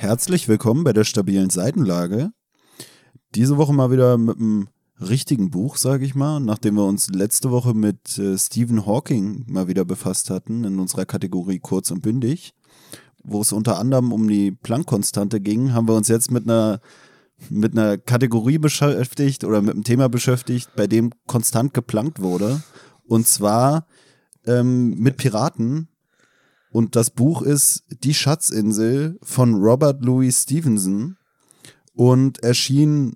Herzlich willkommen bei der stabilen Seitenlage. Diese Woche mal wieder mit einem richtigen Buch, sage ich mal, nachdem wir uns letzte Woche mit Stephen Hawking mal wieder befasst hatten in unserer Kategorie Kurz und Bündig, wo es unter anderem um die Planck-Konstante ging, haben wir uns jetzt mit einer Kategorie beschäftigt oder mit einem Thema beschäftigt, bei dem konstant geplankt wurde, und zwar mit Piraten. Und das Buch ist Die Schatzinsel von Robert Louis Stevenson und erschien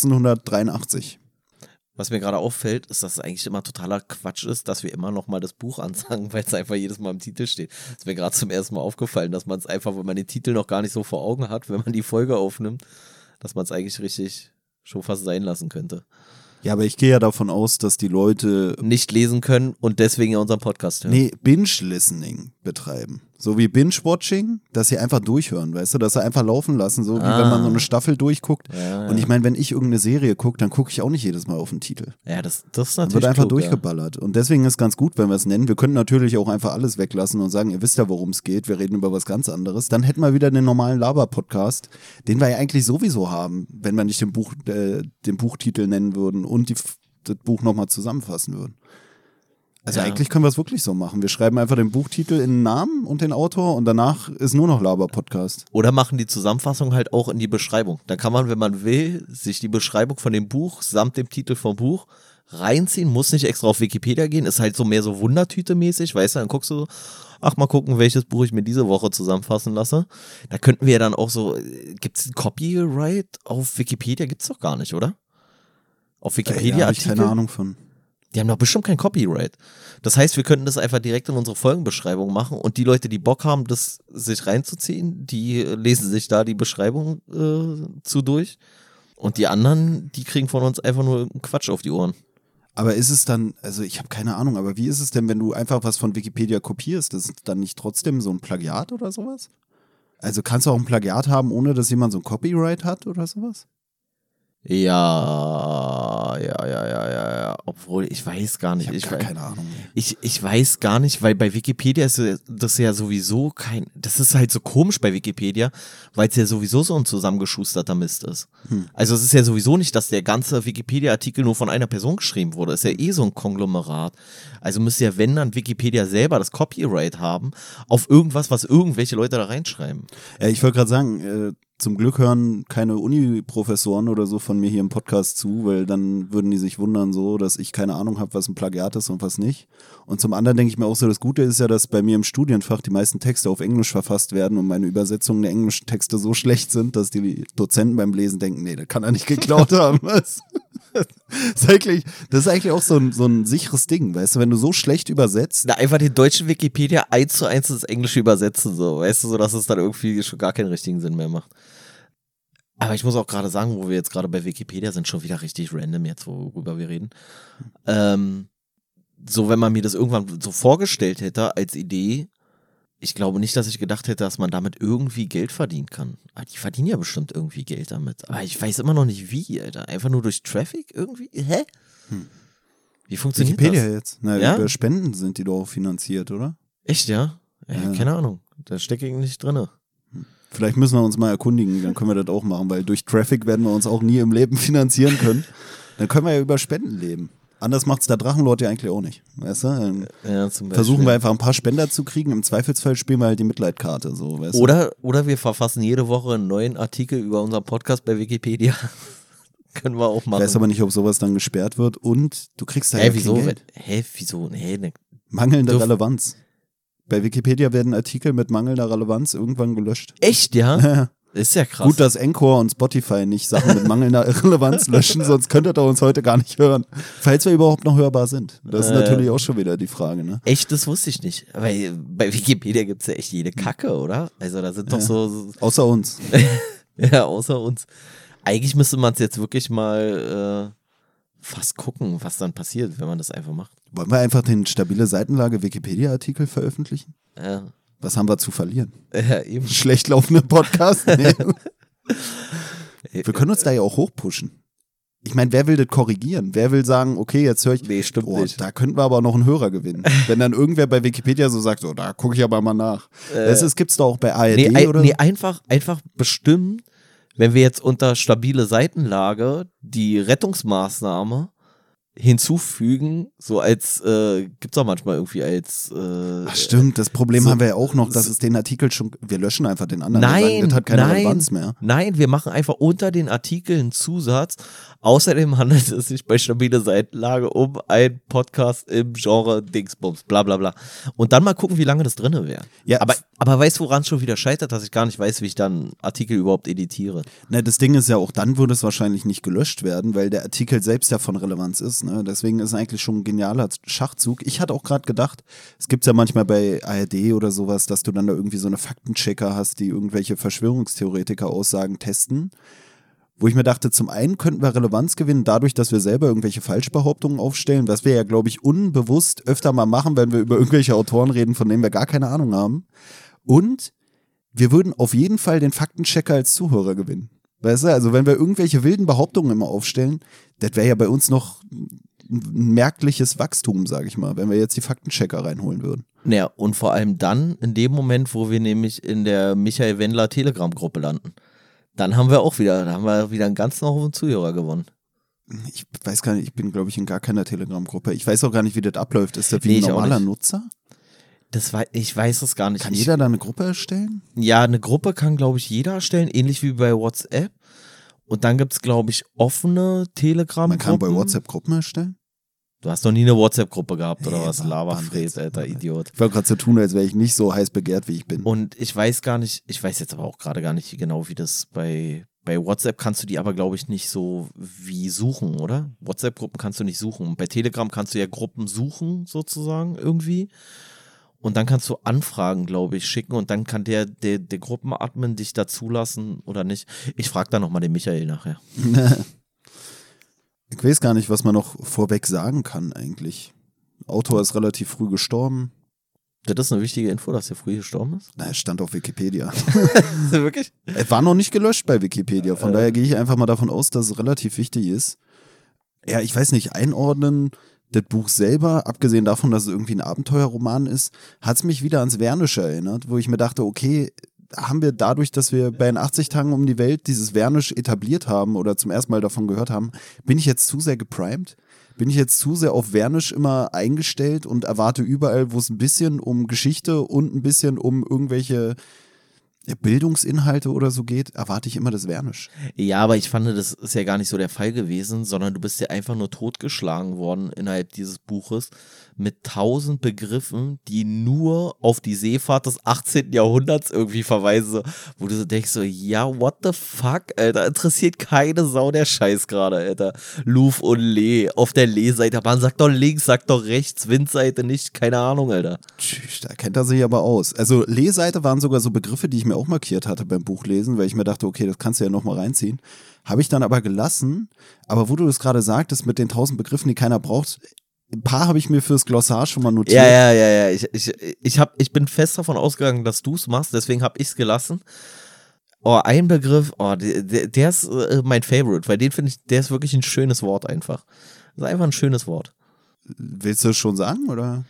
1883. Was mir gerade auffällt, ist, dass es eigentlich immer totaler Quatsch ist, dass wir immer noch mal das Buch ansagen, weil es einfach jedes Mal im Titel steht. Es ist mir gerade zum ersten Mal aufgefallen, dass man es einfach, wenn man den Titel noch gar nicht so vor Augen hat, wenn man die Folge aufnimmt, dass man es eigentlich richtig schon fast sein lassen könnte. Ja, aber ich gehe ja davon aus, dass die Leute nicht lesen können und deswegen ja unseren Podcast hören. Nee, Binge-Listening betreiben. So wie Binge-Watching, dass sie einfach durchhören, weißt du, dass sie einfach laufen lassen, so wie wenn man so eine Staffel durchguckt. Ja. Und ich meine, wenn ich irgendeine Serie gucke, dann gucke ich auch nicht jedes Mal auf den Titel. Ja, das ist natürlich wird einfach klug, durchgeballert. Ja. Und deswegen ist es ganz gut, wenn wir es nennen. Wir können natürlich auch einfach alles weglassen und sagen, ihr wisst ja, worum es geht, wir reden über was ganz anderes. Dann hätten wir wieder den normalen Laber-Podcast, den wir ja eigentlich sowieso haben, wenn wir nicht den Buchtitel nennen würden und das Buch nochmal zusammenfassen würden. Also eigentlich können wir es wirklich so machen. Wir schreiben einfach den Buchtitel in den Namen und den Autor und danach ist nur noch Laber-Podcast. Oder machen die Zusammenfassung halt auch in die Beschreibung. Da kann man, wenn man will, sich die Beschreibung von dem Buch samt dem Titel vom Buch reinziehen. Muss nicht extra auf Wikipedia gehen. Ist halt so mehr so Wundertüte-mäßig, weißt du? Dann guckst du so, ach, mal gucken, welches Buch ich mir diese Woche zusammenfassen lasse. Da könnten wir ja dann auch so, gibt es ein Copyright auf Wikipedia? Gibt's doch gar nicht, oder? Auf Wikipedia hab ich keine Ahnung von. Die haben doch bestimmt kein Copyright. Das heißt, wir könnten das einfach direkt in unsere Folgenbeschreibung machen und die Leute, die Bock haben, das sich reinzuziehen, die lesen sich da die Beschreibung zu durch und die anderen, die kriegen von uns einfach nur irgendeinen Quatsch auf die Ohren. Aber ist es dann, also ich habe keine Ahnung, aber wie ist es denn, wenn du einfach was von Wikipedia kopierst? Ist es dann nicht trotzdem so ein Plagiat oder sowas? Also kannst du auch ein Plagiat haben, ohne dass jemand so ein Copyright hat oder sowas? Ja. Obwohl, ich weiß gar nicht. Ich habe keine Ahnung. Ich weiß gar nicht, weil bei Wikipedia ist das ja sowieso das ist halt so komisch bei Wikipedia, weil es ja sowieso so ein zusammengeschusterter Mist ist. Also es ist ja sowieso nicht, dass der ganze Wikipedia-Artikel nur von einer Person geschrieben wurde. Es ist ja so ein Konglomerat. Also müsste ja, wenn dann Wikipedia selber das Copyright haben, auf irgendwas, was irgendwelche Leute da reinschreiben. Ich wollte gerade sagen, zum Glück hören keine Uni-Professoren oder so von mir hier im Podcast zu, weil dann würden die sich wundern so, dass ich keine Ahnung habe, was ein Plagiat ist und was nicht. Und zum anderen denke ich mir auch so, das Gute ist ja, dass bei mir im Studienfach die meisten Texte auf Englisch verfasst werden und meine Übersetzungen der englischen Texte so schlecht sind, dass die Dozenten beim Lesen denken, nee, das kann er nicht geklaut haben. Das ist eigentlich auch so ein sicheres Ding, weißt du, wenn du so schlecht übersetzt. Na, einfach den deutschen Wikipedia 1:1 ins Englische übersetzen, so, weißt du, so dass es dann irgendwie schon gar keinen richtigen Sinn mehr macht. Aber ich muss auch gerade sagen, wo wir jetzt gerade bei Wikipedia sind, schon wieder richtig random jetzt, worüber wir reden. So, wenn man mir das irgendwann so vorgestellt hätte als Idee, ich glaube nicht, dass ich gedacht hätte, dass man damit irgendwie Geld verdienen kann. Aber die verdienen ja bestimmt irgendwie Geld damit. Aber ich weiß immer noch nicht wie, Alter. Einfach nur durch Traffic irgendwie? Hä? Wie funktioniert Wikipedia das? Jetzt? Na, ja? Über Spenden sind die doch finanziert, oder? Echt, ja? Keine Ahnung. Da stecke ich nicht drin. Vielleicht müssen wir uns mal erkundigen, dann können wir das auch machen, weil durch Traffic werden wir uns auch nie im Leben finanzieren können. Dann können wir ja über Spenden leben. Anders macht's der Drachenlord ja eigentlich auch nicht, weißt du? Dann versuchen wir einfach ein paar Spender zu kriegen, im Zweifelsfall spielen wir halt die Mitleidkarte, so, weißt du? Oder wir verfassen jede Woche einen neuen Artikel über unseren Podcast bei Wikipedia. Können wir auch machen. Ich weiß aber nicht, ob sowas dann gesperrt wird und du kriegst da ja wieso? Kein Geld. Wieso? Mangelnde Relevanz. Bei Wikipedia werden Artikel mit mangelnder Relevanz irgendwann gelöscht. Echt, ja? Ist ja krass. Gut, dass Anchor und Spotify nicht Sachen mit mangelnder Relevanz löschen, sonst könntet ihr uns heute gar nicht hören. Falls wir überhaupt noch hörbar sind. Das ist natürlich auch schon wieder die Frage, ne? Echt, das wusste ich nicht. Weil bei Wikipedia gibt es ja echt jede Kacke, oder? Also da sind doch so... Außer uns. Ja, außer uns. Eigentlich müsste man es jetzt wirklich mal fast gucken, was dann passiert, wenn man das einfach macht. Wollen wir einfach den stabile Seitenlage Wikipedia-Artikel veröffentlichen? Ja. Was haben wir zu verlieren? Ja, eben. Schlecht laufende Podcast? Nee. Wir können uns da ja auch hochpushen. ich meine, wer will das korrigieren? Wer will sagen, okay, jetzt höre ich, Nee, stimmt nicht. da könnten wir aber noch einen Hörer gewinnen. Wenn dann irgendwer bei Wikipedia so sagt, da gucke ich aber mal nach. Das gibt's doch auch bei ARD oder? Nee, einfach bestimmen, wenn wir jetzt unter stabile Seitenlage die Rettungsmaßnahme hinzufügen, so als, gibt's auch manchmal irgendwie als Ach stimmt, das Problem so- haben wir ja auch noch, dass es den Artikel schon, wir löschen einfach den anderen. Wir Nein, sagen, das hat keine Relevanz mehr. Nein, wir machen einfach unter den Artikeln einen Zusatz. Außerdem handelt es sich bei stabile Seitenlage um einen Podcast im Genre Dingsbums, bla bla bla. Und dann mal gucken, wie lange das drinne wäre. Ja, Aber weißt du, woran es schon wieder scheitert, dass ich gar nicht weiß, wie ich dann Artikel überhaupt editiere? Ne, das Ding ist ja auch, dann würde es wahrscheinlich nicht gelöscht werden, weil der Artikel selbst ja von Relevanz ist. Ne? Deswegen ist es eigentlich schon ein genialer Schachzug. Ich hatte auch gerade gedacht, es gibt ja manchmal bei ARD oder sowas, dass du dann da irgendwie so eine Faktenchecker hast, die irgendwelche Verschwörungstheoretiker-Aussagen testen. Wo ich mir dachte, zum einen könnten wir Relevanz gewinnen, dadurch, dass wir selber irgendwelche Falschbehauptungen aufstellen, was wir ja, glaube ich, unbewusst öfter mal machen, wenn wir über irgendwelche Autoren reden, von denen wir gar keine Ahnung haben. Und wir würden auf jeden Fall den Faktenchecker als Zuhörer gewinnen. Weißt du, also wenn wir irgendwelche wilden Behauptungen immer aufstellen, das wäre ja bei uns noch ein merkliches Wachstum, sage ich mal, wenn wir jetzt die Faktenchecker reinholen würden. Naja, und vor allem dann, in dem Moment, wo wir nämlich in der Michael Wendler Telegram-Gruppe landen. Dann haben wir wieder einen ganzen Haufen Zuhörer gewonnen. Ich weiß gar nicht, ich bin, glaube ich, in gar keiner Telegram-Gruppe. Ich weiß auch gar nicht, wie das abläuft. Ist das wie Nee, ein ich auch normaler nicht. Nutzer? Ich weiß es gar nicht. Kann jeder da eine Gruppe erstellen? Ja, eine Gruppe kann, glaube ich, jeder erstellen, ähnlich wie bei WhatsApp. Und dann gibt es, glaube ich, offene Telegram-Gruppen. Man kann bei WhatsApp Gruppen erstellen? Du hast noch nie eine WhatsApp-Gruppe gehabt, oder Nee, was? Laberfred, Alter, Idiot. Ich wollte gerade so tun, als wäre ich nicht so heiß begehrt, wie ich bin. Und ich weiß jetzt aber auch gerade gar nicht genau, wie das bei WhatsApp kannst du die aber, glaube ich, nicht so wie suchen, oder? WhatsApp-Gruppen kannst du nicht suchen. Und bei Telegram kannst du ja Gruppen suchen, sozusagen, irgendwie. Und dann kannst du Anfragen, glaube ich, schicken und dann kann der Gruppenadmin dich dazulassen oder nicht. Ich frage da nochmal den Michael nachher. Ich weiß gar nicht, was man noch vorweg sagen kann eigentlich. Autor ist relativ früh gestorben. Das ist eine wichtige Info, dass er früh gestorben ist. Na, es stand auf Wikipedia. Ist das wirklich? Es war noch nicht gelöscht bei Wikipedia, von daher gehe ich einfach mal davon aus, dass es relativ wichtig ist. Ja, ich weiß nicht, einordnen, das Buch selber, abgesehen davon, dass es irgendwie ein Abenteuerroman ist, hat es mich wieder ans Wernische erinnert, wo ich mir dachte, okay, haben wir dadurch, dass wir bei den 80 Tagen um die Welt dieses Wernisch etabliert haben oder zum ersten Mal davon gehört haben, bin ich jetzt zu sehr geprimed? Bin ich jetzt zu sehr auf Wernisch immer eingestellt und erwarte überall, wo es ein bisschen um Geschichte und ein bisschen um irgendwelche Bildungsinhalte oder so geht, erwarte ich immer das Wernisch. Ja, aber ich fand, das ist ja gar nicht so der Fall gewesen, sondern du bist ja einfach nur totgeschlagen worden innerhalb dieses Buches mit 1000 Begriffen, die nur auf die Seefahrt des 18. Jahrhunderts irgendwie verweisen, wo du so denkst so, ja, what the fuck, Alter, interessiert keine Sau der Scheiß gerade, Alter. Louvre und Lee, auf der Lee-Seite, man sagt doch links, sagt doch rechts, Windseite nicht, keine Ahnung, Alter. Tschüss, da kennt er sich aber aus. Also Lee-Seite waren sogar so Begriffe, die ich mir auch markiert hatte beim Buchlesen, weil ich mir dachte, okay, das kannst du ja nochmal reinziehen. Habe ich dann aber gelassen, aber wo du das gerade sagtest, mit den 1000 Begriffen, die keiner braucht, ein paar habe ich mir fürs Glossar schon mal notiert. Ja. Ich bin fest davon ausgegangen, dass du es machst, deswegen habe ich es gelassen. Oh, ein Begriff, der ist mein Favorite, weil den finde ich, der ist wirklich ein schönes Wort einfach. Das ist einfach ein schönes Wort. Willst du es schon sagen, oder?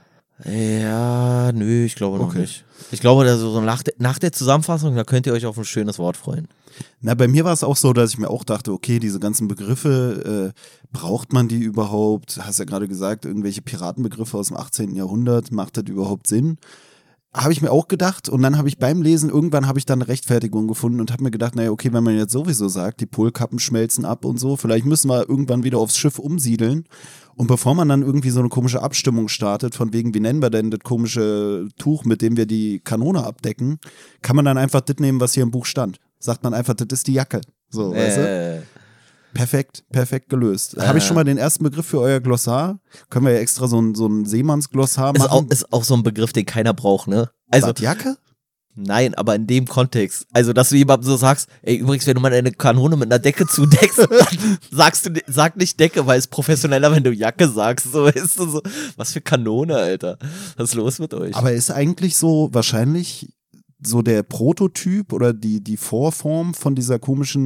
Ja, nö, ich glaube noch Okay. nicht. Ich glaube, so nach der Zusammenfassung, da könnt ihr euch auf ein schönes Wort freuen. Na, bei mir war es auch so, dass ich mir auch dachte, okay, diese ganzen Begriffe, braucht man die überhaupt? Hast ja gerade gesagt, irgendwelche Piratenbegriffe aus dem 18. Jahrhundert, macht das überhaupt Sinn? Habe ich mir auch gedacht und dann habe ich beim Lesen, irgendwann habe ich dann eine Rechtfertigung gefunden und habe mir gedacht, naja, okay, wenn man jetzt sowieso sagt, die Polkappen schmelzen ab und so, vielleicht müssen wir irgendwann wieder aufs Schiff umsiedeln. Und bevor man dann irgendwie so eine komische Abstimmung startet, von wegen, wie nennen wir denn das komische Tuch, mit dem wir die Kanone abdecken, kann man dann einfach das nehmen, was hier im Buch stand. Sagt man einfach, das ist die Jacke. So, weißt du? Perfekt gelöst. Habe ich schon mal den ersten Begriff für euer Glossar? Können wir ja extra so ein Seemannsglossar machen. Ist auch so ein Begriff, den keiner braucht, ne? Also, Jacke? nein, aber in dem Kontext. Also, dass du jemandem so sagst, ey, übrigens, wenn du mal eine Kanone mit einer Decke zudeckst, dann sag nicht Decke, weil es professioneller, wenn du Jacke sagst. So, ist so, was für Kanone, Alter. Was ist los mit euch? Aber ist eigentlich so wahrscheinlich so der Prototyp oder die Vorform von dieser komischen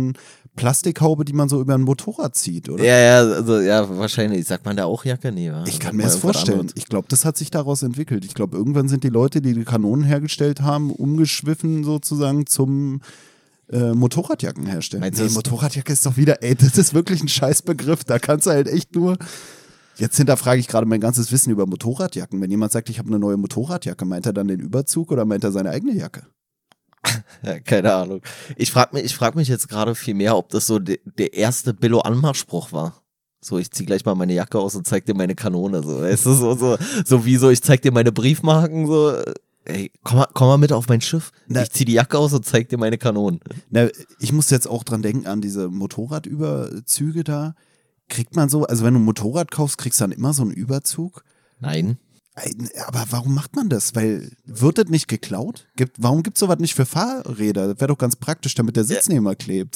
Plastikhaube, die man so über ein Motorrad zieht, oder? Ja, wahrscheinlich. Sagt man da auch Jacke? Nee, wa? Ich kann mir das vorstellen. Ich glaube, das hat sich daraus entwickelt. Ich glaube, irgendwann sind die Leute, die Kanonen hergestellt haben, umgeschwiffen sozusagen zum Motorradjacken herstellen. Meinst du, Motorradjacke ist doch wieder, das ist wirklich ein Scheißbegriff. Da kannst du halt echt nur. Jetzt hinterfrage ich gerade mein ganzes Wissen über Motorradjacken. Wenn jemand sagt, ich habe eine neue Motorradjacke, meint er dann den Überzug oder meint er seine eigene Jacke? Ja, keine Ahnung. Ich frag mich jetzt gerade viel mehr, ob das so der erste Billo-Anmachspruch war. So, ich zieh gleich mal meine Jacke aus und zeig dir meine Kanone. So, weißt du, so wie so, ich zeig dir meine Briefmarken, so, ey, komm mal mit auf mein Schiff. Ich zieh die Jacke aus und zeig dir meine Kanonen. Ich muss jetzt auch dran denken an diese Motorradüberzüge da. Kriegt man so, also wenn du ein Motorrad kaufst, kriegst du dann immer so einen Überzug? Nein. Aber warum macht man das? Weil, wird das nicht geklaut? Warum gibt es sowas nicht für Fahrräder? Das wäre doch ganz praktisch, damit der Sitznehmer klebt.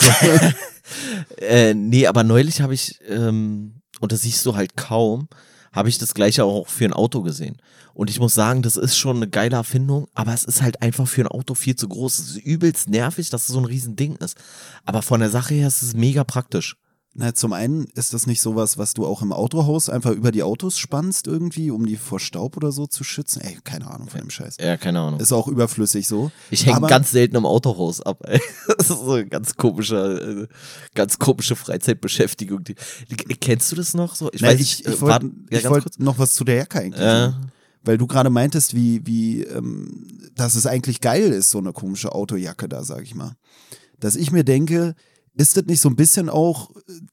Nee, aber neulich habe ich, und das siehst du halt kaum, habe ich das gleiche auch für ein Auto gesehen. Und ich muss sagen, das ist schon eine geile Erfindung, aber es ist halt einfach für ein Auto viel zu groß. Es ist übelst nervig, dass es so ein Riesending ist. Aber von der Sache her ist es mega praktisch. Na, zum einen ist das nicht sowas, was du auch im Autohaus einfach über die Autos spannst irgendwie, um die vor Staub oder so zu schützen. Ey, keine Ahnung von dem Scheiß. Ja, keine Ahnung. Ist auch überflüssig so. Ich hänge ganz selten im Autohaus ab, ey. Das ist so eine ganz komische Freizeitbeschäftigung. Kennst du das noch so? Ich wollte noch was zu der Jacke eigentlich sagen. Weil du gerade meintest, wie dass es eigentlich geil ist, so eine komische Autojacke da, sag ich mal. Dass ich mir denke, ist das nicht so ein bisschen auch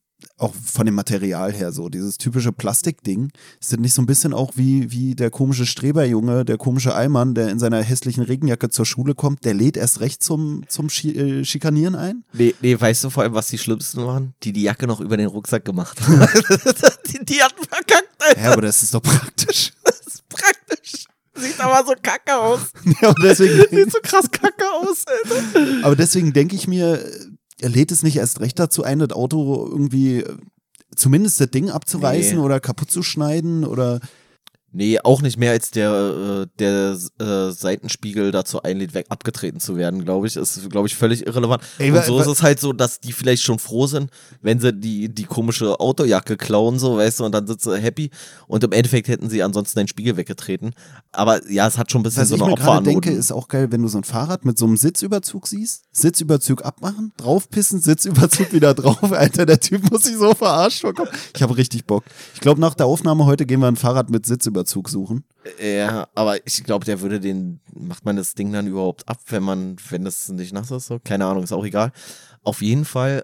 von dem Material her so, dieses typische Plastikding, ist das nicht so ein bisschen auch wie der komische Streberjunge, der komische Allmann, der in seiner hässlichen Regenjacke zur Schule kommt, der lädt erst recht zum Schikanieren ein? Nee, weißt du vor allem, was die Schlimmsten waren? Die Jacke noch über den Rucksack gemacht haben. die hatten verkackt, Alter. Ja, aber das ist doch praktisch. Das ist praktisch. Sieht aber so kacke aus. Ja, und deswegen sieht so krass kacke aus, Alter. Aber deswegen denke ich mir, er lädt es nicht erst recht dazu ein, das Auto irgendwie zumindest das Ding abzureißen oder kaputt zu schneiden oder. Nee, auch nicht mehr als der Seitenspiegel dazu einlädt, abgetreten zu werden, glaube ich. Ist, glaube ich, völlig irrelevant. Ey, und so ist es halt so, dass die vielleicht schon froh sind, wenn sie die komische Autojacke klauen, so, weißt du, und dann sind sie happy. Und im Endeffekt hätten sie ansonsten den Spiegel weggetreten. Aber ja, es hat schon ein bisschen so eine Opferanmutung. Was ich mir gerade denke, ist auch geil, wenn du so ein Fahrrad mit so einem Sitzüberzug siehst, Sitzüberzug abmachen, draufpissen, Sitzüberzug wieder drauf. Alter, der Typ muss sich so verarscht vorkommen. Ich habe richtig Bock. Ich glaube, nach der Aufnahme heute gehen wir ein Fahrrad mit Sitzüberzug suchen. Ja, aber ich glaube, macht man das Ding dann überhaupt ab, wenn das nicht nass ist? So? Keine Ahnung, ist auch egal. Auf jeden Fall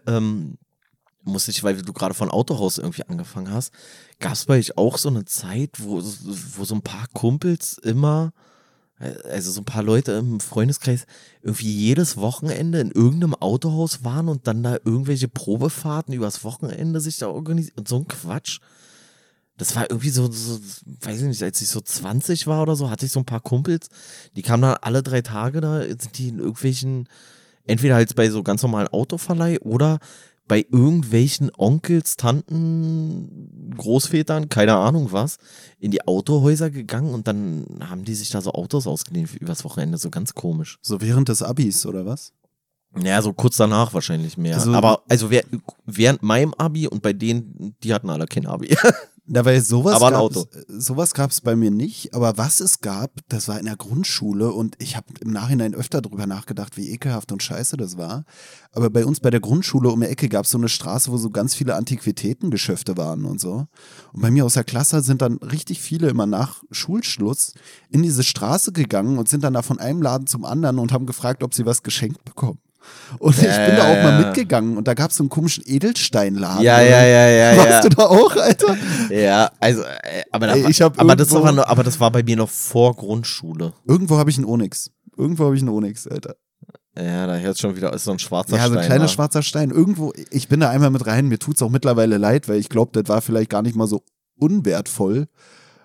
weil du gerade von Autohaus irgendwie angefangen hast, gab es bei euch auch so eine Zeit, wo so ein paar Kumpels immer, also so ein paar Leute im Freundeskreis irgendwie jedes Wochenende in irgendeinem Autohaus waren und dann da irgendwelche Probefahrten übers Wochenende sich da organisiert und so ein Quatsch. Das war irgendwie so, weiß ich nicht, als ich so 20 war oder so, hatte ich so ein paar Kumpels, die kamen dann alle 3 Tage da, sind die in irgendwelchen, entweder halt bei so ganz normalen Autoverleih oder bei irgendwelchen Onkels, Tanten, Großvätern, keine Ahnung was, in die Autohäuser gegangen und dann haben die sich da so Autos ausgeliehen übers Wochenende, so ganz komisch. So während des Abis, oder was? Ja, so kurz danach wahrscheinlich mehr. Aber während meinem Abi und bei denen, die hatten alle kein Abi. Da war sowas sowas gab es bei mir nicht, aber was es gab, das war in der Grundschule und ich habe im Nachhinein öfter drüber nachgedacht, wie ekelhaft und scheiße das war. Aber bei uns bei der Grundschule um die Ecke gab es so eine Straße, wo so ganz viele Antiquitätengeschäfte waren und so. Und bei mir aus der Klasse sind dann richtig viele immer nach Schulschluss in diese Straße gegangen und sind dann da von einem Laden zum anderen und haben gefragt, ob sie was geschenkt bekommen. Und ich bin da auch mal mitgegangen und da gab es so einen komischen Edelsteinladen. Ja. Warst du da auch, Alter? Ja, also, aber das war bei mir noch vor Grundschule. Irgendwo habe ich einen Onyx, Alter. Ja, da hört schon wieder, ist so ein schwarzer Stein. Ja, so ein kleiner schwarzer Stein. Irgendwo, ich bin da einmal mit rein, mir tut's auch mittlerweile leid, weil ich glaube, das war vielleicht gar nicht mal so unwertvoll.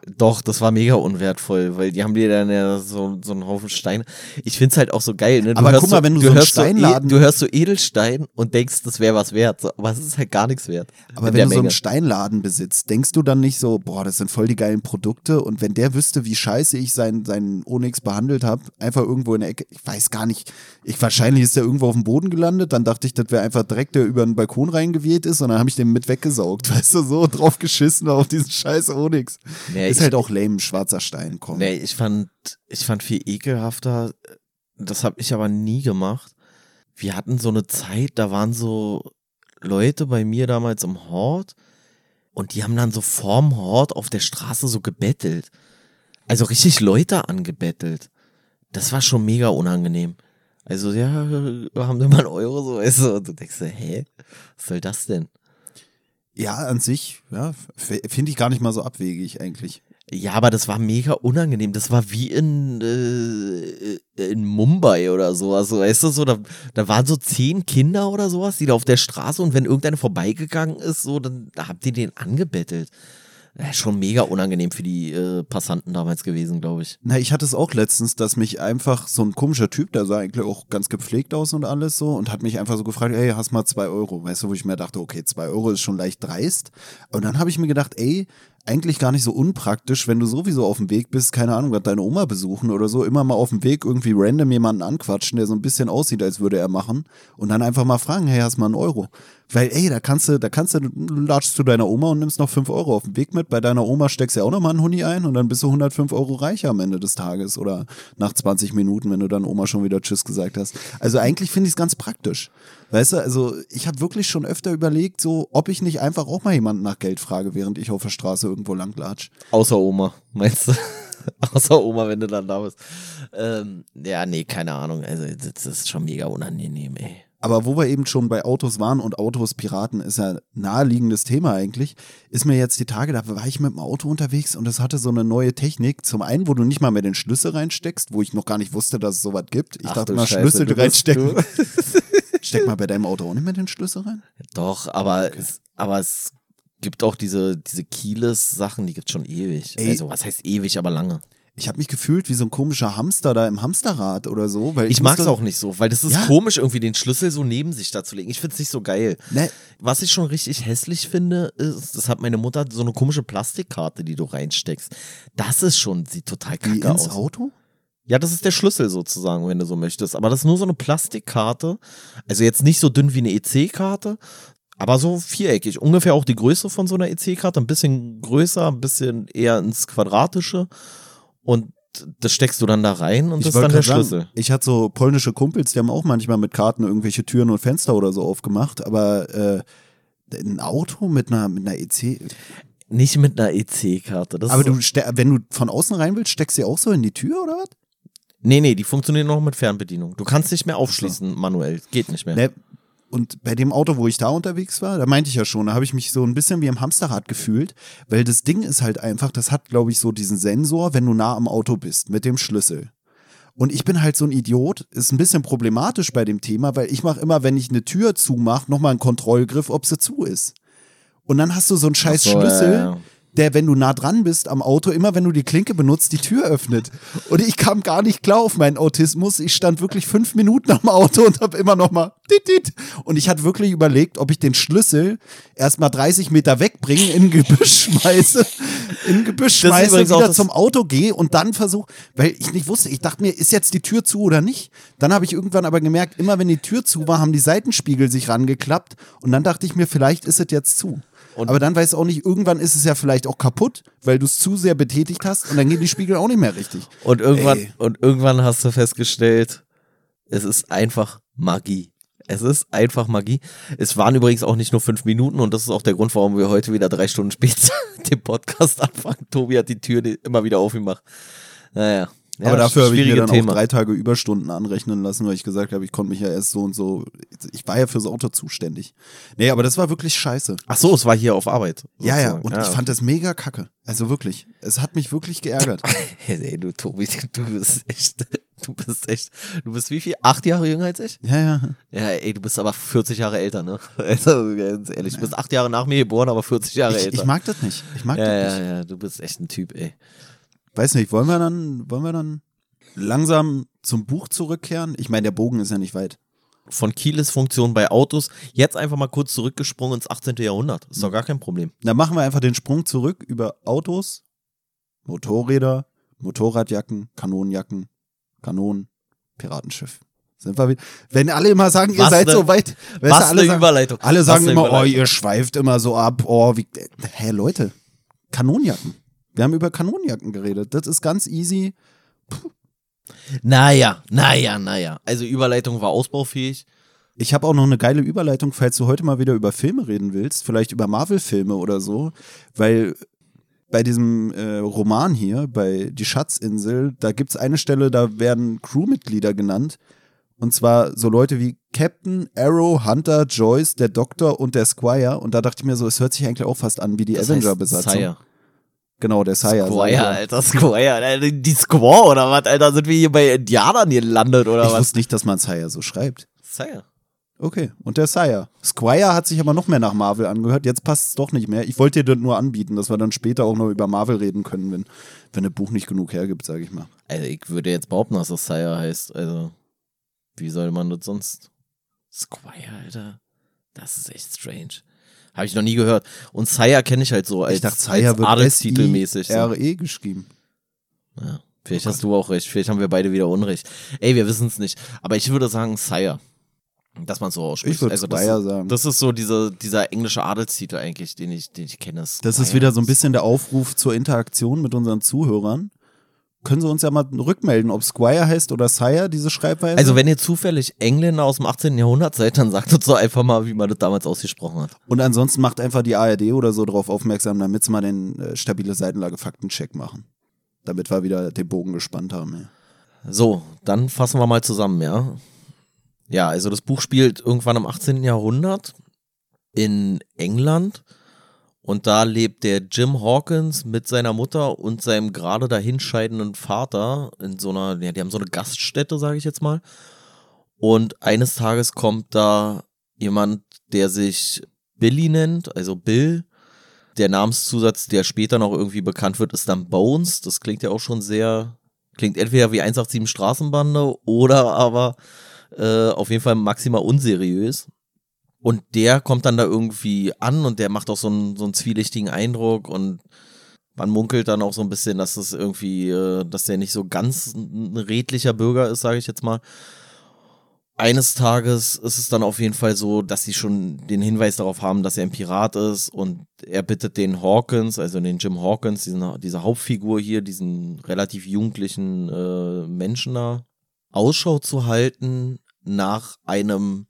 Doch, das war mega unwertvoll, weil die haben dir dann ja so einen Haufen Steine. Ich find's halt auch so geil, ne? Aber guck mal, wenn du so einen Steinladen... Du hörst so Edelstein und denkst, das wäre was wert. So, aber es ist halt gar nichts wert. Aber wenn du so einen Steinladen besitzt, denkst du dann nicht so, boah, das sind voll die geilen Produkte und wenn der wüsste, wie scheiße ich seinen Onyx behandelt habe, einfach irgendwo in der Ecke, ich weiß gar nicht, wahrscheinlich ist der irgendwo auf dem Boden gelandet, dann dachte ich, das wäre einfach direkt, der über den Balkon reingeweht ist und dann habe ich den mit weggesaugt, weißt du, so drauf geschissen auf diesen scheiß Onyx. Nee, ist halt auch lame, schwarzer Stein, komm. Nee, ich fand viel ekelhafter, das habe ich aber nie gemacht. Wir hatten so eine Zeit, da waren so Leute bei mir damals im Hort und die haben dann so vorm Hort auf der Straße so gebettelt. Also richtig Leute angebettelt. Das war schon mega unangenehm. Also ja, haben wir mal einen Euro, so weißt du, und du denkst, hä, was soll das denn? Ja, an sich, ja, finde ich gar nicht mal so abwegig eigentlich. Ja, aber das war mega unangenehm. Das war wie in Mumbai oder so. Also, weißt du, so, da waren so 10 Kinder oder sowas, die da auf der Straße und wenn irgendeiner vorbeigegangen ist, so, dann habt ihr den angebettelt. Schon mega unangenehm für die Passanten damals gewesen, glaube ich. Na, ich hatte es auch letztens, dass mich einfach so ein komischer Typ, der sah eigentlich auch ganz gepflegt aus und alles so und hat mich einfach so gefragt, ey, hast mal 2 Euro. Weißt du, wo ich mir dachte, okay, 2 Euro ist schon leicht dreist. Und dann habe ich mir gedacht, ey, eigentlich gar nicht so unpraktisch, wenn du sowieso auf dem Weg bist, keine Ahnung, deine Oma besuchen oder so, immer mal auf dem Weg irgendwie random jemanden anquatschen, der so ein bisschen aussieht, als würde er machen und dann einfach mal fragen, hey, hast mal einen Euro? Weil, ey, da latschst du deiner Oma und nimmst noch 5 Euro auf dem Weg mit. Bei deiner Oma steckst du ja auch nochmal einen Huni ein und dann bist du 105 Euro reicher am Ende des Tages oder nach 20 Minuten, wenn du dann Oma schon wieder Tschüss gesagt hast. Also eigentlich finde ich es ganz praktisch. Weißt du, also ich habe wirklich schon öfter überlegt, so, ob ich nicht einfach auch mal jemanden nach Geld frage, während ich auf der Straße irgendwo langlatsch. Außer Oma, meinst du? Außer Oma, wenn du dann da bist. Ja, nee, keine Ahnung. Also das ist schon mega unangenehm, ey. Aber wo wir eben schon bei Autos waren und Autos Piraten ist ja ein naheliegendes Thema eigentlich, ist mir jetzt die Tage, da war ich mit dem Auto unterwegs und das hatte so eine neue Technik. Zum einen, wo du nicht mal mehr den Schlüssel reinsteckst, wo ich noch gar nicht wusste, dass es sowas gibt. Ich dachte mal, Schlüssel reinstecken. Steck mal bei deinem Auto auch nicht mehr den Schlüssel rein? Doch, aber, okay. es gibt auch diese Keyless-Sachen, die gibt's schon ewig. Ey, also was heißt ewig, aber lange. Ich habe mich gefühlt wie so ein komischer Hamster da im Hamsterrad oder so. Weil ich mag es auch nicht so, weil das ist komisch, irgendwie den Schlüssel so neben sich da zu legen. Ich finde es nicht so geil. Ne. Was ich schon richtig hässlich finde, ist, das hat meine Mutter, so eine komische Plastikkarte, die du reinsteckst. Das ist schon, sieht total kacke aus. Ins Auto? Ja, das ist der Schlüssel sozusagen, wenn du so möchtest. Aber das ist nur so eine Plastikkarte. Also jetzt nicht so dünn wie eine EC-Karte, aber so viereckig. Ungefähr auch die Größe von so einer EC-Karte. Ein bisschen größer, ein bisschen eher ins Quadratische. Und das steckst du dann da rein und das ist dann der Schlüssel. Ich hatte so polnische Kumpels, die haben auch manchmal mit Karten irgendwelche Türen und Fenster oder so aufgemacht, aber ein Auto mit einer EC... Nicht mit einer EC-Karte. Aber wenn du von außen rein willst, steckst du die auch so in die Tür oder was? Nee, die funktionieren noch mit Fernbedienung. Du kannst nicht mehr aufschließen manuell, geht nicht mehr. Nee. Und bei dem Auto, wo ich da unterwegs war, da meinte ich ja schon, da habe ich mich so ein bisschen wie im Hamsterrad gefühlt, weil das Ding ist halt einfach, das hat, glaube ich, so diesen Sensor, wenn du nah am Auto bist, mit dem Schlüssel. Und ich bin halt so ein Idiot, ist ein bisschen problematisch bei dem Thema, weil ich mache immer, wenn ich eine Tür zumache, nochmal einen Kontrollgriff, ob sie zu ist. Und dann hast du so einen scheiß Schlüssel, der, wenn du nah dran bist am Auto, immer wenn du die Klinke benutzt, die Tür öffnet. Und ich kam gar nicht klar auf meinen Autismus. Ich stand wirklich 5 Minuten am Auto und habe immer noch mal und ich hatte wirklich überlegt, ob ich den Schlüssel erst mal 30 Meter wegbringe, in ein Gebüsch schmeiße, wieder zum Auto gehe und dann versuche, weil ich nicht wusste, ich dachte mir, ist jetzt die Tür zu oder nicht? Dann habe ich irgendwann aber gemerkt, immer wenn die Tür zu war, haben die Seitenspiegel sich rangeklappt und dann dachte ich mir, vielleicht ist es jetzt zu. Aber dann weiß auch nicht, irgendwann ist es ja vielleicht auch kaputt, weil du es zu sehr betätigt hast und dann gehen die Spiegel auch nicht mehr richtig. Und irgendwann hast du festgestellt, es ist einfach Magie. Es ist einfach Magie. Es waren übrigens auch nicht nur 5 Minuten und das ist auch der Grund, warum wir heute wieder 3 Stunden später den Podcast anfangen. Tobi hat die Tür immer wieder aufgemacht. Naja. Ja, aber dafür habe ich mir dann auch 3 Tage Überstunden anrechnen lassen, weil ich gesagt habe, ich konnte mich ja erst so und so, ich war ja fürs Auto zuständig. Nee, aber das war wirklich scheiße. Ach so, es war hier auf Arbeit. Sozusagen. Ja, und ich fand das mega kacke. Also wirklich, es hat mich wirklich geärgert. Hey, du Tobi, du bist echt, Du bist wie viel? 8 Jahre jünger als ich? Ja. Ja, ey, du bist aber 40 Jahre älter, ne? Also, ganz ehrlich, du bist 8 Jahre nach mir geboren, aber 40 Jahre älter. Ich mag das nicht. Ja, du bist echt ein Typ, ey. Weiß nicht, wollen wir dann langsam zum Buch zurückkehren? Ich meine, der Bogen ist ja nicht weit. Von Kieles Funktion bei Autos, jetzt einfach mal kurz zurückgesprungen ins 18. Jahrhundert. Ist doch gar kein Problem. Dann machen wir einfach den Sprung zurück über Autos, Motorräder, Motorradjacken, Kanonenjacken, Kanonen, Piratenschiff. Sind wir wieder. Wenn alle immer sagen, ihr seid so weit. Was eine Überleitung. Alle sagen immer, oh, ihr schweift immer so ab. Oh, hä, Leute, Kanonenjacken. Wir haben über Kanonenjacken geredet. Das ist ganz easy. Puh. Naja. Also Überleitung war ausbaufähig. Ich habe auch noch eine geile Überleitung, falls du heute mal wieder über Filme reden willst, vielleicht über Marvel-Filme oder so, weil bei diesem Roman hier, bei Die Schatzinsel, da gibt es eine Stelle, da werden Crewmitglieder genannt, und zwar so Leute wie Captain, Arrow, Hunter, Joyce, der Doktor und der Squire, und da dachte ich mir so, es hört sich eigentlich auch fast an wie die Avenger-Besatzung. Sire. Genau, der Sire. Squire, Alter, Squire. Die Squaw oder was, Alter? Sind wir hier bei Indianern gelandet oder was? Ich wusste nicht, dass man Sire so schreibt. Sire. Okay, und der Sire. Squire hat sich aber noch mehr nach Marvel angehört. Jetzt passt es doch nicht mehr. Ich wollte dir das nur anbieten, dass wir dann später auch noch über Marvel reden können, wenn ein Buch nicht genug hergibt, sage ich mal. Also ich würde jetzt behaupten, dass das Sire heißt. Also, wie soll man das sonst? Squire, Alter. Das ist echt strange. Habe ich noch nie gehört. Und Sire kenne ich halt so als, ich dachte, Sire wird Adelstitelmäßig. S-I-R-E geschrieben. Ja, vielleicht hast du auch recht. Vielleicht haben wir beide wieder Unrecht. Ey, wir wissen es nicht. Aber ich würde sagen Sire. Dass man so ausspricht. Ich würde Squire sagen. Das ist so dieser englische Adelstitel eigentlich, den ich kenne. Das ist wieder so ein bisschen der Aufruf zur Interaktion mit unseren Zuhörern. Können Sie uns ja mal rückmelden, ob Squire heißt oder Sire, diese Schreibweise? Also wenn ihr zufällig Engländer aus dem 18. Jahrhundert seid, dann sagt uns doch einfach mal, wie man das damals ausgesprochen hat. Und ansonsten macht einfach die ARD oder so darauf aufmerksam, damit sie mal den stabile Seitenlage-Faktencheck machen. Damit wir wieder den Bogen gespannt haben. Ja. So, dann fassen wir mal zusammen, ja. Ja, also das Buch spielt irgendwann im 18. Jahrhundert in England. Und da lebt der Jim Hawkins mit seiner Mutter und seinem gerade dahinscheidenden Vater in so einer, ja, die haben so eine Gaststätte, sage ich jetzt mal. Und eines Tages kommt da jemand, der sich Billy nennt, also Bill. Der Namenszusatz, der später noch irgendwie bekannt wird, ist dann Bones. Das klingt ja auch schon klingt entweder wie 187 Straßenbande oder aber auf jeden Fall maximal unseriös. Und der kommt dann da irgendwie an und der macht auch so einen zwielichtigen Eindruck und man munkelt dann auch so ein bisschen, dass das irgendwie, dass der nicht so ganz ein redlicher Bürger ist, sage ich jetzt mal. Eines Tages ist es dann auf jeden Fall so, dass sie schon den Hinweis darauf haben, dass er ein Pirat ist und er bittet den Hawkins, also den Jim Hawkins, diese Hauptfigur hier, diesen relativ jugendlichen Menschen da, Ausschau zu halten nach einem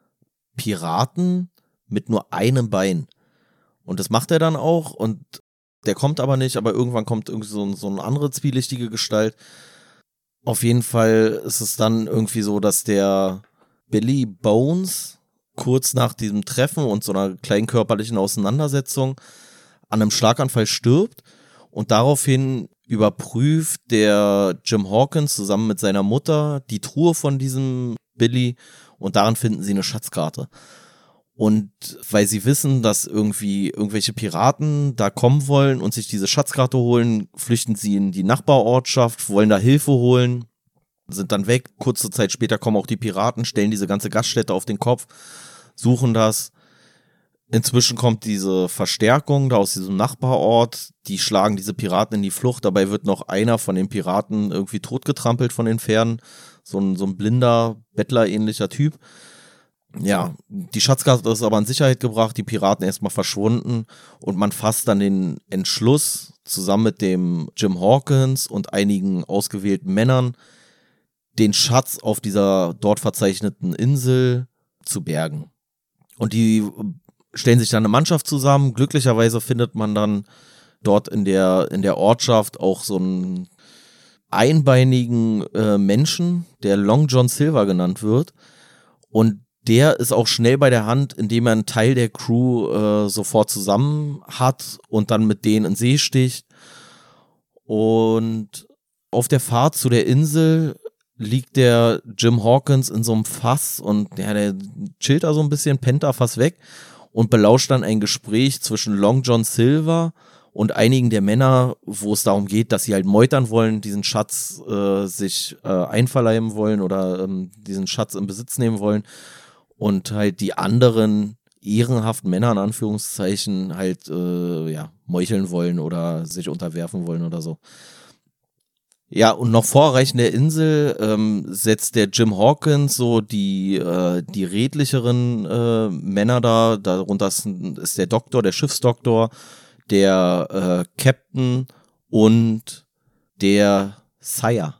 Piraten mit nur einem Bein. Und das macht er dann auch und der kommt aber nicht, aber irgendwann kommt irgendwie so eine andere zwielichtige Gestalt. Auf jeden Fall ist es dann irgendwie so, dass der Billy Bones kurz nach diesem Treffen und so einer kleinen körperlichen Auseinandersetzung an einem Schlaganfall stirbt und daraufhin überprüft der Jim Hawkins zusammen mit seiner Mutter die Truhe von diesem Billy und darin finden sie eine Schatzkarte. Und weil sie wissen, dass irgendwie irgendwelche Piraten da kommen wollen und sich diese Schatzkarte holen, flüchten sie in die Nachbarortschaft, wollen da Hilfe holen, sind dann weg. Kurze Zeit später kommen auch die Piraten, stellen diese ganze Gaststätte auf den Kopf, suchen das. Inzwischen kommt diese Verstärkung da aus diesem Nachbarort, die schlagen diese Piraten in die Flucht, dabei wird noch einer von den Piraten irgendwie totgetrampelt von den Pferden, so ein blinder, Bettler-ähnlicher Typ. Ja, die Schatzkarte ist aber in Sicherheit gebracht, die Piraten erstmal verschwunden und man fasst dann den Entschluss, zusammen mit dem Jim Hawkins und einigen ausgewählten Männern, den Schatz auf dieser dort verzeichneten Insel zu bergen. Und die stellen sich dann eine Mannschaft zusammen. Glücklicherweise findet man dann dort in der Ortschaft auch so einen einbeinigen Menschen, der Long John Silver genannt wird. Und der ist auch schnell bei der Hand, indem er einen Teil der Crew sofort zusammen hat und dann mit denen in See sticht. Und auf der Fahrt zu der Insel liegt der Jim Hawkins in so einem Fass und ja, der chillt da so ein bisschen, pennt da fast weg und belauscht dann ein Gespräch zwischen Long John Silver und einigen der Männer, wo es darum geht, dass sie halt meutern wollen, diesen Schatz sich einverleiben wollen oder diesen Schatz in Besitz nehmen wollen und halt die anderen ehrenhaften Männer in Anführungszeichen halt meucheln wollen oder sich unterwerfen wollen oder so. Ja, und noch vor Erreichen der Insel setzt der Jim Hawkins so die redlicheren Männer da, darunter ist der Doktor, der Schiffsdoktor, der Captain und der Sire.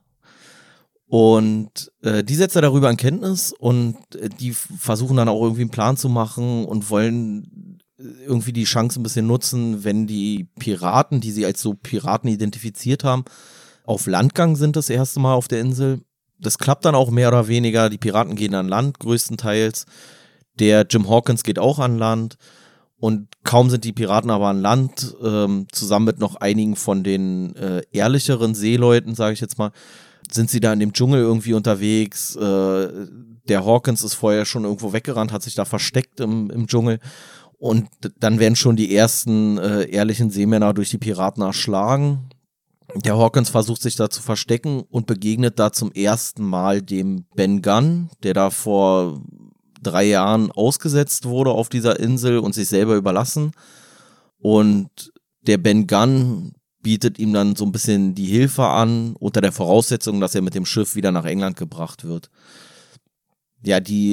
Und die setzt er darüber in Kenntnis und die versuchen dann auch irgendwie einen Plan zu machen und wollen irgendwie die Chance ein bisschen nutzen, wenn die Piraten, die sie als so Piraten identifiziert haben, auf Landgang sind das erste Mal auf der Insel. Das klappt dann auch mehr oder weniger. Die Piraten gehen an Land größtenteils. Der Jim Hawkins geht auch an Land. Und kaum sind die Piraten aber an Land, zusammen mit noch einigen von den ehrlicheren Seeleuten, sage ich jetzt mal, sind sie da in dem Dschungel irgendwie unterwegs. Der Hawkins ist vorher schon irgendwo weggerannt, hat sich da versteckt im Dschungel. Und dann werden schon die ersten ehrlichen Seemänner durch die Piraten erschlagen. Der Hawkins versucht sich da zu verstecken und begegnet da zum ersten Mal dem Ben Gunn, der da vor 3 Jahren ausgesetzt wurde auf dieser Insel und sich selber überlassen. Und der Ben Gunn bietet ihm dann so ein bisschen die Hilfe an, unter der Voraussetzung, dass er mit dem Schiff wieder nach England gebracht wird. Ja, die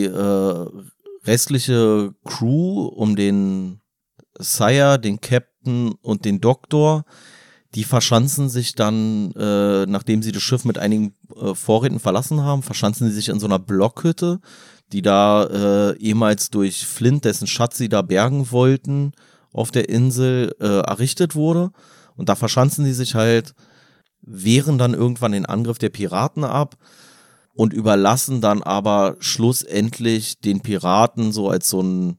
restliche Crew um den Sire, den Captain und den Doktor, die verschanzen sich dann, nachdem sie das Schiff mit einigen Vorräten verlassen haben, verschanzen sie sich in so einer Blockhütte, die da ehemals durch Flint, dessen Schatz sie da bergen wollten, auf der Insel errichtet wurde. Und da verschanzen sie sich halt, wehren dann irgendwann den Angriff der Piraten ab und überlassen dann aber schlussendlich den Piraten so als so ein,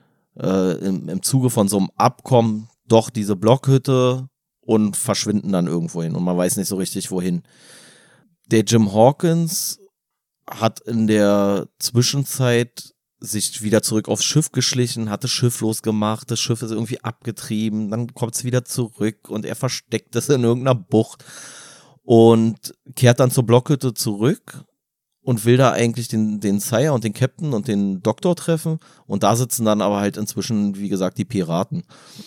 im Zuge von so einem Abkommen doch diese Blockhütte und verschwinden dann irgendwo hin und man weiß nicht so richtig wohin. Der Jim Hawkins hat in der Zwischenzeit sich wieder zurück aufs Schiff geschlichen, hat das Schiff losgemacht, das Schiff ist irgendwie abgetrieben, dann kommt es wieder zurück und er versteckt es in irgendeiner Bucht und kehrt dann zur Blockhütte zurück und will da eigentlich den Sire und den Captain und den Doktor treffen und da sitzen dann aber halt inzwischen, wie gesagt, die Piraten.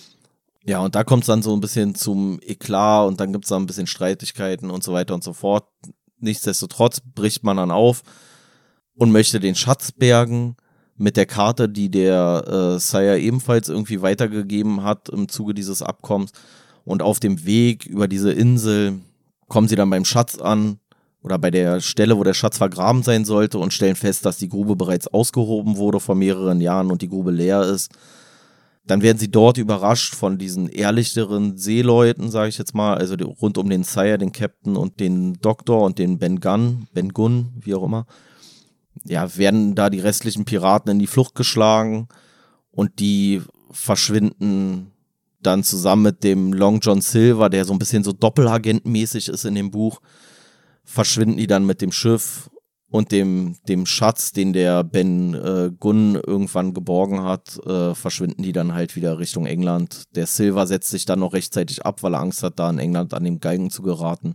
Ja, und da kommt es dann so ein bisschen zum Eklat und dann gibt es da ein bisschen Streitigkeiten und so weiter und so fort. Nichtsdestotrotz bricht man dann auf und möchte den Schatz bergen mit der Karte, die der Sire ebenfalls irgendwie weitergegeben hat im Zuge dieses Abkommens. Und auf dem Weg über diese Insel kommen sie dann beim Schatz an oder bei der Stelle, wo der Schatz vergraben sein sollte und stellen fest, dass die Grube bereits ausgehoben wurde vor mehreren Jahren und die Grube leer ist. Dann werden sie dort überrascht von diesen ehrlicheren Seeleuten, sage ich jetzt mal, also rund um den Sire, den Captain und den Doktor und den Ben Gunn, wie auch immer. Ja, werden da die restlichen Piraten in die Flucht geschlagen und die verschwinden dann zusammen mit dem Long John Silver, der so ein bisschen so doppelagentmäßig ist in dem Buch, verschwinden die dann mit dem Schiff und dem Schatz, den der Ben Gunn irgendwann geborgen hat, verschwinden die dann halt wieder Richtung England. Der Silver setzt sich dann noch rechtzeitig ab, weil er Angst hat, da in England an den Galgen zu geraten.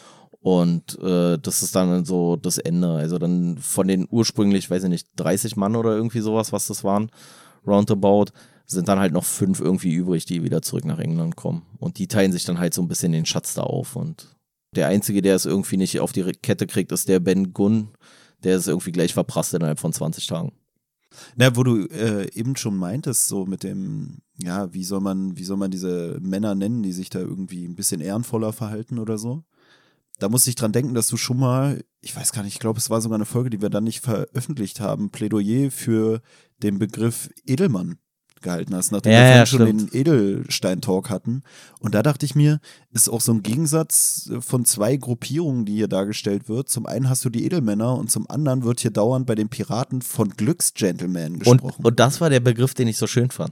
Und das ist dann so das Ende. Also dann von den ursprünglich, weiß ich nicht, 30 Mann oder irgendwie sowas, was das waren, roundabout, sind dann halt noch 5 irgendwie übrig, die wieder zurück nach England kommen. Und die teilen sich dann halt so ein bisschen den Schatz da auf. Und der Einzige, der es irgendwie nicht auf die Kette kriegt, ist der Ben Gunn. Der ist irgendwie gleich verprasst innerhalb von 20 Tagen. Na, wo du eben schon meintest, so mit dem, ja, wie soll man diese Männer nennen, die sich da irgendwie ein bisschen ehrenvoller verhalten oder so? Da musste ich dran denken, dass du schon mal, ich weiß gar nicht, ich glaube, es war sogar eine Folge, die wir dann nicht veröffentlicht haben, Plädoyer für den Begriff Edelmann gehalten hast, nachdem wir vorhin schon den Edelstein-Talk hatten. Und da dachte ich mir, ist auch so ein Gegensatz von 2 Gruppierungen, die hier dargestellt wird. Zum einen hast du die Edelmänner und zum anderen wird hier dauernd bei den Piraten von Glücksgentlemen gesprochen. Und das war der Begriff, den ich so schön fand.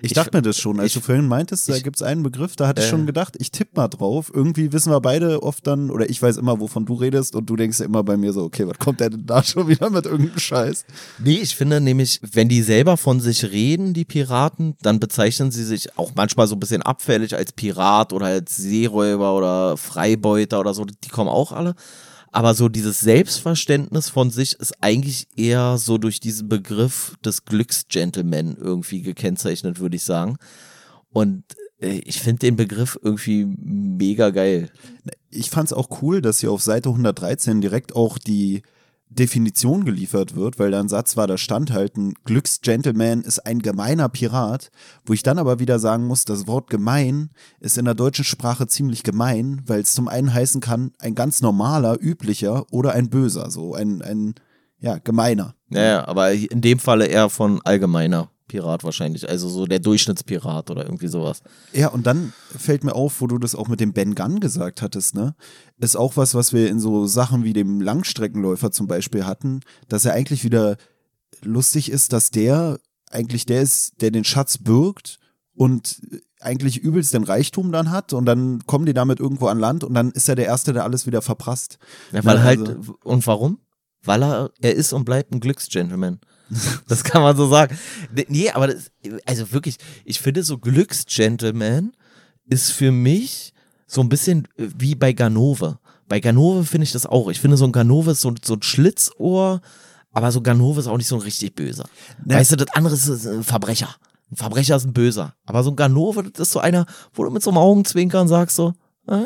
Ich dachte mir das schon, als du vorhin meintest, da gibt es einen Begriff, da hatte ich schon gedacht, ich tippe mal drauf. Irgendwie wissen wir beide oft dann, oder ich weiß immer, wovon du redest und du denkst ja immer bei mir so, okay, was kommt der denn da schon wieder mit irgendeinem Scheiß? Nee, ich finde nämlich, wenn die selber von sich reden, die Piraten, dann bezeichnen sie sich auch manchmal so ein bisschen abfällig als Pirat oder als Seeräuber oder Freibeuter oder so, die kommen auch alle. Aber so dieses Selbstverständnis von sich ist eigentlich eher so durch diesen Begriff des Glücksgentleman irgendwie gekennzeichnet, würde ich sagen. Und ich finde den Begriff irgendwie mega geil. Ich fand es auch cool, dass hier auf Seite 113 direkt auch die Definition geliefert wird, weil da ein Satz war, da stand halt, ein Glücksgentleman ist ein gemeiner Pirat, wo ich dann aber wieder sagen muss, das Wort gemein ist in der deutschen Sprache ziemlich gemein, weil es zum einen heißen kann, ein ganz normaler, üblicher oder ein böser, so ein gemeiner. Ja, aber in dem Falle eher von allgemeiner Pirat wahrscheinlich, also so der Durchschnittspirat oder irgendwie sowas. Ja, und dann fällt mir auf, wo du das auch mit dem Ben Gunn gesagt hattest, ne? Ist auch was wir in so Sachen wie dem Langstreckenläufer zum Beispiel hatten, dass er eigentlich wieder lustig ist, dass der eigentlich der ist, der den Schatz birgt und eigentlich übelst den Reichtum dann hat und dann kommen die damit irgendwo an Land und dann ist er der Erste, der alles wieder verprasst. Ja, weil und warum? Weil er ist und bleibt ein Glücksgentleman. Das kann man so sagen. Nee, aber also wirklich, ich finde so Glücksgentleman ist für mich so ein bisschen wie bei Ganove. Bei Ganove finde ich das auch. Ich finde so ein Ganove ist so ein Schlitzohr, aber so Ganove ist auch nicht so ein richtig böser. Ja. Weißt du, das andere ist ein Verbrecher. Ein Verbrecher ist ein Böser. Aber so ein Ganove, das ist so einer, wo du mit so einem Augenzwinkern sagst so,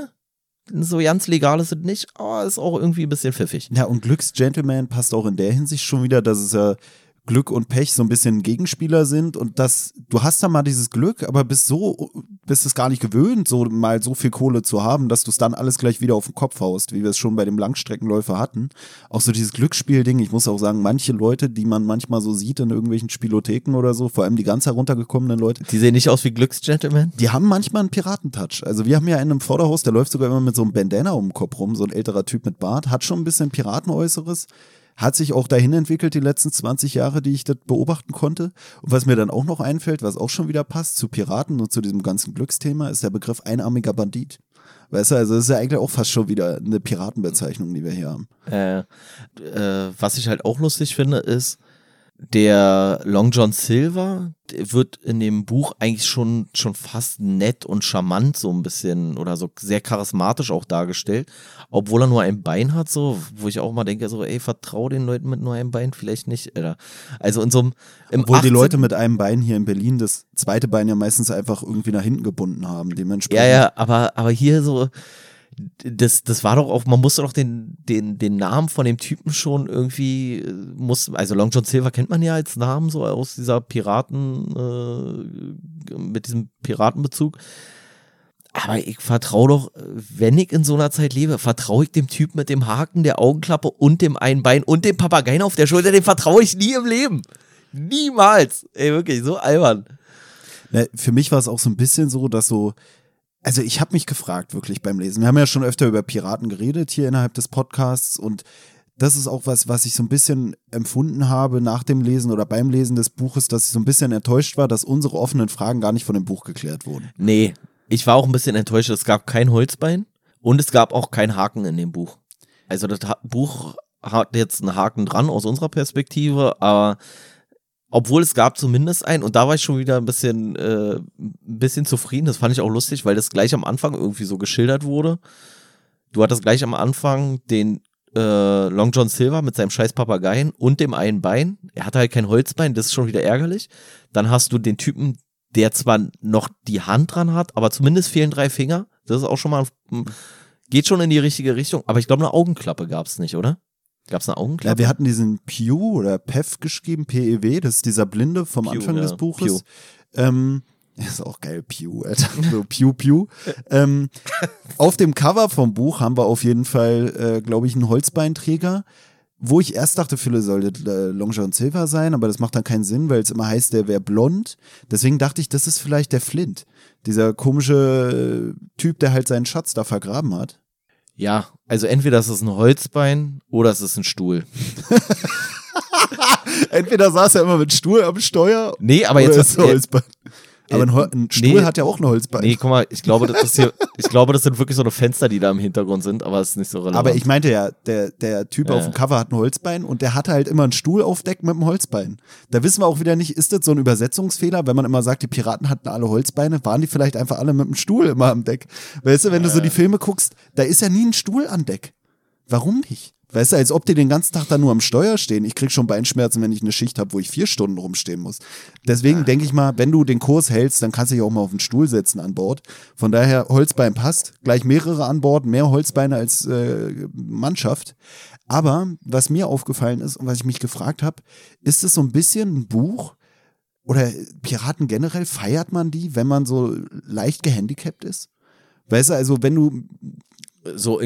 so ganz legal ist es nicht, aber ist auch irgendwie ein bisschen pfiffig. Ja, und Glücksgentleman passt auch in der Hinsicht schon wieder, dass es ja Glück und Pech so ein bisschen Gegenspieler sind und du hast da mal dieses Glück, aber bist es gar nicht gewöhnt, so mal so viel Kohle zu haben, dass du es dann alles gleich wieder auf den Kopf haust, wie wir es schon bei dem Langstreckenläufer hatten. Auch so dieses Glücksspielding, ich muss auch sagen, manche Leute, die man manchmal so sieht in irgendwelchen Spielotheken oder so, vor allem die ganz heruntergekommenen Leute. Die sehen nicht aus wie Glücksgentlemen? Die haben manchmal einen Piratentouch. Also wir haben ja einen im Vorderhaus, der läuft sogar immer mit so einem Bandana um den Kopf rum, so ein älterer Typ mit Bart, hat schon ein bisschen Piratenäußeres. Hat sich auch dahin entwickelt, die letzten 20 Jahre, die ich das beobachten konnte. Und was mir dann auch noch einfällt, was auch schon wieder passt zu Piraten und zu diesem ganzen Glücksthema, ist der Begriff einarmiger Bandit. Weißt du, also das ist ja eigentlich auch fast schon wieder eine Piratenbezeichnung, die wir hier haben. Was ich halt auch lustig finde, ist, der Long John Silver wird in dem Buch eigentlich schon fast nett und charmant so ein bisschen oder so sehr charismatisch auch dargestellt, obwohl er nur ein Bein hat, so, wo ich auch mal denke, so, ey, vertrau den Leuten mit nur einem Bein vielleicht nicht, Alter. Also in so einem obwohl die Leute mit einem Bein hier in Berlin das zweite Bein ja meistens einfach irgendwie nach hinten gebunden haben, dementsprechend. Ja, aber hier so das war doch auch, man musste doch den Namen von dem Typen schon irgendwie, also Long John Silver kennt man ja als Namen, so aus dieser mit diesem Piratenbezug. Aber ich vertraue doch, wenn ich in so einer Zeit lebe, vertraue ich dem Typ mit dem Haken, der Augenklappe und dem einen Bein und dem Papageien auf der Schulter, dem vertraue ich nie im Leben. Niemals. Ey, wirklich, so albern. Ja, für mich war es auch so ein bisschen so, dass also ich habe mich gefragt wirklich beim Lesen. Wir haben ja schon öfter über Piraten geredet hier innerhalb des Podcasts und das ist auch was ich so ein bisschen empfunden habe nach dem Lesen oder beim Lesen des Buches, dass ich so ein bisschen enttäuscht war, dass unsere offenen Fragen gar nicht von dem Buch geklärt wurden. Nee, ich war auch ein bisschen enttäuscht. Es gab kein Holzbein und es gab auch keinen Haken in dem Buch. Also das Buch hat jetzt einen Haken dran aus unserer Perspektive, aber obwohl es gab zumindest einen und da war ich schon wieder ein bisschen zufrieden. Das fand ich auch lustig, weil das gleich am Anfang irgendwie so geschildert wurde. Du hattest gleich am Anfang den Long John Silver mit seinem scheiß Papageien und dem einen Bein. Er hatte halt kein Holzbein, das ist schon wieder ärgerlich. Dann hast du den Typen, der zwar noch die Hand dran hat, aber zumindest fehlen 3 Finger. Das ist auch schon mal, geht schon in die richtige Richtung. Aber ich glaube, eine Augenklappe gab es nicht, oder? Gab es eine Augenklappe? Ja, wir hatten diesen Pew oder Pew geschrieben, P-E-W, das ist dieser Blinde vom Pew, Anfang des Buches. Ist auch geil, Pew, Alter. So Pew. Auf dem Cover vom Buch haben wir auf jeden Fall, glaube ich, einen Holzbeinträger, wo ich erst dachte, vielleicht sollte Long John Silver sein, aber das macht dann keinen Sinn, weil es immer heißt, der wäre blond. Deswegen dachte ich, das ist vielleicht der Flint. Dieser komische Typ, der halt seinen Schatz da vergraben hat. Ja, also entweder ist es ein Holzbein oder es ist ein Stuhl. Entweder saß er immer mit Stuhl am Steuer. Nee, aber oder jetzt ist Holzbein. Aber ein Stuhl hat ja auch ein Holzbein. Nee, guck mal, ich glaube, das sind wirklich so eine Fenster, die da im Hintergrund sind, aber es ist nicht so relevant. Aber ich meinte ja, der Typ auf dem Cover hat ein Holzbein und der hatte halt immer einen Stuhl auf Deck mit einem Holzbein. Da wissen wir auch wieder nicht, ist das so ein Übersetzungsfehler, wenn man immer sagt, die Piraten hatten alle Holzbeine, waren die vielleicht einfach alle mit einem Stuhl immer am Deck? Weißt du, wenn du so die Filme guckst, da ist ja nie ein Stuhl an Deck. Warum nicht? Weißt du, als ob die den ganzen Tag da nur am Steuer stehen. Ich krieg schon Beinschmerzen, wenn ich eine Schicht habe, wo ich 4 Stunden rumstehen muss. Deswegen denke ich mal, wenn du den Kurs hältst, dann kannst du dich auch mal auf den Stuhl setzen an Bord. Von daher, Holzbein passt. Gleich mehrere an Bord, mehr Holzbeine als Mannschaft. Aber was mir aufgefallen ist und was ich mich gefragt habe, ist es so ein bisschen ein Buch oder Piraten generell, feiert man die, wenn man so leicht gehandicapt ist? Weißt du, also wenn du so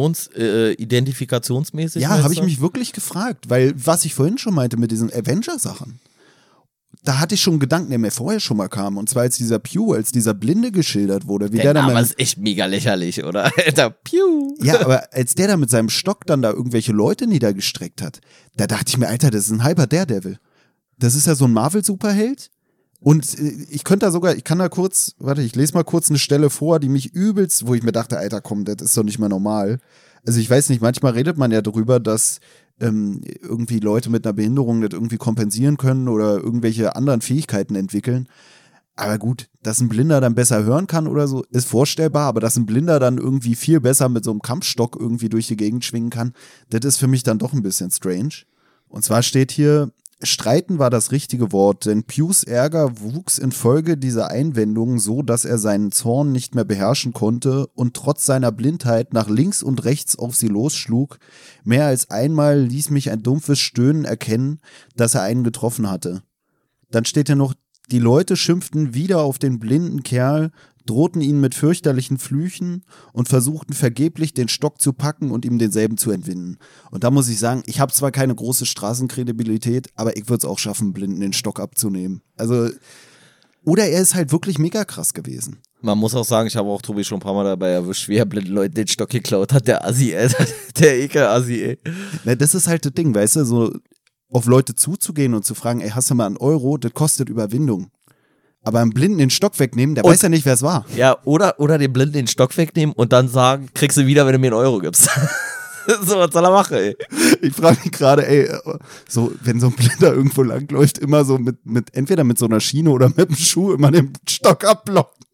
identifikationsmäßig? Ja, habe ich mich wirklich gefragt, weil was ich vorhin schon meinte mit diesen Avenger-Sachen, da hatte ich schon einen Gedanken, der mir vorher schon mal kam, und zwar als dieser Pew, als dieser Blinde geschildert wurde. Wie der Name ist echt mega lächerlich, oder? Alter, Pew. Ja, aber als der da mit seinem Stock dann da irgendwelche Leute niedergestreckt hat, da dachte ich mir, Alter, das ist ein halber Daredevil. Das ist ja so ein Marvel-Superheld. Und ich kann da kurz, ich lese mal kurz eine Stelle vor, die mich übelst, wo ich mir dachte, Alter, komm, das ist doch nicht mehr normal. Also ich weiß nicht, manchmal redet man ja darüber, dass irgendwie Leute mit einer Behinderung das irgendwie kompensieren können oder irgendwelche anderen Fähigkeiten entwickeln. Aber gut, dass ein Blinder dann besser hören kann oder so, ist vorstellbar, aber dass ein Blinder dann irgendwie viel besser mit so einem Kampfstock irgendwie durch die Gegend schwingen kann, das ist für mich dann doch ein bisschen strange. Und zwar steht hier: Streiten war das richtige Wort, denn Pews Ärger wuchs infolge dieser Einwendungen so, dass er seinen Zorn nicht mehr beherrschen konnte und trotz seiner Blindheit nach links und rechts auf sie losschlug. Mehr als einmal ließ mich ein dumpfes Stöhnen erkennen, dass er einen getroffen hatte. Dann steht hier noch: Die Leute schimpften wieder auf den blinden Kerl, drohten ihn mit fürchterlichen Flüchen und versuchten vergeblich, den Stock zu packen und ihm denselben zu entwinden. Und da muss ich sagen, ich habe zwar keine große Straßenkredibilität, aber ich würde es auch schaffen, Blinden den Stock abzunehmen. Also, oder er ist halt wirklich mega krass gewesen. Man muss auch sagen, ich habe auch Tobi schon ein paar Mal dabei erwischt, wie er blinden Leuten den Stock geklaut hat, der Assi, Alter. Der Ekel-Assi, ey. Na, das ist halt das Ding, weißt du, so auf Leute zuzugehen und zu fragen, ey, hast du mal einen Euro, das kostet Überwindung. Aber einem Blinden den Stock wegnehmen, der weiß ja nicht, wer es war. Ja, oder dem Blinden den Stock wegnehmen und dann sagen, kriegst du wieder, wenn du mir einen Euro gibst. So, was soll er machen, ey? Ich frage mich gerade, ey, so, wenn so ein Blinder irgendwo langläuft, immer so mit entweder mit so einer Schiene oder mit dem Schuh immer den Stock abblocken.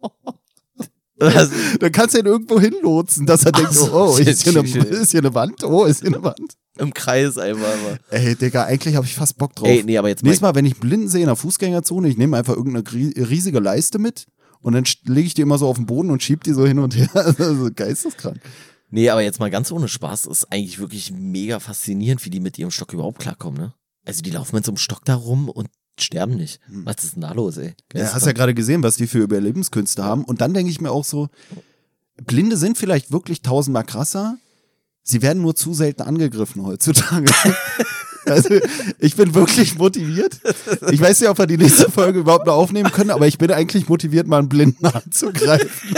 Dann kannst du ihn irgendwo hinlotsen, dass er denkt, oh, ist hier eine Wand? Oh, ist hier eine Wand? Im Kreis einfach. Ey, Digga, eigentlich habe ich fast Bock drauf. Ey, nee, aber jetzt nächstes Mal, wenn ich Blinden sehe in der Fußgängerzone, ich nehme einfach irgendeine riesige Leiste mit und dann lege ich die immer so auf den Boden und schieb die so hin und her. Also geisteskrank. Nee, aber jetzt mal ganz ohne Spaß, ist eigentlich wirklich mega faszinierend, wie die mit ihrem Stock überhaupt klarkommen, ne? Also die laufen mit so einem Stock da rum und sterben nicht. Was ist denn da los, ey? Ja, hast ja gerade gesehen, was die für Überlebenskünste haben. Und dann denke ich mir auch so, Blinde sind vielleicht wirklich 1000-mal krasser, sie werden nur zu selten angegriffen heutzutage. Also, ich bin wirklich motiviert. Ich weiß nicht, ob wir die nächste Folge überhaupt noch aufnehmen können, aber ich bin eigentlich motiviert, mal einen Blinden anzugreifen.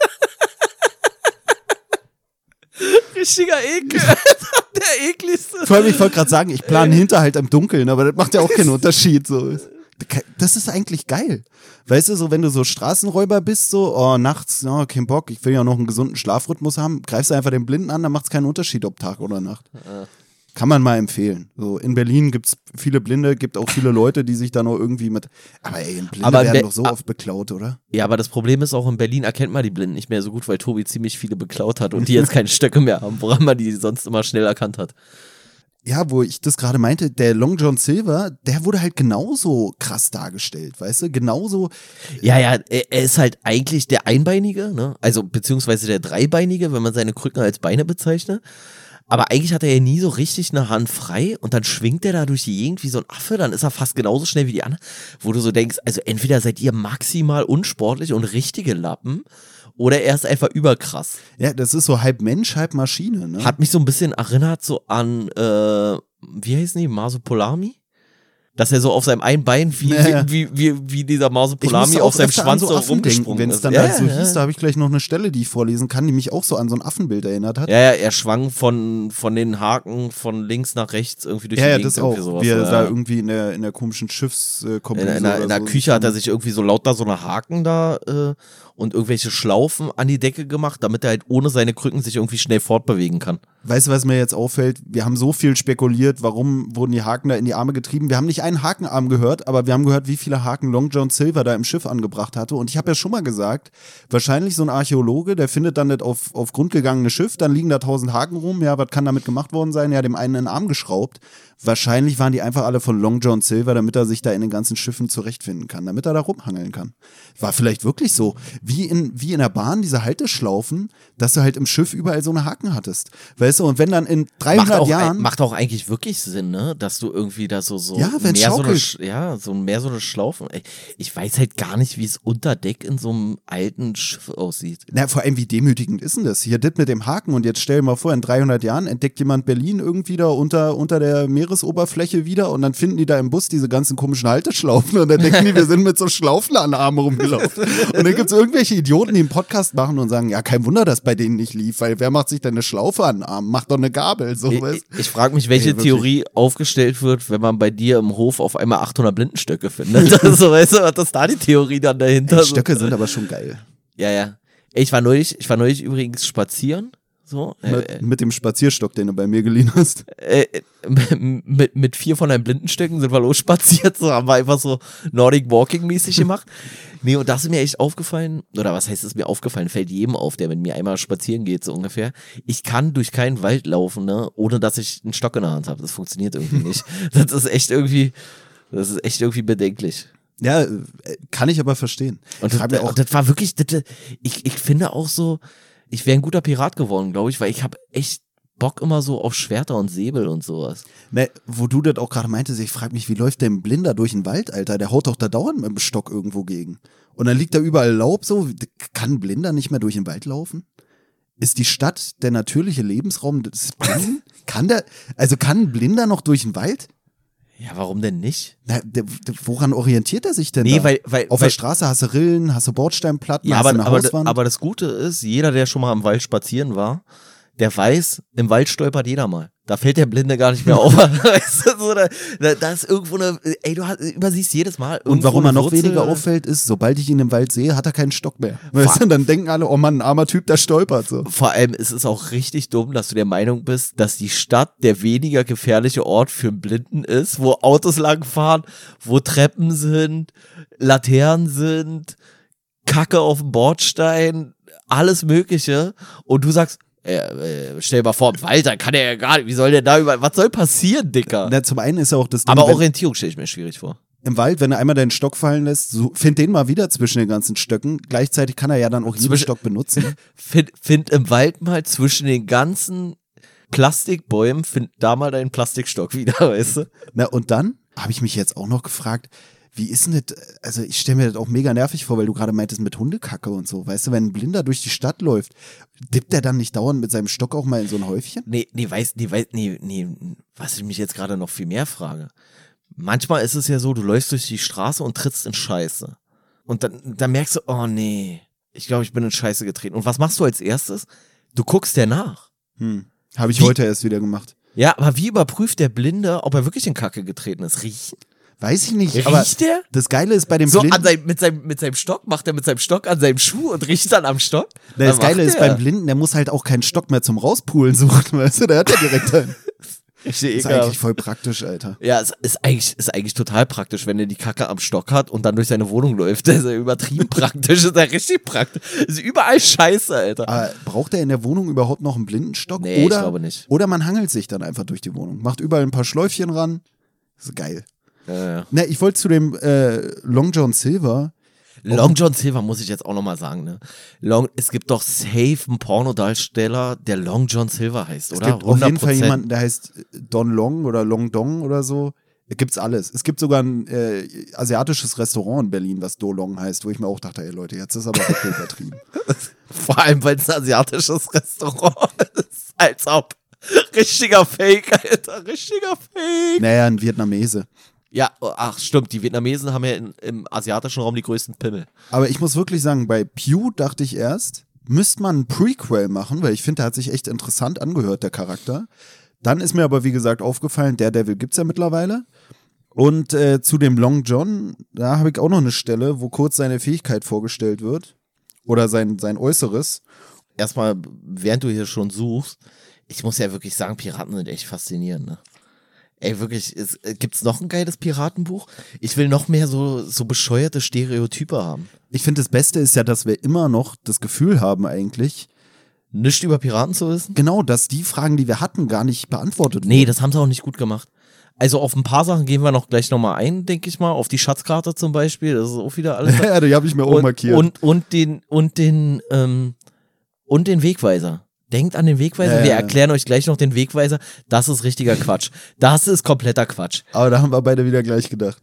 Richtiger Ekel. Der ekligste. Vor allem, ich wollte gerade sagen, ich plane Hinterhalt im Dunkeln, aber das macht ja auch keinen Unterschied. So. Das ist eigentlich geil. Weißt du, so wenn du so Straßenräuber bist, so, oh, nachts, oh, kein Bock, ich will ja noch einen gesunden Schlafrhythmus haben, greifst du einfach den Blinden an, dann macht es keinen Unterschied, ob Tag oder Nacht. Kann man mal empfehlen. So, in Berlin gibt es viele Blinde, gibt auch viele Leute, die sich da noch irgendwie mit. Aber ey, Blinde werden doch so oft beklaut, oder? Ja, aber das Problem ist auch, in Berlin erkennt man die Blinden nicht mehr so gut, weil Tobi ziemlich viele beklaut hat und die jetzt keine Stöcke mehr haben, woran man die sonst immer schnell erkannt hat. Ja, wo ich das gerade meinte, der Long John Silver, der wurde halt genauso krass dargestellt, weißt du? Genauso. Ja, er ist halt eigentlich der Einbeinige, ne? Also, beziehungsweise der Dreibeinige, wenn man seine Krücken als Beine bezeichnet. Aber eigentlich hat er ja nie so richtig eine Hand frei und dann schwingt er da durch die Gegend wie so ein Affe, dann ist er fast genauso schnell wie die anderen, wo du so denkst, also entweder seid ihr maximal unsportlich und richtige Lappen oder er ist einfach überkrass. Ja, das ist so halb Mensch, halb Maschine, ne? Hat mich so ein bisschen erinnert so an, wie heißen die, Masopolami? dass er so auf seinem einen Bein wie dieser Mausepolami auf seinem Schwanz so rumgesprungen wenn es dann halt so hieß, da habe ich gleich noch eine Stelle, die ich vorlesen kann, die mich auch so an so ein Affenbild erinnert hat. Ja, er schwang von den Haken von links nach rechts irgendwie durch die Gegend. Das auch, sowas, wie er da irgendwie in der komischen Schiffskombination in der Küche hat er sich irgendwie so lauter so eine Haken da und irgendwelche Schlaufen an die Decke gemacht, damit er halt ohne seine Krücken sich irgendwie schnell fortbewegen kann. Weißt du, was mir jetzt auffällt? Wir haben so viel spekuliert, warum wurden die Haken da in die Arme getrieben. Wir haben nicht einen Hakenarm gehört, aber wir haben gehört, wie viele Haken Long John Silver da im Schiff angebracht hatte. Und ich habe ja schon mal gesagt, wahrscheinlich so ein Archäologe, der findet dann das auf Grund gegangene Schiff, dann liegen da 1000 Haken rum. Ja, was kann damit gemacht worden sein? Ja, dem einen in den Arm geschraubt. Wahrscheinlich waren die einfach alle von Long John Silver, damit er sich da in den ganzen Schiffen zurechtfinden kann, damit er da rumhangeln kann. War vielleicht wirklich so, wie in der Bahn, diese Halteschlaufen, dass du halt im Schiff überall so eine Haken hattest. Weißt du, und wenn dann in 300 Jahren... Macht auch eigentlich wirklich Sinn, ne? Dass du irgendwie da so mehr so eine Schlaufen... Ich weiß halt gar nicht, wie es unter Deck in so einem alten Schiff aussieht. Na, vor allem, wie demütigend ist denn das? Hier, das mit dem Haken und jetzt stell dir mal vor, in 300 Jahren entdeckt jemand Berlin irgendwie da unter der Meeresoberfläche wieder und dann finden die da im Bus diese ganzen komischen Halteschlaufen und dann denken die, wir sind mit so Schlaufen an den Armen rumgelaufen. Und dann gibt es irgendwelche Idioten, die einen Podcast machen und sagen, ja, kein Wunder, dass bei denen nicht lief, weil wer macht sich denn eine Schlaufe an den Arm? Macht doch eine Gabel. So, ich frage mich, welche Theorie aufgestellt wird, wenn man bei dir im Hof auf einmal 800 Blindenstöcke findet. Also, weißt du, was ist da die Theorie dann dahinter? Stöcke sind aber schon geil. Ja. Ich war neulich übrigens spazieren. So, mit dem Spazierstock, den du bei mir geliehen hast. Mit 4 von deinen Blindenstöcken sind wir losspaziert, so haben wir einfach so Nordic Walking mäßig gemacht. Nee, und das ist mir echt aufgefallen, oder was heißt es mir aufgefallen, fällt jedem auf, der mit mir einmal spazieren geht, so ungefähr. Ich kann durch keinen Wald laufen, ne, ohne dass ich einen Stock in der Hand habe. Das funktioniert irgendwie nicht. Das ist echt irgendwie bedenklich. Ja, kann ich aber verstehen. Und das war wirklich, ich finde auch so, ich wäre ein guter Pirat geworden, glaube ich, weil ich habe echt Bock immer so auf Schwerter und Säbel und sowas. Ne, wo du das auch gerade meintest, ich frage mich, wie läuft denn ein Blinder durch den Wald, Alter? Der haut doch da dauernd mit dem Stock irgendwo gegen. Und dann liegt da überall Laub so. Kann ein Blinder nicht mehr durch den Wald laufen? Ist die Stadt der natürliche Lebensraum des Blinden? Kann ein Blinder noch durch den Wald? Ja, warum denn nicht? Na, woran orientiert er sich denn da? Weil auf der Straße hast du Rillen, hast du Bordsteinplatten, hast du eine Hauswand. Aber das Gute ist, jeder, der schon mal im Wald spazieren war, der weiß, im Wald stolpert jeder mal. Da fällt der Blinde gar nicht mehr auf. Weißt du, so, da ist irgendwo du übersiehst jedes Mal. Und warum er noch weniger auffällt, ist, sobald ich ihn im Wald sehe, hat er keinen Stock mehr. Weißt du, dann denken alle, oh Mann, ein armer Typ, der stolpert so. Vor allem ist es auch richtig dumm, dass du der Meinung bist, dass die Stadt der weniger gefährliche Ort für einen Blinden ist, wo Autos langfahren, wo Treppen sind, Laternen sind, Kacke auf dem Bordstein, alles Mögliche. Und du sagst, stell dir mal vor, im Wald, da kann er ja gar nicht, wie soll der da was soll passieren, Dicker? Na, zum einen ist ja auch das Ding, aber Orientierung stelle ich mir schwierig vor. Im Wald, wenn du einmal deinen Stock fallen lässt, find den mal wieder zwischen den ganzen Stöcken. Gleichzeitig kann er ja dann auch jeden Stock benutzen. Find im Wald mal zwischen den ganzen Plastikbäumen, find da mal deinen Plastikstock wieder, weißt du? Na, und dann habe ich mich jetzt auch noch gefragt, wie ist denn das, also ich stelle mir das auch mega nervig vor, weil du gerade meintest mit Hundekacke und so, weißt du, wenn ein Blinder durch die Stadt läuft, dippt der dann nicht dauernd mit seinem Stock auch mal in so ein Häufchen? Nee, was ich mich jetzt gerade noch viel mehr frage. Manchmal ist es ja so, du läufst durch die Straße und trittst in Scheiße. Und dann merkst du, oh nee, ich glaube, ich bin in Scheiße getreten. Und was machst du als erstes? Du guckst der nach. Habe ich heute erst wieder gemacht. Ja, aber wie überprüft der Blinde, ob er wirklich in Kacke getreten ist? Riechen? Weiß ich nicht, aber riecht der? Das Geile ist bei dem so Blinden... mit seinem Stock, macht er mit seinem Stock an seinem Schuh und riecht dann am Stock? Das Geile ist beim Blinden, der muss halt auch keinen Stock mehr zum Rauspulen suchen, weißt du, der hat ja direkt einen. Das ist eigentlich voll praktisch, Alter. Ja, es ist eigentlich total praktisch, wenn er die Kacke am Stock hat und dann durch seine Wohnung läuft. Das ist ja übertrieben praktisch, das ist ja richtig praktisch. Das ist überall scheiße, Alter. Aber braucht er in der Wohnung überhaupt noch einen Blindenstock? Nee, ich glaube nicht. Oder man hangelt sich dann einfach durch die Wohnung, macht überall ein paar Schläufchen ran. Das ist geil. Ja. Na, ich wollte zu dem Long John Silver. Long John Silver muss ich jetzt auch nochmal sagen, ne? Es gibt doch safe einen Pornodarsteller, der Long John Silver heißt, oder? Es gibt 100%. Auf jeden Fall jemanden, der heißt Don Long oder Long Dong oder so. Gibt's alles. Es gibt sogar ein asiatisches Restaurant in Berlin, was Do Long heißt, wo ich mir auch dachte, ey Leute, jetzt ist aber wirklich übertrieben. Vor allem, weil es ein asiatisches Restaurant ist. Als ob. Richtiger Fake, Alter. Richtiger Fake. Naja, ein Vietnamese. Ja, ach stimmt, die Vietnamesen haben ja im asiatischen Raum die größten Pimmel. Aber ich muss wirklich sagen, bei Pew dachte ich erst, müsste man ein Prequel machen, weil ich finde, der hat sich echt interessant angehört, der Charakter. Dann ist mir aber, wie gesagt, aufgefallen, Daredevil gibt's ja mittlerweile. Und zu dem Long John, da habe ich auch noch eine Stelle, wo kurz seine Fähigkeit vorgestellt wird. Oder sein Äußeres. Erstmal, während du hier schon suchst, ich muss ja wirklich sagen, Piraten sind echt faszinierend, ne? Ey, wirklich, gibt's noch ein geiles Piratenbuch? Ich will noch mehr so bescheuerte Stereotype haben. Ich finde, das Beste ist ja, dass wir immer noch das Gefühl haben eigentlich, Nichts über Piraten zu wissen? genau, dass die Fragen, die wir hatten, gar nicht beantwortet wurden. Nee, das haben sie auch nicht gut gemacht. Also auf ein paar Sachen gehen wir noch gleich nochmal ein, denke ich mal. Auf die Schatzkarte zum Beispiel, das ist auch wieder alles. Ja, die habe ich mir auch markiert. Und den Wegweiser. Denkt an den Wegweiser, wir erklären euch gleich noch den Wegweiser. Das ist richtiger Quatsch. Das ist kompletter Quatsch. Aber da haben wir beide wieder gleich gedacht.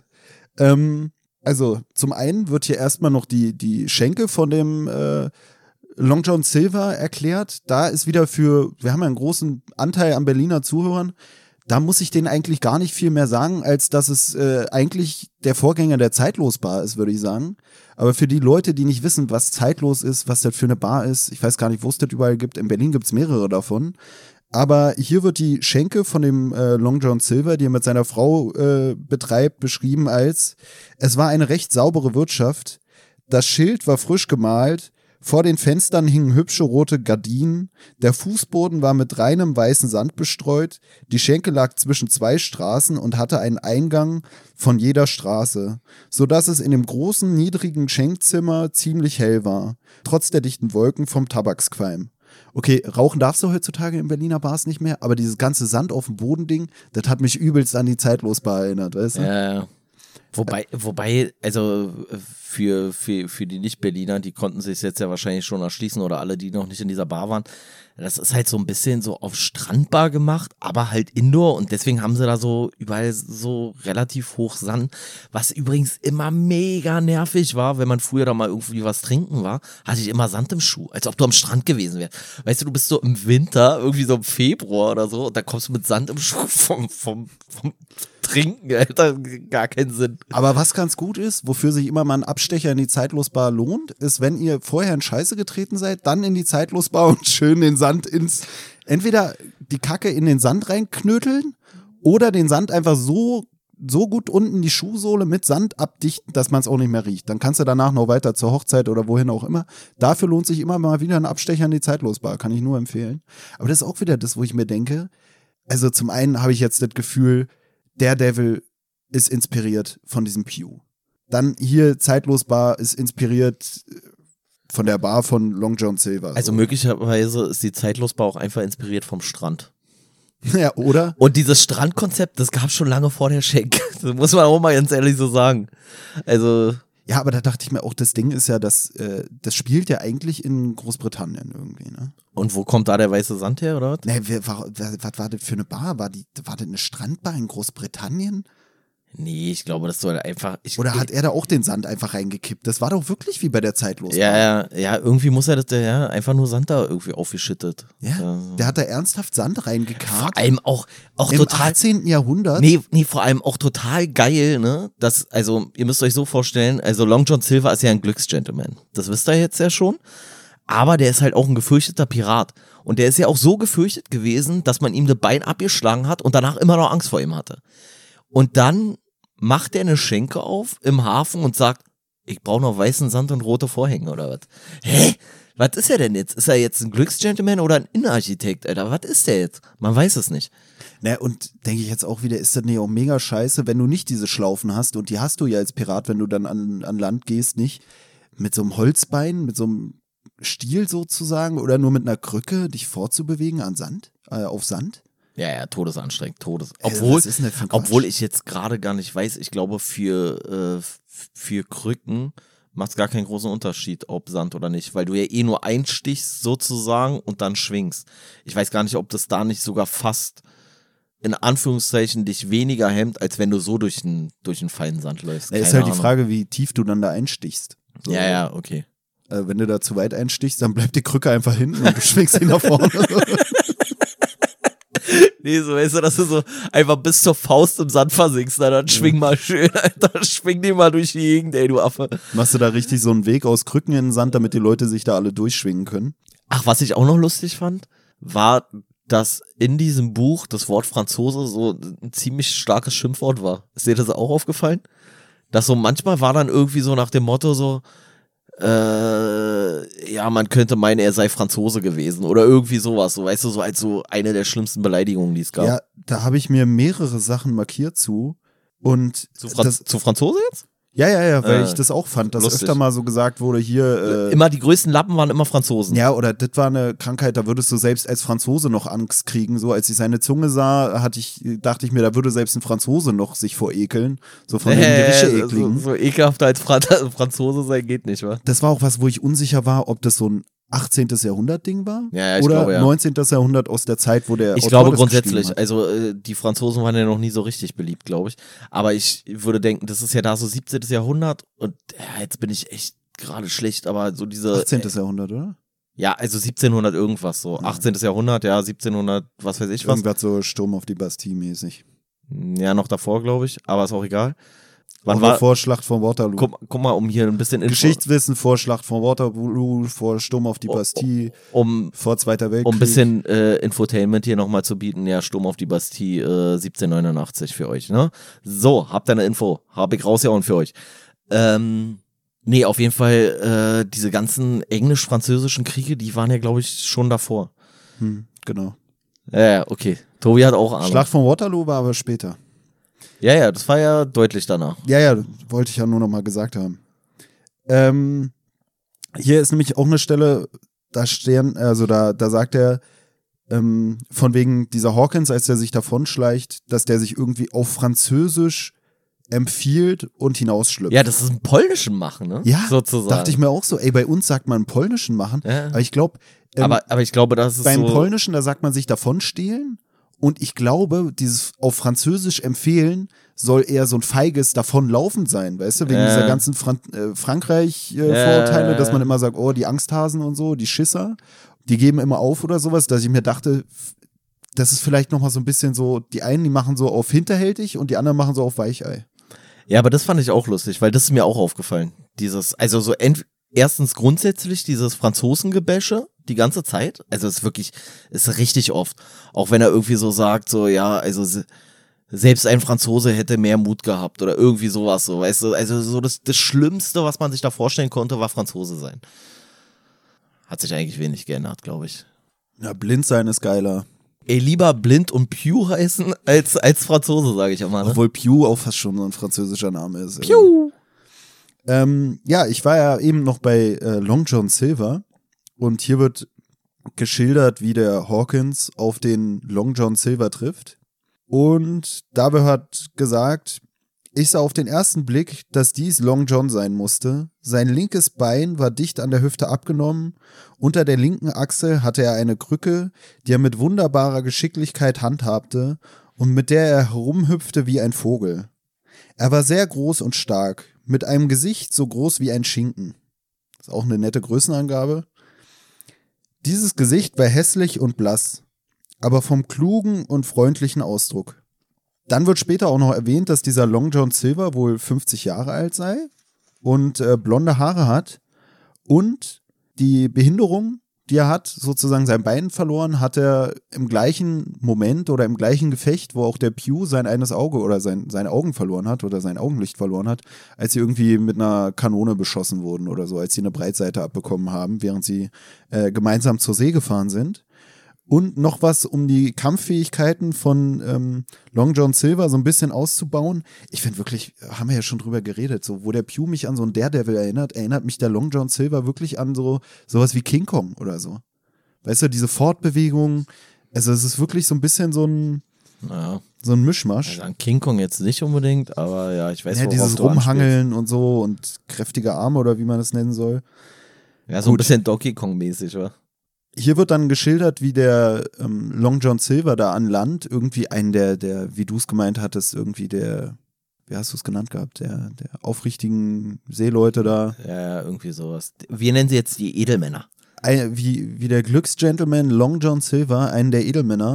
Also, zum einen wird hier erstmal noch die Schenke von dem Long John Silver erklärt. Da ist wieder wir haben ja einen großen Anteil an Berliner Zuhörern. Da muss ich denen eigentlich gar nicht viel mehr sagen, als dass es eigentlich der Vorgänger der Zeitlos-Bar ist, würde ich sagen. Aber für die Leute, die nicht wissen, was Zeitlos ist, was das für eine Bar ist, ich weiß gar nicht, wo es das überall gibt. In Berlin gibt es mehrere davon. Aber hier wird die Schenke von dem Long John Silver, die er mit seiner Frau betreibt, beschrieben als: Es war eine recht saubere Wirtschaft. Das Schild war frisch gemalt. Vor den Fenstern hingen hübsche rote Gardinen, der Fußboden war mit reinem weißen Sand bestreut, die Schenke lag zwischen 2 Straßen und hatte einen Eingang von jeder Straße, sodass es in dem großen, niedrigen Schenkzimmer ziemlich hell war, trotz der dichten Wolken vom Tabaksqualm. Okay, rauchen darfst du heutzutage in Berliner Bars nicht mehr, aber dieses ganze Sand auf dem Boden-Ding, das hat mich übelst an die Zeitlos-Bar erinnert, weißt du? Ja. Wobei, also für die Nicht-Berliner, die konnten sich jetzt ja wahrscheinlich schon erschließen oder alle, die noch nicht in dieser Bar waren, das ist halt so ein bisschen so auf Strandbar gemacht, aber halt Indoor und deswegen haben sie da so überall so relativ hoch Sand, was übrigens immer mega nervig war, wenn man früher da mal irgendwie was trinken war, hatte ich immer Sand im Schuh, als ob du am Strand gewesen wärst. Weißt du bist so im Winter, irgendwie so im Februar oder so und da kommst du mit Sand im Schuh vom Trinken, Alter, gar keinen Sinn. Aber was ganz gut ist, wofür sich immer mal ein Abstecher in die Zeitlosbar lohnt, ist, wenn ihr vorher in Scheiße getreten seid, dann in die Zeitlosbar und schön den Sand entweder die Kacke in den Sand reinknöteln oder den Sand einfach so gut unten die Schuhsohle mit Sand abdichten, dass man es auch nicht mehr riecht. Dann kannst du danach noch weiter zur Hochzeit oder wohin auch immer. Dafür lohnt sich immer mal wieder ein Abstecher in die Zeitlosbar, kann ich nur empfehlen. Aber das ist auch wieder das, wo ich mir denke, also zum einen habe ich jetzt das Gefühl, Daredevil ist inspiriert von diesem Pew. Dann hier Zeitlosbar ist inspiriert von der Bar von Long John Silver. Also möglicherweise ist die Zeitlosbar auch einfach inspiriert vom Strand. Ja, oder? Und dieses Strandkonzept, das gab es schon lange vor der Schenk. Das muss man auch mal ganz ehrlich so sagen. Also ja, aber da dachte ich mir auch, das Ding ist ja, das spielt ja eigentlich in Großbritannien irgendwie, ne? Und wo kommt da der weiße Sand her, oder was? Ne, was war das für eine Bar? War das eine Strandbar in Großbritannien? Nee, ich glaube, das soll einfach. Oder hat er da auch den Sand einfach reingekippt? Das war doch wirklich wie bei der Zeitlosbar. Ja, irgendwie muss er das einfach nur Sand da irgendwie aufgeschüttet. Ja, der hat da ernsthaft Sand reingekarrt. Vor allem auch im total. 18. Jahrhundert. Nee, vor allem auch total geil, ne? Also, ihr müsst euch so vorstellen, also Long John Silver ist ja ein Glücksgentleman. Das wisst ihr jetzt ja schon. Aber der ist halt auch ein gefürchteter Pirat. Und der ist ja auch so gefürchtet gewesen, dass man ihm das Bein abgeschlagen hat und danach immer noch Angst vor ihm hatte. Und dann macht er eine Schenke auf im Hafen und sagt, ich brauche noch weißen Sand und rote Vorhänge oder was? Hä? Was ist er denn jetzt? Ist er jetzt ein Glücksgentleman oder ein Innenarchitekt, Alter? Was ist der jetzt? Man weiß es nicht. Na, und denke ich jetzt auch wieder, ist das nicht auch mega scheiße, wenn du nicht diese Schlaufen hast, und die hast du ja als Pirat, wenn du dann an Land gehst, nicht mit so einem Holzbein, mit so einem Stiel sozusagen oder nur mit einer Krücke dich fortzubewegen auf Sand? Ja, todesanstrengend, Obwohl ich jetzt gerade gar nicht weiß, ich glaube für Krücken macht es gar keinen großen Unterschied, ob Sand oder nicht, weil du ja eh nur einstichst sozusagen und dann schwingst. Ich weiß gar nicht, ob das da nicht sogar fast in Anführungszeichen dich weniger hemmt, als wenn du so durch einen feinen Sand läufst. Ist halt die Frage, wie tief du dann da einstichst. So. Ja, okay. Wenn du da zu weit einstichst, dann bleibt die Krücke einfach hinten und du schwingst ihn nach vorne. Nee, so weißt du, dass du so einfach bis zur Faust im Sand versinkst, na, dann schwing mal schön, Alter, schwing die mal durch die Gegend, ey, du Affe. Machst du da richtig so einen Weg aus Krücken in den Sand, damit die Leute sich da alle durchschwingen können? Ach, was ich auch noch lustig fand, war, dass in diesem Buch das Wort Franzose so ein ziemlich starkes Schimpfwort war. Ist dir das auch aufgefallen? Dass so manchmal war dann irgendwie so nach dem Motto so, ja, man könnte meinen, er sei Franzose gewesen oder irgendwie sowas, so, weißt du, so als so eine der schlimmsten Beleidigungen, die es gab. Ja, da habe ich mir mehrere Sachen markiert zu. Und Zu Franzose jetzt? Ja, weil ich das auch fand, dass lustig. öfter mal so gesagt wurde, hier. Immer die größten Lappen waren immer Franzosen. Ja, oder das war eine Krankheit, da würdest du selbst als Franzose noch Angst kriegen. So, als ich seine Zunge sah, dachte ich mir, da würde selbst ein Franzose noch sich vor ekeln. So von den Geräusche-Ekligen. So ekelhafter als Franzose sein geht nicht, wa? Das war auch was, wo ich unsicher war, ob das so ein 18. Jahrhundert-Ding war Ja, ich oder glaube, ja. 19. Jahrhundert aus der Zeit, wo der Ich Autor glaube das grundsätzlich, geschrieben hat. also die Franzosen waren ja noch nie so richtig beliebt, glaube ich. Aber ich würde denken, das ist ja da so 17. Jahrhundert und ja, jetzt bin ich echt gerade schlecht, aber so diese 18. Jahrhundert, oder? Ja, also 1700 irgendwas so. 18. Jahrhundert, ja, 1700, was weiß ich was. Irgendwas so Sturm auf die Bastille mäßig. Ja, noch davor, glaube ich, aber ist auch egal. Wann Auch war vor Schlacht von Waterloo. Guck mal, um hier ein bisschen Geschichtswissen vor Schlacht von Waterloo, vor Sturm auf die Bastille, vor Zweiter Weltkrieg. Um ein bisschen Infotainment hier nochmal zu bieten, ja, Sturm auf die Bastille 1789 für euch, ne? So, habt ihr eine Info, hab ich rausgehauen für euch. Nee, auf jeden Fall, diese ganzen englisch-französischen Kriege, die waren ja, glaube ich, schon davor. Genau. Ja, okay. Tobi hat auch Ahnung. Schlacht von Waterloo war aber später. Ja, das war ja deutlich danach. Ja, wollte ich ja nur noch mal gesagt haben. Hier ist nämlich auch eine Stelle, da sagt er, von wegen dieser Hawkins, als der sich davonschleicht, dass der sich irgendwie auf Französisch empfiehlt und hinausschlüpft. Ja, das ist ein polnischen Machen, ne? Ja, sozusagen. dachte ich mir auch so, ey, bei uns sagt man polnischen Machen, Ja. aber ich glaube, aber ich glaube, das ist beim so polnischen, da sagt man sich davonstehlen und ich glaube, dieses auf Französisch empfehlen soll eher so ein feiges Davonlaufen sein, weißt du, wegen dieser ganzen Frankreich-Vorurteile, dass man immer sagt, oh, die Angsthasen und so, die Schisser, die geben immer auf oder sowas, dass ich mir dachte, das ist vielleicht nochmal so ein bisschen so, die einen, die machen so auf hinterhältig und die anderen machen so auf Weichei. Ja, aber das fand ich auch lustig, weil das ist mir auch aufgefallen. Also so erstens grundsätzlich dieses Franzosengebäsche die ganze Zeit. Also es ist richtig oft. Auch wenn er irgendwie so sagt, so, ja, also selbst ein Franzose hätte mehr Mut gehabt oder irgendwie sowas, so, weißt du. Also so das Schlimmste, was man sich da vorstellen konnte, war Franzose sein. Hat sich eigentlich wenig geändert, glaube ich. Ja, blind sein ist geiler. Ey, lieber blind und Pew heißen als Franzose, sage ich immer. Ne? Obwohl Pew auch fast schon so ein französischer Name ist. Pew! Ja, ich war ja eben noch bei Long John Silver und hier wird geschildert, wie der Hawkins auf den Long John Silver trifft. Und dabei hat gesagt, ich sah auf den ersten Blick, dass dies Long John sein musste. Sein linkes Bein war dicht an der Hüfte abgenommen. Unter der linken Achsel hatte er eine Krücke, die er mit wunderbarer Geschicklichkeit handhabte und mit der er herumhüpfte wie ein Vogel. Er war sehr groß und stark, mit einem Gesicht so groß wie ein Schinken. Ist auch eine nette Größenangabe. Dieses Gesicht war hässlich und blass, aber vom klugen und freundlichen Ausdruck. Dann wird später auch noch erwähnt, dass dieser Long John Silver wohl 50 Jahre alt sei und blonde Haare hat und die Behinderung, die er hat, sozusagen sein Bein verloren, hat er im gleichen Moment oder im gleichen Gefecht, wo auch der Pew sein eines Auge oder seine Augen verloren hat oder sein Augenlicht verloren hat, als sie irgendwie mit einer Kanone beschossen wurden oder so, als sie eine Breitseite abbekommen haben, während sie gemeinsam zur See gefahren sind. Und noch was, um die Kampffähigkeiten von Long John Silver so ein bisschen auszubauen. Ich finde wirklich, haben wir ja schon drüber geredet, so wo der Pew mich an so einen Daredevil erinnert mich der Long John Silver wirklich an sowas wie King Kong oder so. Weißt du, diese Fortbewegung, also es ist wirklich so ein bisschen so ein Mischmasch. Also an King Kong jetzt nicht unbedingt, aber ja, ich weiß, Ja, worauf dieses du anspielst. Rumhangeln und so und kräftige Arme oder wie man das nennen soll. Ja, so ein bisschen Donkey Kong-mäßig, oder? Hier wird dann geschildert, wie der Long John Silver da an Land irgendwie einen der wie du es gemeint hattest, irgendwie wie hast du es genannt gehabt, der aufrichtigen Seeleute da. Ja, irgendwie sowas. Wir nennen sie jetzt die Edelmänner. Wie der Glücksgentleman Long John Silver, einen der Edelmänner,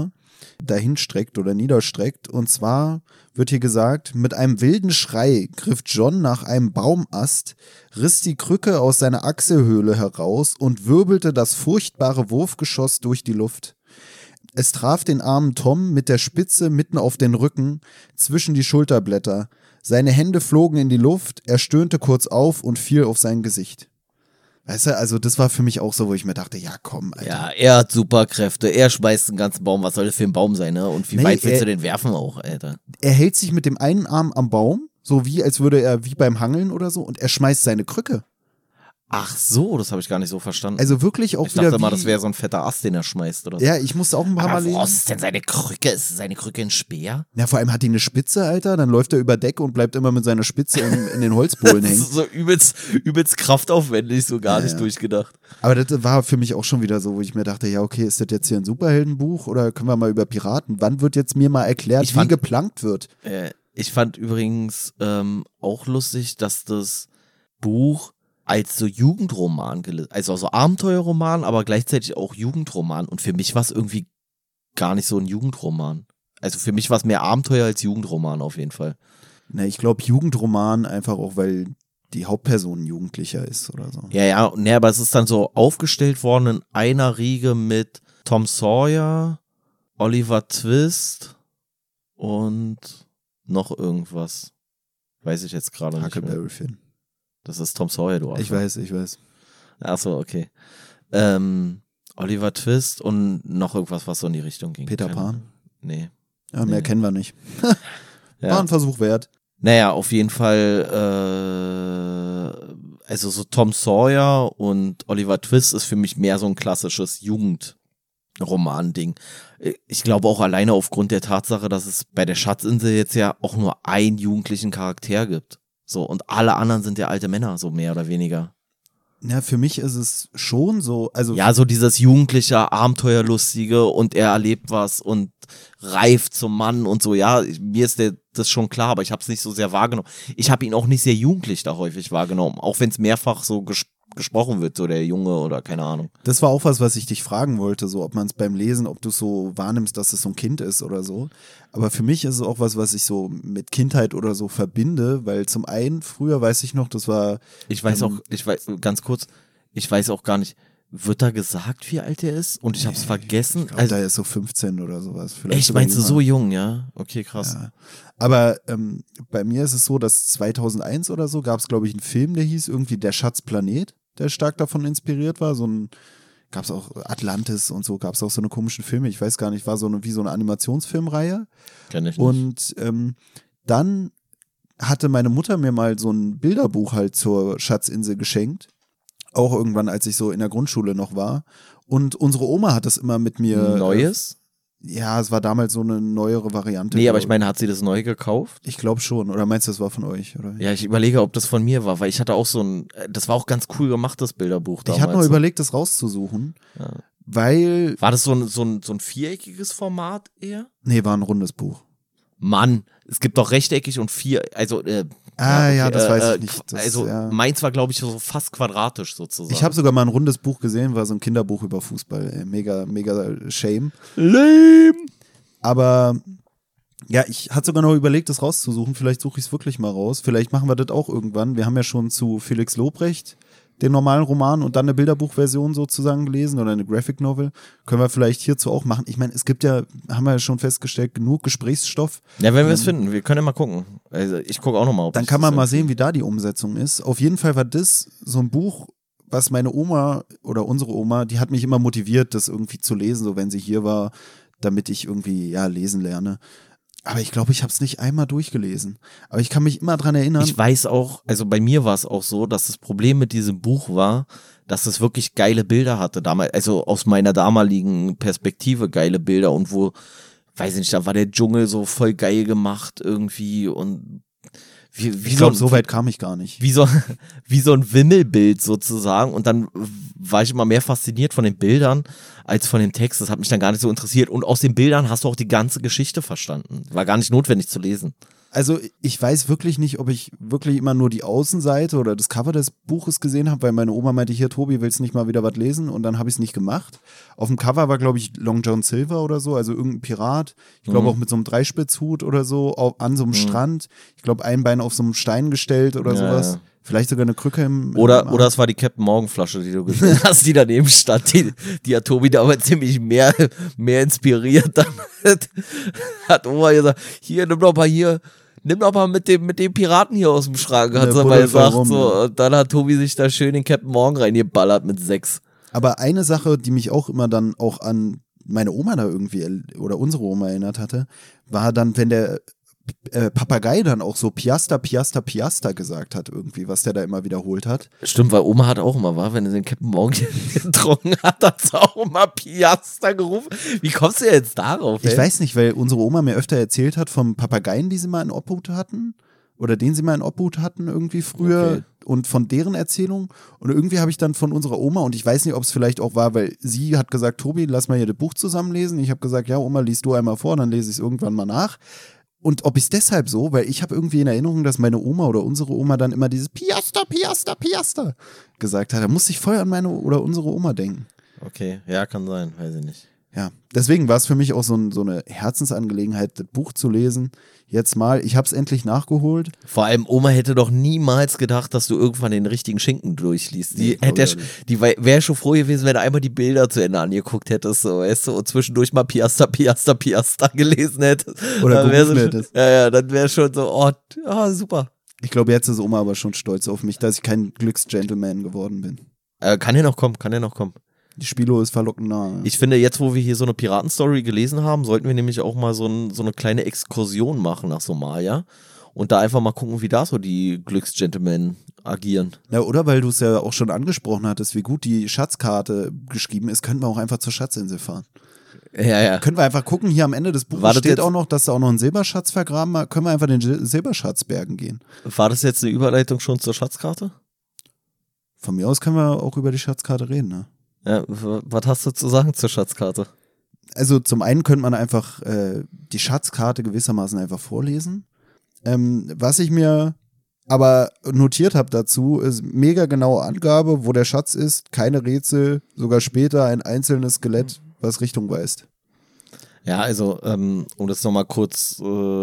dahinstreckt oder niederstreckt. Und zwar wird hier gesagt, mit einem wilden Schrei griff John nach einem Baumast, riss die Krücke aus seiner Achselhöhle heraus und wirbelte das furchtbare Wurfgeschoss durch die Luft. Es traf den armen Tom mit der Spitze mitten auf den Rücken, zwischen die Schulterblätter. Seine Hände flogen in die Luft, er stöhnte kurz auf und fiel auf sein Gesicht. Weißt du, also das war für mich auch so, wo ich mir dachte, ja komm, Alter. Ja, er hat Superkräfte, er schmeißt einen ganzen Baum, was soll das für ein Baum sein, ne? Und wie weit willst du den werfen auch, Alter? Er hält sich mit dem einen Arm am Baum, so wie als würde er wie beim Hangeln oder so, und er schmeißt seine Krücke. Ach so, das habe ich gar nicht so verstanden. Also wirklich auch ich wieder dachte mal, das wäre so ein fetter Ast, den er schmeißt oder so. Ja, ich musste auch ein paar Mal lesen. Was ist denn seine Krücke? Ist seine Krücke ein Speer? Ja, vor allem hat die eine Spitze, Alter, dann läuft er über Deck und bleibt immer mit seiner Spitze in den Holzbohlen hängen. Das ist so übelst kraftaufwendig, so gar nicht durchgedacht. Aber das war für mich auch schon wieder so, wo ich mir dachte, ja okay, ist das jetzt hier ein Superheldenbuch oder können wir mal über Piraten? Wann wird jetzt mir mal erklärt, wie geplankt wird? Ich fand übrigens auch lustig, dass das Buch als so Jugendroman gelesen, also so Abenteuerroman, aber gleichzeitig auch Jugendroman. Und für mich war es irgendwie gar nicht so ein Jugendroman. Also für mich war es mehr Abenteuer als Jugendroman auf jeden Fall. Ne, ich glaube Jugendroman einfach auch, weil die Hauptperson ein Jugendlicher ist oder so. Ja, ne, aber es ist dann so aufgestellt worden in einer Riege mit Tom Sawyer, Oliver Twist und noch irgendwas. Weiß ich jetzt gerade nicht mehr. Huckleberry Finn. Das ist Tom Sawyer, du Ich weiß. Achso, okay. Oliver Twist und noch irgendwas, was so in die Richtung ging. Peter Pan? Nee. Ja, mehr kennen wir nicht. Ja. War ein Versuch wert. Naja, auf jeden Fall, also so Tom Sawyer und Oliver Twist ist für mich mehr so ein klassisches Jugendroman-Ding. Ich glaube auch alleine aufgrund der Tatsache, dass es bei der Schatzinsel jetzt ja auch nur einen jugendlichen Charakter gibt. So, und alle anderen sind ja alte Männer, so mehr oder weniger. Ja, für mich ist es schon so, also. Ja, so dieses jugendliche, abenteuerlustige und er erlebt was und reift zum Mann und so, ja, mir ist das schon klar, aber ich habe es nicht so sehr wahrgenommen. Ich habe ihn auch nicht sehr jugendlich da häufig wahrgenommen, auch wenn es mehrfach so gesprochen wird, so der Junge oder keine Ahnung. Das war auch was ich dich fragen wollte, so ob man es beim Lesen, ob du es so wahrnimmst, dass es so ein Kind ist oder so. Aber für mich ist es auch was ich so mit Kindheit oder so verbinde, weil zum einen, früher weiß ich noch, das war... Ich weiß ganz kurz, ich weiß auch gar nicht, wird da gesagt, wie alt er ist? Und ich habe es vergessen. Ich glaube, da ist so 15 oder sowas. Vielleicht echt, meinst du so jung, ja? Okay, krass. Ja. Aber bei mir ist es so, dass 2001 oder so gab es, glaube ich, einen Film, der hieß irgendwie Der Schatzplanet, der stark davon inspiriert war. Gab es auch Atlantis und so, gab es auch so eine komischen Filme. Ich weiß gar nicht, war wie so eine Animationsfilmreihe. Kenn ich nicht. Und dann hatte meine Mutter mir mal so ein Bilderbuch halt zur Schatzinsel geschenkt. Auch irgendwann, als ich so in der Grundschule noch war. Und unsere Oma hat das immer mit mir. Neues? Ja, es war damals so eine neuere Variante. Nee, aber ich meine, hat sie das neu gekauft? Ich glaube schon. Oder meinst du, das war von euch? Oder? Ja, ich überlege, ob das von mir war, weil ich hatte auch das war auch ganz cool gemacht, das Bilderbuch damals. Ich hatte noch überlegt, das rauszusuchen, weil... War das so ein viereckiges Format eher? Nee, war ein rundes Buch. Mann, es gibt doch rechteckig und das weiß ich nicht. Meins war, glaube ich, so fast quadratisch sozusagen. Ich habe sogar mal ein rundes Buch gesehen, war so ein Kinderbuch über Fußball. Ey. Mega, mega shame. Lame! Aber ja, ich hatte sogar noch überlegt, das rauszusuchen. Vielleicht suche ich es wirklich mal raus. Vielleicht machen wir das auch irgendwann. Wir haben ja schon zu Felix Lobrecht den normalen Roman und dann eine Bilderbuchversion sozusagen gelesen oder eine Graphic Novel. Können wir vielleicht hierzu auch machen. Ich meine, es gibt ja, haben wir ja schon festgestellt, genug Gesprächsstoff. Ja, wenn wir es finden, wir können ja mal gucken. Also ich gucke auch nochmal. Dann kann man mal sehen, wie da die Umsetzung ist. Auf jeden Fall war das so ein Buch, was meine Oma oder unsere Oma, die hat mich immer motiviert, das irgendwie zu lesen, so wenn sie hier war, damit ich irgendwie, lesen lerne. Aber ich glaube, ich habe es nicht einmal durchgelesen. Aber ich kann mich immer dran erinnern. Ich weiß auch, also bei mir war es auch so, dass das Problem mit diesem Buch war, dass es wirklich geile Bilder hatte damals, also aus meiner damaligen Perspektive geile Bilder und weiß ich nicht, da war der Dschungel so voll geil gemacht irgendwie und ich glaube, so weit kam ich gar nicht. Wie so ein Wimmelbild sozusagen und dann war ich immer mehr fasziniert von den Bildern als von dem Text. Das hat mich dann gar nicht so interessiert und aus den Bildern hast du auch die ganze Geschichte verstanden. War gar nicht notwendig zu lesen. Also ich weiß wirklich nicht, ob ich wirklich immer nur die Außenseite oder das Cover des Buches gesehen habe, weil meine Oma meinte, hier Tobi, willst du nicht mal wieder was lesen? Und dann habe ich es nicht gemacht. Auf dem Cover war, glaube ich, Long John Silver oder so, also irgendein Pirat. Ich glaube auch mit so einem Dreispitzhut oder so, an so einem Strand. Ich glaube, ein Bein auf so einem Stein gestellt oder sowas. Ja. Vielleicht sogar eine Krücke im Oder Arm. es war die Captain Morgan Flasche, die du gesehen hast, die daneben stand. Die hat Tobi damals ziemlich mehr inspiriert. Dann hat Oma gesagt, hier, nimm doch mal mit dem Piraten hier aus dem Schrank, hat sie mal gesagt. So. Und dann hat Tobi sich da schön den Captain Morgan reingeballert mit 6. Aber eine Sache, die mich auch immer dann auch an meine Oma da irgendwie oder unsere Oma erinnert hatte, war dann, wenn der Papagei dann auch so Piasta, Piasta, Piasta gesagt hat irgendwie, was der da immer wiederholt hat. Stimmt, weil Oma hat auch immer, wenn er den Captain Morgan getrunken hat sie auch immer Piasta gerufen. Wie kommst du jetzt darauf? Ich weiß nicht, weil unsere Oma mir öfter erzählt hat vom Papageien, die sie mal in Obhut hatten oder den sie mal in Obhut hatten irgendwie früher. Okay. Und von deren Erzählung. Und irgendwie habe ich dann von unserer Oma, und ich weiß nicht, ob es vielleicht auch war, weil sie hat gesagt, Tobi, lass mal hier das Buch zusammenlesen. Ich habe gesagt, ja Oma, liest du einmal vor, dann lese ich es irgendwann mal nach. Und ob ich es deshalb so, weil ich habe irgendwie in Erinnerung, dass meine Oma oder unsere Oma dann immer dieses Piasta, Piasta, Piasta gesagt hat. Da musste ich voll an meine oder unsere Oma denken. Okay, ja, kann sein, weiß ich nicht. Ja, deswegen war es für mich auch so eine Herzensangelegenheit, das Buch zu lesen. Jetzt mal, ich habe es endlich nachgeholt. Vor allem, Oma hätte doch niemals gedacht, dass du irgendwann den richtigen Schinken durchliest. Die wäre schon froh gewesen, wenn du einmal die Bilder zu Ende angeguckt hättest, so, weißt du, und zwischendurch mal Piasta, Piasta, Piasta gelesen hättest. Oder gerufen hättest. Ja, dann wäre schon so, super. Ich glaube, jetzt ist Oma aber schon stolz auf mich, dass ich kein Glücksgentleman geworden bin. Kann ja noch kommen. Die Spilo ist verlockend nah. Ich finde, jetzt, wo wir hier so eine Piratenstory gelesen haben, sollten wir nämlich auch mal so eine kleine Exkursion machen nach Somalia und da einfach mal gucken, wie da so die Glücksgentlemen agieren. Ja, oder weil du es ja auch schon angesprochen hattest, wie gut die Schatzkarte geschrieben ist, könnten wir auch einfach zur Schatzinsel fahren. Ja. Können wir einfach gucken, hier am Ende des Buches steht auch noch, dass da auch noch ein Silberschatz vergraben war. Können wir einfach den Silberschatz bergen gehen. War das jetzt eine Überleitung schon zur Schatzkarte? Von mir aus können wir auch über die Schatzkarte reden, ne? Ja, was hast du zu sagen zur Schatzkarte? Also zum einen könnte man einfach die Schatzkarte gewissermaßen einfach vorlesen. Was ich mir aber notiert habe dazu, ist mega genaue Angabe, wo der Schatz ist, keine Rätsel, sogar später ein einzelnes Skelett, was Richtung weist. Ja, also um das nochmal kurz,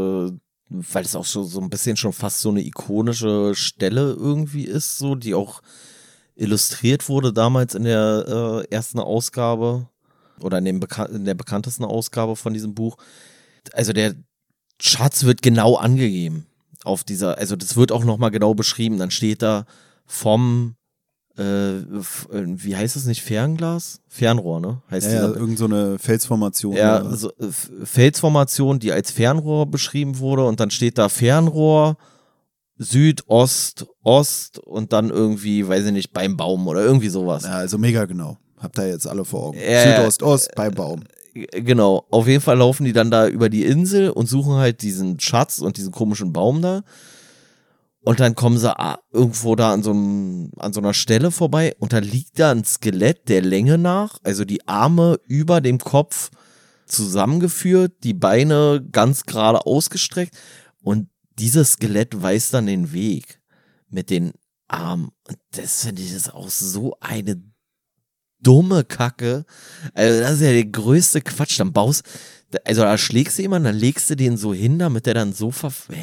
weil es auch so ein bisschen schon fast so eine ikonische Stelle irgendwie ist, so die auch illustriert wurde damals in der ersten Ausgabe oder in der bekanntesten Ausgabe von diesem Buch. Also der Schatz wird genau angegeben auf also das wird auch nochmal genau beschrieben. Dann steht da vom, wie heißt es nicht, Fernglas? Fernrohr, ne? Heißt ja, irgend so eine Felsformation. Ja, also, Felsformation, die als Fernrohr beschrieben wurde und dann steht da Fernrohr, Südost, Ost und dann irgendwie, weiß ich nicht, beim Baum oder irgendwie sowas. Ja, also mega genau. Habt ihr jetzt alle vor Augen. Südost, Ost, beim Baum. Genau. Auf jeden Fall laufen die dann da über die Insel und suchen halt diesen Schatz und diesen komischen Baum da. Und dann kommen sie irgendwo da an so einer Stelle vorbei und da liegt da ein Skelett der Länge nach, also die Arme über dem Kopf zusammengeführt, die Beine ganz gerade ausgestreckt und dieses Skelett weist dann den Weg mit den Armen. Und das finde ich ist auch so eine dumme Kacke. Also das ist ja der größte Quatsch. Dann da schlägst du jemanden, dann legst du den so hin, damit der dann so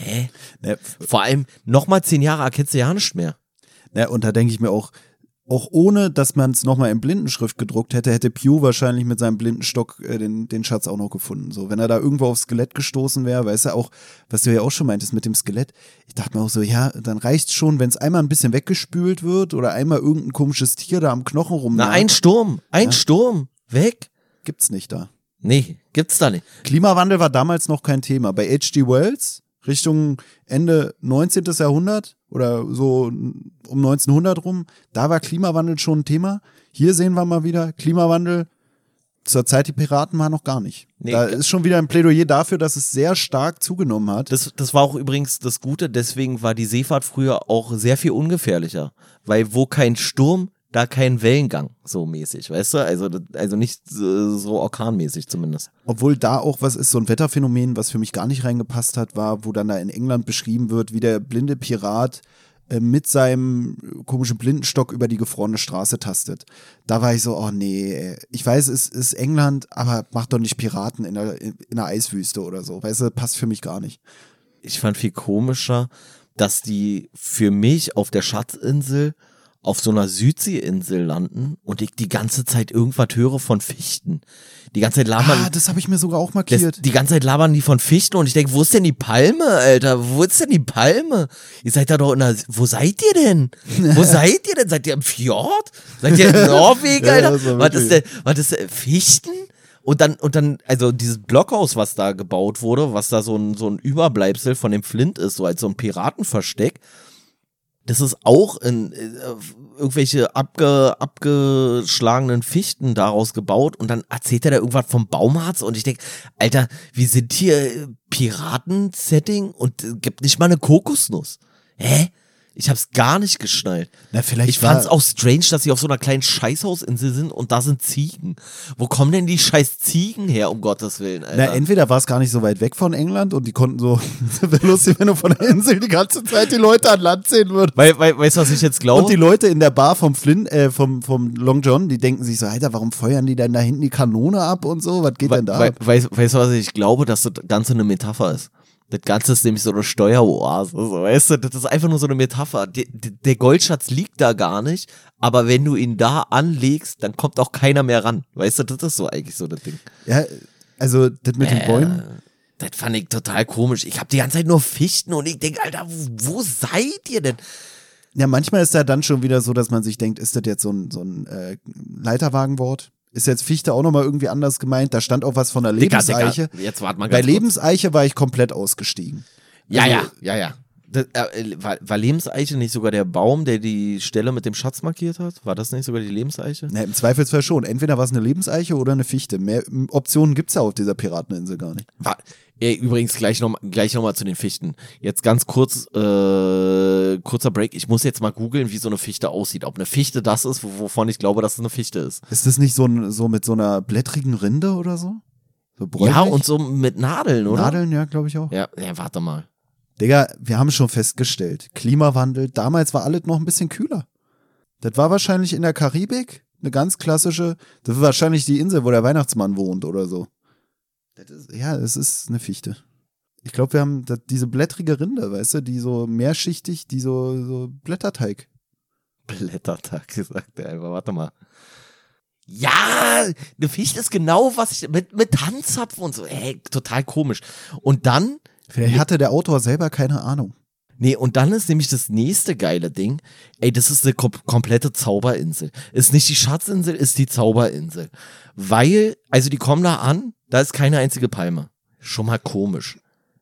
Vor allem nochmal 10 Jahre erkennst du ja nicht mehr. Ja, und da denke ich mir auch ohne, dass man es nochmal in Blindenschrift gedruckt hätte Pew wahrscheinlich mit seinem Blindenstock den Schatz auch noch gefunden. So, wenn er da irgendwo aufs Skelett gestoßen wäre, weißt du auch, was du ja auch schon meintest mit dem Skelett. Ich dachte mir auch so, ja, dann reicht's schon, wenn es einmal ein bisschen weggespült wird oder einmal irgendein komisches Tier da am Knochen rumnagt. Ein Sturm, weg. Gibt's nicht da. Nee, gibt's da nicht. Klimawandel war damals noch kein Thema. Bei H.G. Wells, Richtung Ende 19. Jahrhundert oder so um 1900 rum, da war Klimawandel schon ein Thema. Hier sehen wir mal wieder, Klimawandel, zur Zeit die Piraten waren noch gar nicht. Nee, da ist schon wieder ein Plädoyer dafür, dass es sehr stark zugenommen hat. Das war auch übrigens das Gute, deswegen war die Seefahrt früher auch sehr viel ungefährlicher. Weil wo kein Sturm, da keinen Wellengang so mäßig, weißt du? Also nicht so orkanmäßig zumindest. Obwohl da auch was ist, so ein Wetterphänomen, was für mich gar nicht reingepasst hat, war, wo dann da in England beschrieben wird, wie der blinde Pirat mit seinem komischen Blindenstock über die gefrorene Straße tastet. Da war ich so, oh nee, ey. Ich weiß, es ist England, aber mach doch nicht Piraten in der Eiswüste oder so. Weißt du, passt für mich gar nicht. Ich fand viel komischer, dass die für mich auf der Schatzinsel auf so einer Südseeinsel landen und ich die ganze Zeit irgendwas höre von Fichten. Die ganze Zeit labern. Das habe ich mir sogar auch markiert. Die ganze Zeit labern die von Fichten und ich denke, wo ist denn die Palme, Alter? Wo ist denn die Palme? Ihr seid da doch wo seid ihr denn? Wo seid ihr denn? Seid ihr im Fjord? Seid ihr in Norwegen, Alter? Ja, was ist denn? Fichten? Und dann, also dieses Blockhaus, was da gebaut wurde, was da so ein Überbleibsel von dem Flint ist, so als so ein Piratenversteck, das ist auch in irgendwelche abgeschlagenen Fichten daraus gebaut und dann erzählt er da irgendwas vom Baumarzt und ich denke, Alter, wir sind hier Piraten-Setting und gibt nicht mal eine Kokosnuss. Hä? Ich hab's gar nicht geschnallt. Na, vielleicht ich fand's auch strange, dass sie auf so einer kleinen Scheißhausinsel sind und da sind Ziegen. Wo kommen denn die scheiß Ziegen her, um Gottes Willen, Alter? Na, entweder war es gar nicht so weit weg von England und die konnten so, wäre lustig, wenn du von der Insel die ganze Zeit die Leute an Land sehen würdest. Weißt du, was ich jetzt glaube? Und die Leute in der Bar vom Long John, die denken sich so, Alter, warum feuern die denn da hinten die Kanone ab und so? Was geht denn da ab? Weißt du, was ich glaube, dass das Ganze eine Metapher ist? Das Ganze ist nämlich so eine Steueroase, so, weißt du, das ist einfach nur so eine Metapher. Der Goldschatz liegt da gar nicht, aber wenn du ihn da anlegst, dann kommt auch keiner mehr ran, weißt du, das ist so eigentlich so das Ding. Ja, also das mit den Bäumen. Das fand ich total komisch. Ich habe die ganze Zeit nur Fichten und ich denke, Alter, wo seid ihr denn? Ja, manchmal ist da dann schon wieder so, dass man sich denkt, ist das jetzt so ein Leiterwagenwort? Ist jetzt Fichte auch nochmal irgendwie anders gemeint? Da stand auch was von der Lebenseiche. Dicker. Jetzt warte mal Bei ganz kurz. Lebenseiche war ich komplett ausgestiegen. Ja. Das, war Lebenseiche nicht sogar der Baum, der die Stelle mit dem Schatz markiert hat? War das nicht sogar die Lebenseiche? Na, im Zweifelsfall schon. Entweder war es eine Lebenseiche oder eine Fichte. Mehr Optionen gibt es ja auf dieser Pirateninsel gar nicht. Übrigens gleich noch mal zu den Fichten. Jetzt ganz kurz, kurzer Break. Ich muss jetzt mal googeln, wie so eine Fichte aussieht. Ob eine Fichte das ist, wovon ich glaube, dass es eine Fichte ist. Ist das nicht so mit so einer blättrigen Rinde oder so? So ja, und so mit Nadeln, oder? Nadeln, ja, glaube ich auch. Ja, warte mal. Digga, wir haben schon festgestellt, Klimawandel, damals war alles noch ein bisschen kühler. Das war wahrscheinlich in der Karibik eine ganz klassische, das ist wahrscheinlich die Insel, wo der Weihnachtsmann wohnt oder so. Es ist eine Fichte. Ich glaube, wir haben diese blättrige Rinde, weißt du, die so mehrschichtig, die so Blätterteig. Blätterteig, sagt er einfach, warte mal. Ja, eine Fichte ist genau was ich, mit Tanzzapfen und so, total komisch. Und dann Vielleicht hatte der Autor selber keine Ahnung. Nee, und dann ist nämlich das nächste geile Ding, das ist eine komplette Zauberinsel. Ist nicht die Schatzinsel, ist die Zauberinsel. Weil, also die kommen da an, da ist keine einzige Palme. Schon mal komisch.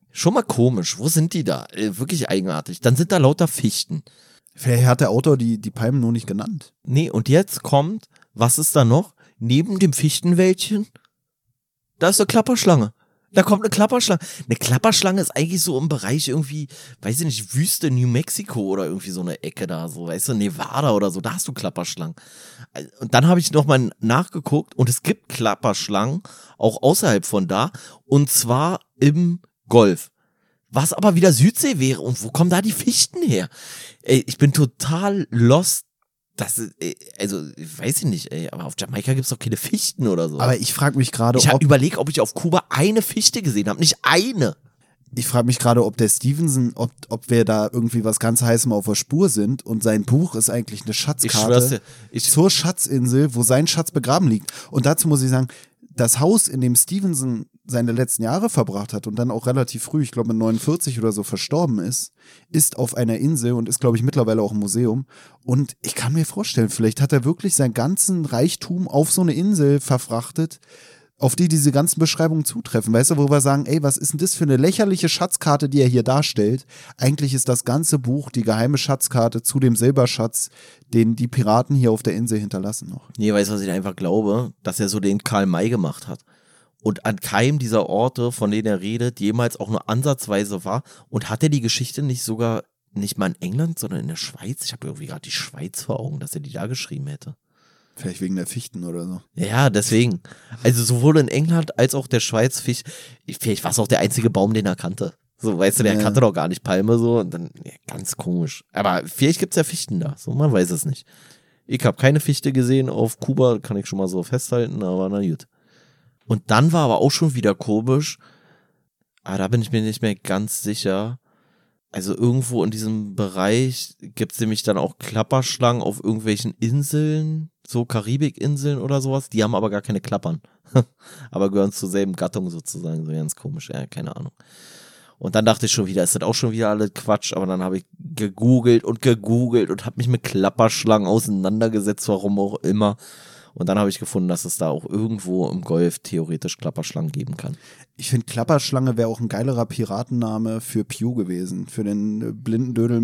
Wo sind die da? Wirklich eigenartig. Dann sind da lauter Fichten. Vielleicht hat der Autor die Palmen nur nicht genannt. Nee, und jetzt kommt, was ist da noch? Neben dem Fichtenwäldchen, da ist eine Klapperschlange. Da kommt eine Klapperschlange. Eine Klapperschlange ist eigentlich so im Bereich irgendwie, weiß ich nicht, Wüste New Mexico oder irgendwie so eine Ecke da, so, weißt du, Nevada oder so, da hast du Klapperschlangen. Und dann habe ich nochmal nachgeguckt und es gibt Klapperschlangen auch außerhalb von da und zwar im Golf. Was aber wieder Südsee wäre und wo kommen da die Fichten her? Ich bin total lost. Weiß ich nicht, aber auf Jamaika gibt es doch keine Fichten oder so. Aber ich frage mich gerade, ich habe überlegt, ob ich auf Kuba eine Fichte gesehen habe, nicht eine. Ich frage mich gerade, ob der Stevenson, ob wir da irgendwie was ganz Heißem auf der Spur sind und sein Buch ist eigentlich eine Schatzkarte zur Schatzinsel, wo sein Schatz begraben liegt. Und dazu muss ich sagen, das Haus, in dem Stevenson seine letzten Jahre verbracht hat und dann auch relativ früh, ich glaube mit 49 oder so verstorben ist auf einer Insel und ist, glaube ich, mittlerweile auch ein Museum. Und ich kann mir vorstellen, vielleicht hat er wirklich seinen ganzen Reichtum auf so eine Insel verfrachtet, auf die diese ganzen Beschreibungen zutreffen. Weißt du, wo wir sagen, was ist denn das für eine lächerliche Schatzkarte, die er hier darstellt? Eigentlich ist das ganze Buch die geheime Schatzkarte zu dem Silberschatz, den die Piraten hier auf der Insel hinterlassen noch. Nee, weißt du, was ich einfach glaube? Dass er so den Karl May gemacht hat. Und an keinem dieser Orte, von denen er redet, jemals auch nur ansatzweise war. Und hat er die Geschichte nicht sogar nicht mal in England, sondern in der Schweiz. Ich habe irgendwie gerade die Schweiz vor Augen, dass er die da geschrieben hätte. Vielleicht wegen der Fichten oder so. Ja, deswegen. Also sowohl in England als auch der Schweiz, vielleicht war es auch der einzige Baum, den er kannte. So, weißt du, der kannte doch gar nicht Palme so. Und dann, ja, ganz komisch. Aber vielleicht gibt es ja Fichten da. So, man weiß es nicht. Ich habe keine Fichte gesehen auf Kuba, kann ich schon mal so festhalten, aber na gut. Und dann war aber auch schon wieder komisch. Aber da bin ich mir nicht mehr ganz sicher. Also irgendwo in diesem Bereich gibt es nämlich dann auch Klapperschlangen auf irgendwelchen Inseln, so Karibikinseln oder sowas. Die haben aber gar keine Klappern. Aber gehören zur selben Gattung sozusagen. So ganz komisch, ja, keine Ahnung. Und dann dachte ich schon wieder, ist das auch schon wieder alles Quatsch. Aber dann habe ich gegoogelt und habe mich mit Klapperschlangen auseinandergesetzt, warum auch immer. Und dann habe ich gefunden, dass es da auch irgendwo im Golf theoretisch Klapperschlangen geben kann. Ich finde, Klapperschlange wäre auch ein geilerer Piratenname für Pew gewesen. Für den blinden Dödel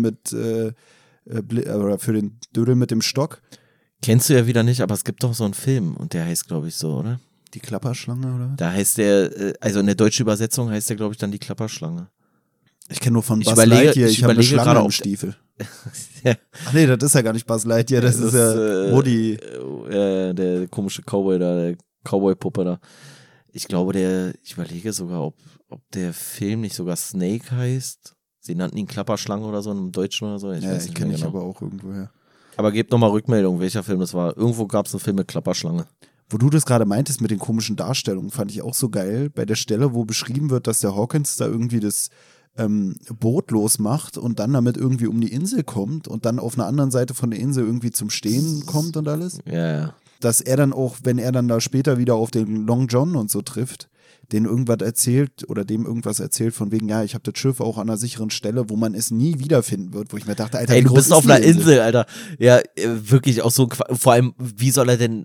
oder für den Dödel mit dem Stock. Kennst du ja wieder nicht, aber es gibt doch so einen Film und der heißt, glaube ich, so, oder? Die Klapperschlange, oder? Da heißt der, also in der deutschen Übersetzung heißt der, glaube ich, dann die Klapperschlange. Ich kenne nur von Buzz Lightyear, ich habe eine Schlange im Stiefel. Ja. Ach nee, das ist ja gar nicht Buzz Lightyear, das ist ja Woody. Der komische Cowboy da, der Cowboy-Puppe da. Ich glaube, ich überlege sogar, ob der Film nicht sogar Snake heißt. Sie nannten ihn Klapperschlange oder so im Deutschen oder so. Ich kenne ich aber auch irgendwoher. Aber gebt nochmal Rückmeldung, welcher Film das war. Irgendwo gab es einen Film mit Klapperschlange. Wo du das gerade meintest mit den komischen Darstellungen, fand ich auch so geil. Bei der Stelle, wo beschrieben wird, dass der Hawkins da irgendwie das Boot losmacht und dann damit irgendwie um die Insel kommt und dann auf einer anderen Seite von der Insel irgendwie zum Stehen kommt und alles. Ja. Dass er dann auch, wenn er dann da später wieder auf den Long John und so trifft, denen irgendwas erzählt oder dem irgendwas erzählt von wegen, ja, ich habe das Schiff auch an einer sicheren Stelle, wo man es nie wiederfinden wird, wo ich mir dachte, Alter, ey, du bist auf einer Insel, Alter. Ja, wirklich auch so, vor allem, wie soll er denn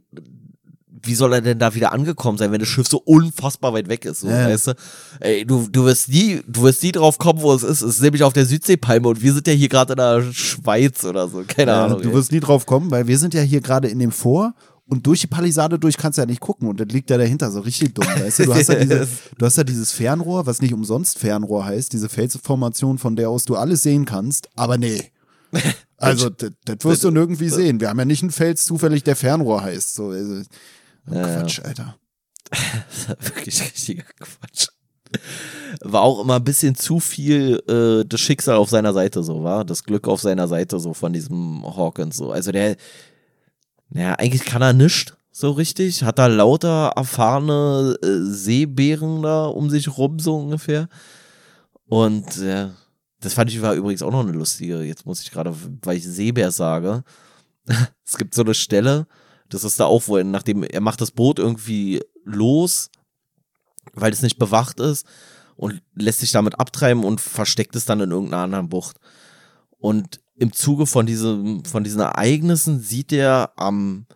da wieder angekommen sein, wenn das Schiff so unfassbar weit weg ist, so, weißt du? Ey, du wirst nie drauf kommen, wo es ist. Es ist nämlich auf der Südseepalme und wir sind ja hier gerade in der Schweiz oder so, keine Ahnung. Du wirst nie drauf kommen, weil wir sind ja hier gerade in dem Fort und durch die Palisade durch kannst du ja nicht gucken und das liegt ja dahinter so richtig dumm, weißt du? Du hast ja dieses Fernrohr, was nicht umsonst Fernrohr heißt, diese Felsformation, von der aus du alles sehen kannst, aber nee. Also, das wirst du nirgendwie sehen. Wir haben ja nicht einen Fels zufällig, der Fernrohr heißt. So, also, Quatsch, Alter. Wirklich richtiger Quatsch. War auch immer ein bisschen zu viel das Schicksal auf seiner Seite so, war das Glück auf seiner Seite so von diesem Hawkins so. Also eigentlich kann er nichts so richtig, hat da lauter erfahrene Seebären da um sich rum so ungefähr. Und das fand ich war übrigens auch noch eine lustige, jetzt muss ich gerade, weil ich Seebär sage, es gibt so eine Stelle, das ist da auch, wo nachdem er macht das Boot irgendwie los, weil es nicht bewacht ist und lässt sich damit abtreiben und versteckt es dann in irgendeiner anderen Bucht. Und im Zuge von diesen Ereignissen sieht er an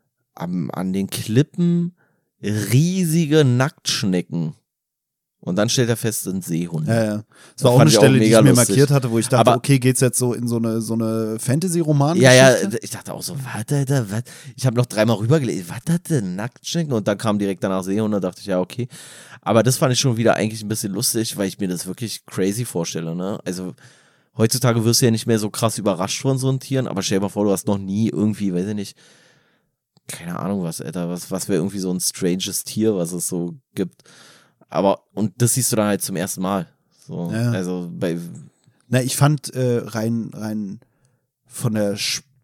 den Klippen riesige Nacktschnecken. Und dann stellt er fest, sind Seehunde. Ja. Das war auch eine Stelle, die ich mir markiert hatte, wo ich dachte, okay, geht's jetzt so in so eine Fantasy-Roman? Ja, ich dachte auch so, was? Ich habe noch dreimal rübergelesen, was hat denn Nacktschnecken? Und dann kam direkt danach Seehunde, dachte ich, ja, okay. Aber das fand ich schon wieder eigentlich ein bisschen lustig, weil ich mir das wirklich crazy vorstelle, ne? Also, heutzutage wirst du ja nicht mehr so krass überrascht von so einem Tieren, aber stell dir mal vor, du hast noch nie irgendwie, weiß ich nicht, keine Ahnung was, Alter, was wäre irgendwie so ein stranges Tier, was es so gibt. Aber, und das siehst du dann halt zum ersten Mal. So, ja. Also ich fand rein von der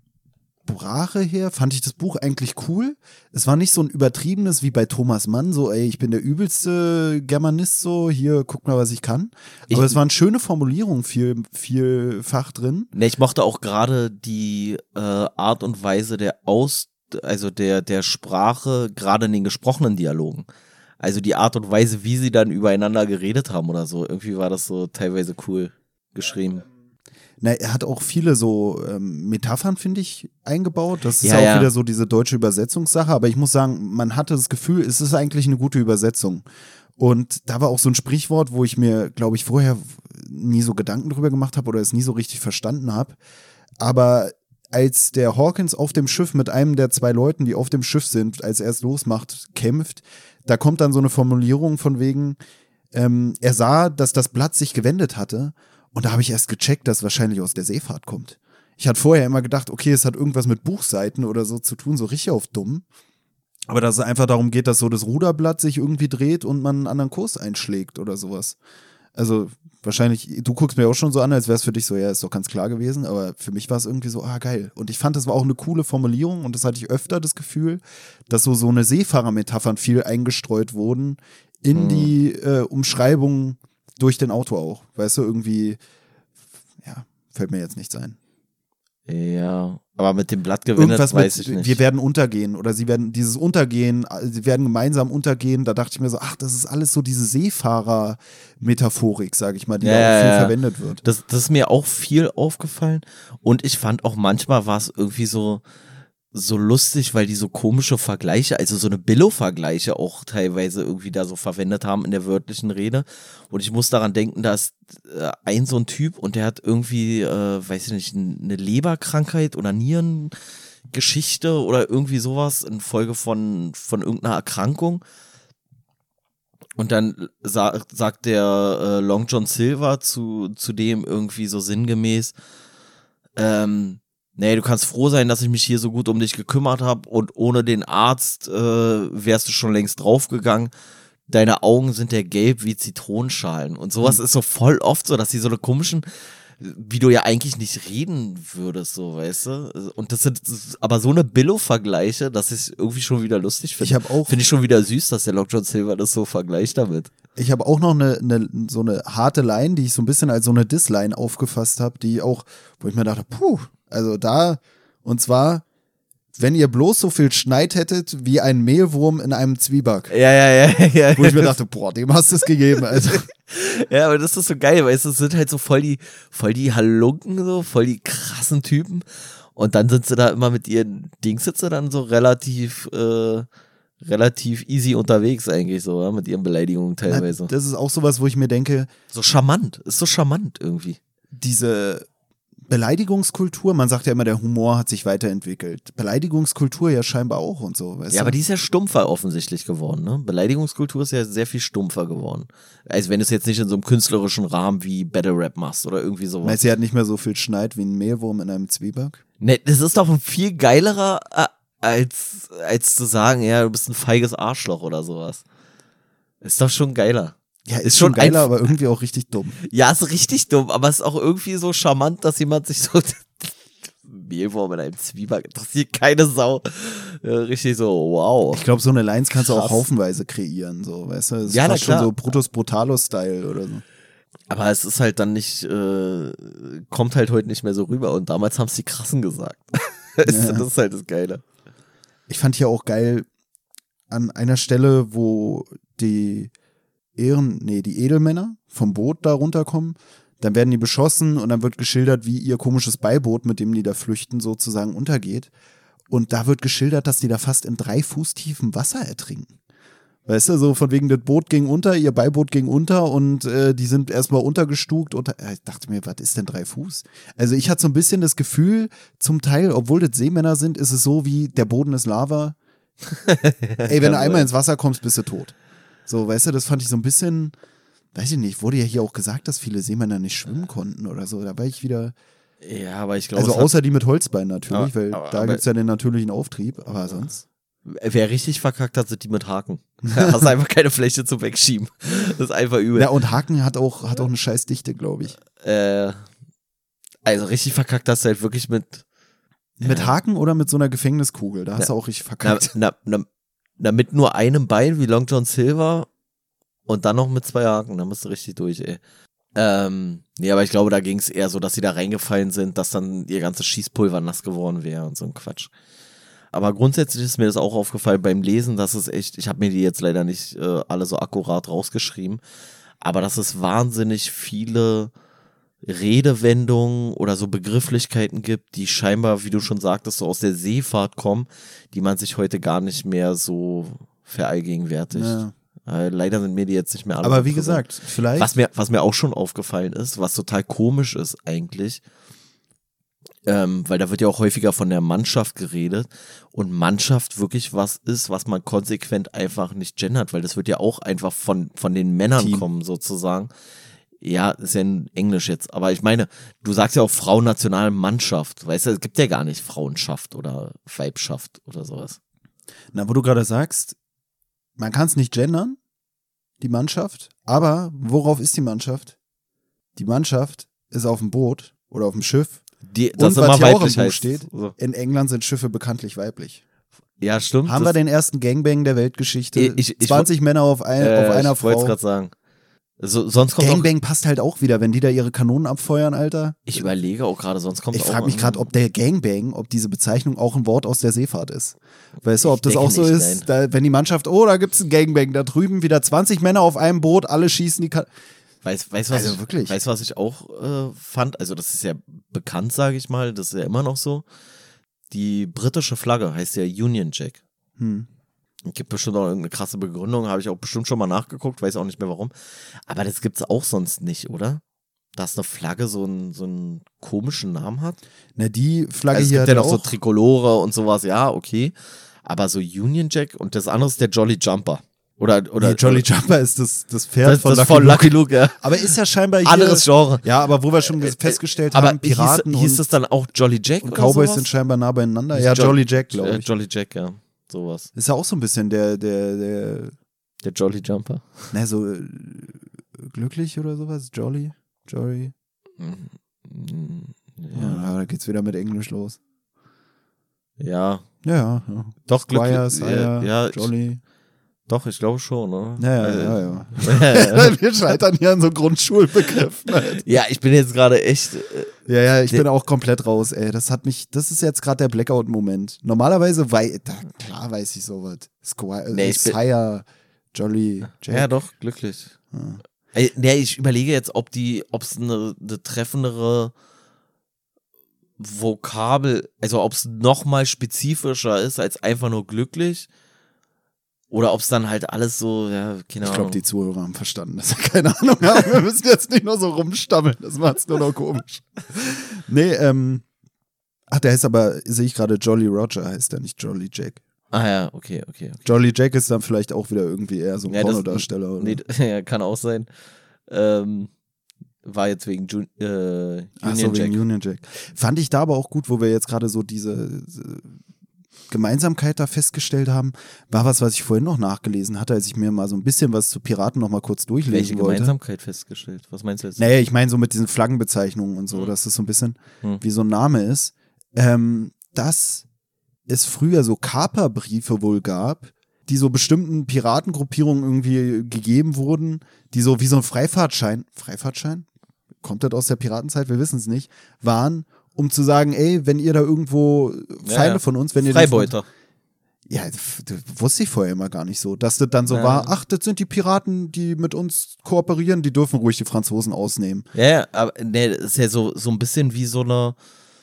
Sprache her, fand ich das Buch eigentlich cool. Es war nicht so ein übertriebenes wie bei Thomas Mann, so, ey, ich bin der übelste Germanist, so, hier, guck mal, was ich kann. Aber es waren schöne Formulierungen, vielfach drin. Ne, ich mochte auch gerade die Art und Weise der Sprache, gerade in den gesprochenen Dialogen. Also die Art und Weise, wie sie dann übereinander geredet haben oder so. Irgendwie war das so teilweise cool geschrieben. Er hat auch viele so Metaphern, finde ich, eingebaut. Das ist auch wieder so diese deutsche Übersetzungssache. Aber ich muss sagen, man hatte das Gefühl, es ist eigentlich eine gute Übersetzung. Und da war auch so ein Sprichwort, wo ich mir, glaube ich, vorher nie so Gedanken drüber gemacht habe oder es nie so richtig verstanden habe. Aber als der Hawkins auf dem Schiff mit einem der zwei Leuten, die auf dem Schiff sind, als er es losmacht, kämpft, da kommt dann so eine Formulierung von wegen, er sah, dass das Blatt sich gewendet hatte Und da habe ich erst gecheckt, dass es wahrscheinlich aus der Seefahrt kommt. Ich hatte vorher immer gedacht, okay, es hat irgendwas mit Buchseiten oder so zu tun, so richtig auf dumm. Aber dass es einfach darum geht, dass so das Ruderblatt sich irgendwie dreht und man einen anderen Kurs einschlägt oder sowas. Also wahrscheinlich, du guckst mir auch schon so an, als wäre es für dich so, ja, ist doch ganz klar gewesen, aber für mich war es irgendwie so, geil. Und ich fand, das war auch eine coole Formulierung und das hatte ich öfter das Gefühl, dass so eine Seefahrermetaphern viel eingestreut wurden in die Umschreibung durch den Autor auch. Weißt du, irgendwie, ja, fällt mir jetzt nichts ein. Ja, aber mit dem Blatt gewinnen, weiß ich nicht. Wir werden untergehen oder sie werden gemeinsam untergehen. Da dachte ich mir so, das ist alles so diese Seefahrer-Metaphorik, sage ich mal, die da auch viel verwendet wird. Das ist mir auch viel aufgefallen und ich fand auch manchmal war es irgendwie so lustig, weil die so komische Vergleiche, also so eine Billo-Vergleiche auch teilweise irgendwie da so verwendet haben in der wörtlichen Rede. Und ich muss daran denken, da ist so ein Typ und der hat irgendwie, weiß ich nicht, eine Leberkrankheit oder Nierengeschichte oder irgendwie sowas infolge von irgendeiner Erkrankung. Und dann sagt der Long John Silver zu dem irgendwie so sinngemäß, nee, du kannst froh sein, dass ich mich hier so gut um dich gekümmert habe und ohne den Arzt wärst du schon längst draufgegangen. Deine Augen sind ja gelb wie Zitronenschalen. Und sowas ist so voll oft so, dass die so eine komischen, wie du ja eigentlich nicht reden würdest, so, weißt du? Und das sind aber so eine Billo-Vergleiche, dass ich es irgendwie schon wieder lustig finde. Finde ich schon wieder süß, dass der Long John Silver das so vergleicht damit. Ich habe auch noch so eine harte Line, die ich so ein bisschen als so eine Diss-Line aufgefasst habe, wo ich mir dachte, also und zwar, wenn ihr bloß so viel Schneid hättet wie ein Mehlwurm in einem Zwieback. Ja. Wo ich mir dachte, dem hast du es gegeben, also. Ja, aber das ist so geil, weil es sind halt so voll die Halunken, so voll die krassen Typen. Und dann sind sie da immer mit ihren Dings dann so relativ easy unterwegs eigentlich so, ja, mit ihren Beleidigungen teilweise. Das ist auch sowas, wo ich mir denke. So charmant, ist so charmant irgendwie. Diese Beleidigungskultur, man sagt ja immer, der Humor hat sich weiterentwickelt. Beleidigungskultur ja scheinbar auch und so. Weißt du? Aber die ist ja stumpfer offensichtlich geworden, ne? Beleidigungskultur ist ja sehr viel stumpfer geworden. Also wenn du es jetzt nicht in so einem künstlerischen Rahmen wie Battle Rap machst oder irgendwie sowas. Meinst du, sie hat nicht mehr so viel Schneid wie ein Mehlwurm in einem Zwieback? Ne, das ist doch ein viel geilerer, als zu sagen, ja, du bist ein feiges Arschloch oder sowas. Ist doch schon geiler. Ja, ist schon geiler, aber irgendwie auch richtig dumm. Ja, ist richtig dumm, aber es ist auch irgendwie so charmant, dass jemand sich so Mehlwurm in einem Zwieback interessiert keine Sau. Ja, richtig so, wow. Ich glaube, so eine Lines kannst du auch haufenweise kreieren, so, weißt du? Das ist fast schon so Brutus Brutalos-Style oder so. Aber es ist halt dann nicht, kommt halt heute nicht mehr so rüber und damals haben es die Krassen gesagt. Das ist halt das Geile. Ich fand hier auch geil, an einer Stelle, wo die Edelmänner vom Boot da runterkommen, dann werden die beschossen und dann wird geschildert, wie ihr komisches Beiboot, mit dem die da flüchten, sozusagen untergeht. Und da wird geschildert, dass die da fast in 3 Fuß tiefem Wasser ertrinken. Weißt du, so von wegen, das Boot ging unter, ihr Beiboot ging unter und die sind erstmal untergestuckt. Ich dachte mir, was ist denn 3 Fuß? Also ich hatte so ein bisschen das Gefühl, zum Teil, obwohl das Seemänner sind, ist es so wie, der Boden ist Lava. Ey, wenn du einmal ins Wasser kommst, bist du tot. So, weißt du, das fand ich so ein bisschen, weiß ich nicht, wurde ja hier auch gesagt, dass viele Seemänner nicht schwimmen konnten oder so. Da war ich wieder. Ja, aber ich glaube. Also außer die mit Holzbein natürlich, weil aber da gibt es ja den natürlichen Auftrieb, aber sonst. Wer richtig verkackt hat, sind die mit Haken. Da hast einfach keine Fläche zum Wegschieben. Das ist einfach übel. Ja, und Haken hat auch eine Scheißdichte, glaube ich. Also richtig verkackt hast du halt wirklich mit. Mit Haken oder mit so einer Gefängniskugel? Da hast du auch richtig verkackt. Mit nur einem Bein wie Long John Silver und dann noch mit 2 Haken, da musst du richtig durch, ey. Nee, aber ich glaube, da ging es eher so, dass sie da reingefallen sind, dass dann ihr ganzes Schießpulver nass geworden wäre und so ein Quatsch. Aber grundsätzlich ist mir das auch aufgefallen beim Lesen, dass es echt, ich habe mir die jetzt leider nicht alle so akkurat rausgeschrieben, aber dass es wahnsinnig viele Redewendungen oder so Begrifflichkeiten gibt, die scheinbar, wie du schon sagtest, so aus der Seefahrt kommen, die man sich heute gar nicht mehr so verallgegenwärtigt. Ja. Leider sind mir die jetzt nicht mehr alle. Aber wie gesagt, vielleicht. Was mir auch schon aufgefallen ist, was total komisch ist eigentlich, weil da wird ja auch häufiger von der Mannschaft geredet und Mannschaft wirklich was ist, was man konsequent einfach nicht gendert, weil das wird ja auch einfach von den Männern kommen sozusagen. Ja, ist ja in Englisch jetzt. Aber ich meine, du sagst ja auch Frauennationalmannschaft. Weißt du, es gibt ja gar nicht Frauenschaft oder Weibschaft oder sowas. Na, wo du gerade sagst, man kann es nicht gendern, die Mannschaft, aber worauf ist die Mannschaft? Die Mannschaft ist auf dem Boot oder auf dem Schiff. Das und was immer hier auch im weiblich Buch heißt. steht, So. in England sind Schiffe bekanntlich weiblich. Ja, stimmt. Haben wir den ersten Gangbang der Weltgeschichte? Ich 20 Männer auf einer Ich wollte es Frau. gerade sagen. Sonst kommt auch, Gangbang passt halt auch wieder, wenn die da ihre Kanonen abfeuern, Alter. ich überlege auch gerade, sonst kommt Ich auch frage mich gerade, ob der Gangbang, ob diese Bezeichnung auch ein Wort aus der Seefahrt ist. Weißt du, ob Ich das denke auch so nicht, ist, da, wenn die Mannschaft, da gibt's einen Gangbang, da drüben wieder 20 Männer auf einem Boot, alle schießen die Weißt Also wirklich. was ich auch fand? Also das ist ja bekannt, sage ich mal, das ist ja immer noch so. Die britische Flagge heißt ja Union Jack. Gibt bestimmt auch irgendeine krasse Begründung, habe ich auch bestimmt schon mal nachgeguckt, weiß auch nicht mehr warum. Aber das gibt's auch sonst nicht, oder? Dass eine Flagge so einen komischen Namen hat? Na, die Flagge Also es hier gibt ja hat noch so auch, Trikolore und sowas, ja, okay. Aber so Union Jack und das andere ist der Jolly Jumper. Oder nee, Jolly Jumper ist das Pferd das von ist von Lucky Luke, ja. Aber ist ja scheinbar hier, Anderes Genre. Ja, aber wo wir schon festgestellt Aber haben, Piraten hieß das und, dann auch Jolly Jack und oder Cowboys sowas? sind scheinbar nah beieinander. Ja, Jolly Jack, glaube ich. Jolly Jack, ja. Sowas. Ist ja auch so ein bisschen der Der Jolly Jumper. so glücklich oder sowas? Jolly? Ja, da geht's wieder mit Englisch los. Ja. Ja. Doch, Squire, glücklich. Sire, Ja, Jolly. Doch, ich glaube schon, ne? Ja. Wir scheitern hier an so Grundschulbegriffen. Halt. Ja, ich bin jetzt gerade echt. Ja, ich bin auch komplett raus, ey. Das ist jetzt gerade der Blackout-Moment. Normalerweise, klar weiß ich sowas. Squire, Nee, Sire, Jolly, Jack. Ja, doch, glücklich. Ja. Nee, ich überlege jetzt, ob es eine treffendere Vokabel, also ob es nochmal spezifischer ist als einfach nur glücklich. Oder ob es dann halt alles so, ja, keine Ahnung. Ich glaube, die Zuhörer haben verstanden, dass wir keine Ahnung haben. Wir müssen jetzt nicht nur so rumstammeln. Das macht's nur noch komisch. Nee, der heißt aber, sehe ich gerade, Jolly Roger heißt der, nicht Jolly Jack. Ah ja, okay. Jolly Jack ist dann vielleicht auch wieder irgendwie eher so ein Pornodarsteller, oder? Nee, ja, kann auch sein. War jetzt wegen Union Jack. Wegen Union Jack. Fand ich da aber auch gut, wo wir jetzt gerade so diese Gemeinsamkeit da festgestellt haben, war was ich vorhin noch nachgelesen hatte, als ich mir mal so ein bisschen was zu Piraten noch mal kurz durchlesen Welche wollte. Gemeinsamkeit festgestellt? Was meinst du jetzt? Naja, ich meine so mit diesen Flaggenbezeichnungen und so, dass es so ein bisschen wie so ein Name ist, dass es früher so Kaperbriefe wohl gab, die so bestimmten Piratengruppierungen irgendwie gegeben wurden, die so wie so ein Freifahrtschein, kommt das aus der Piratenzeit, wir wissen es nicht, waren, um zu sagen, ey, wenn ihr da irgendwo Feinde von uns, wenn ihr Freibeuter. Ja, das wusste ich vorher immer gar nicht so, dass das dann so war, ach, das sind die Piraten, die mit uns kooperieren, die dürfen ruhig die Franzosen ausnehmen. Ja, aber nee, das ist ja so ein bisschen wie so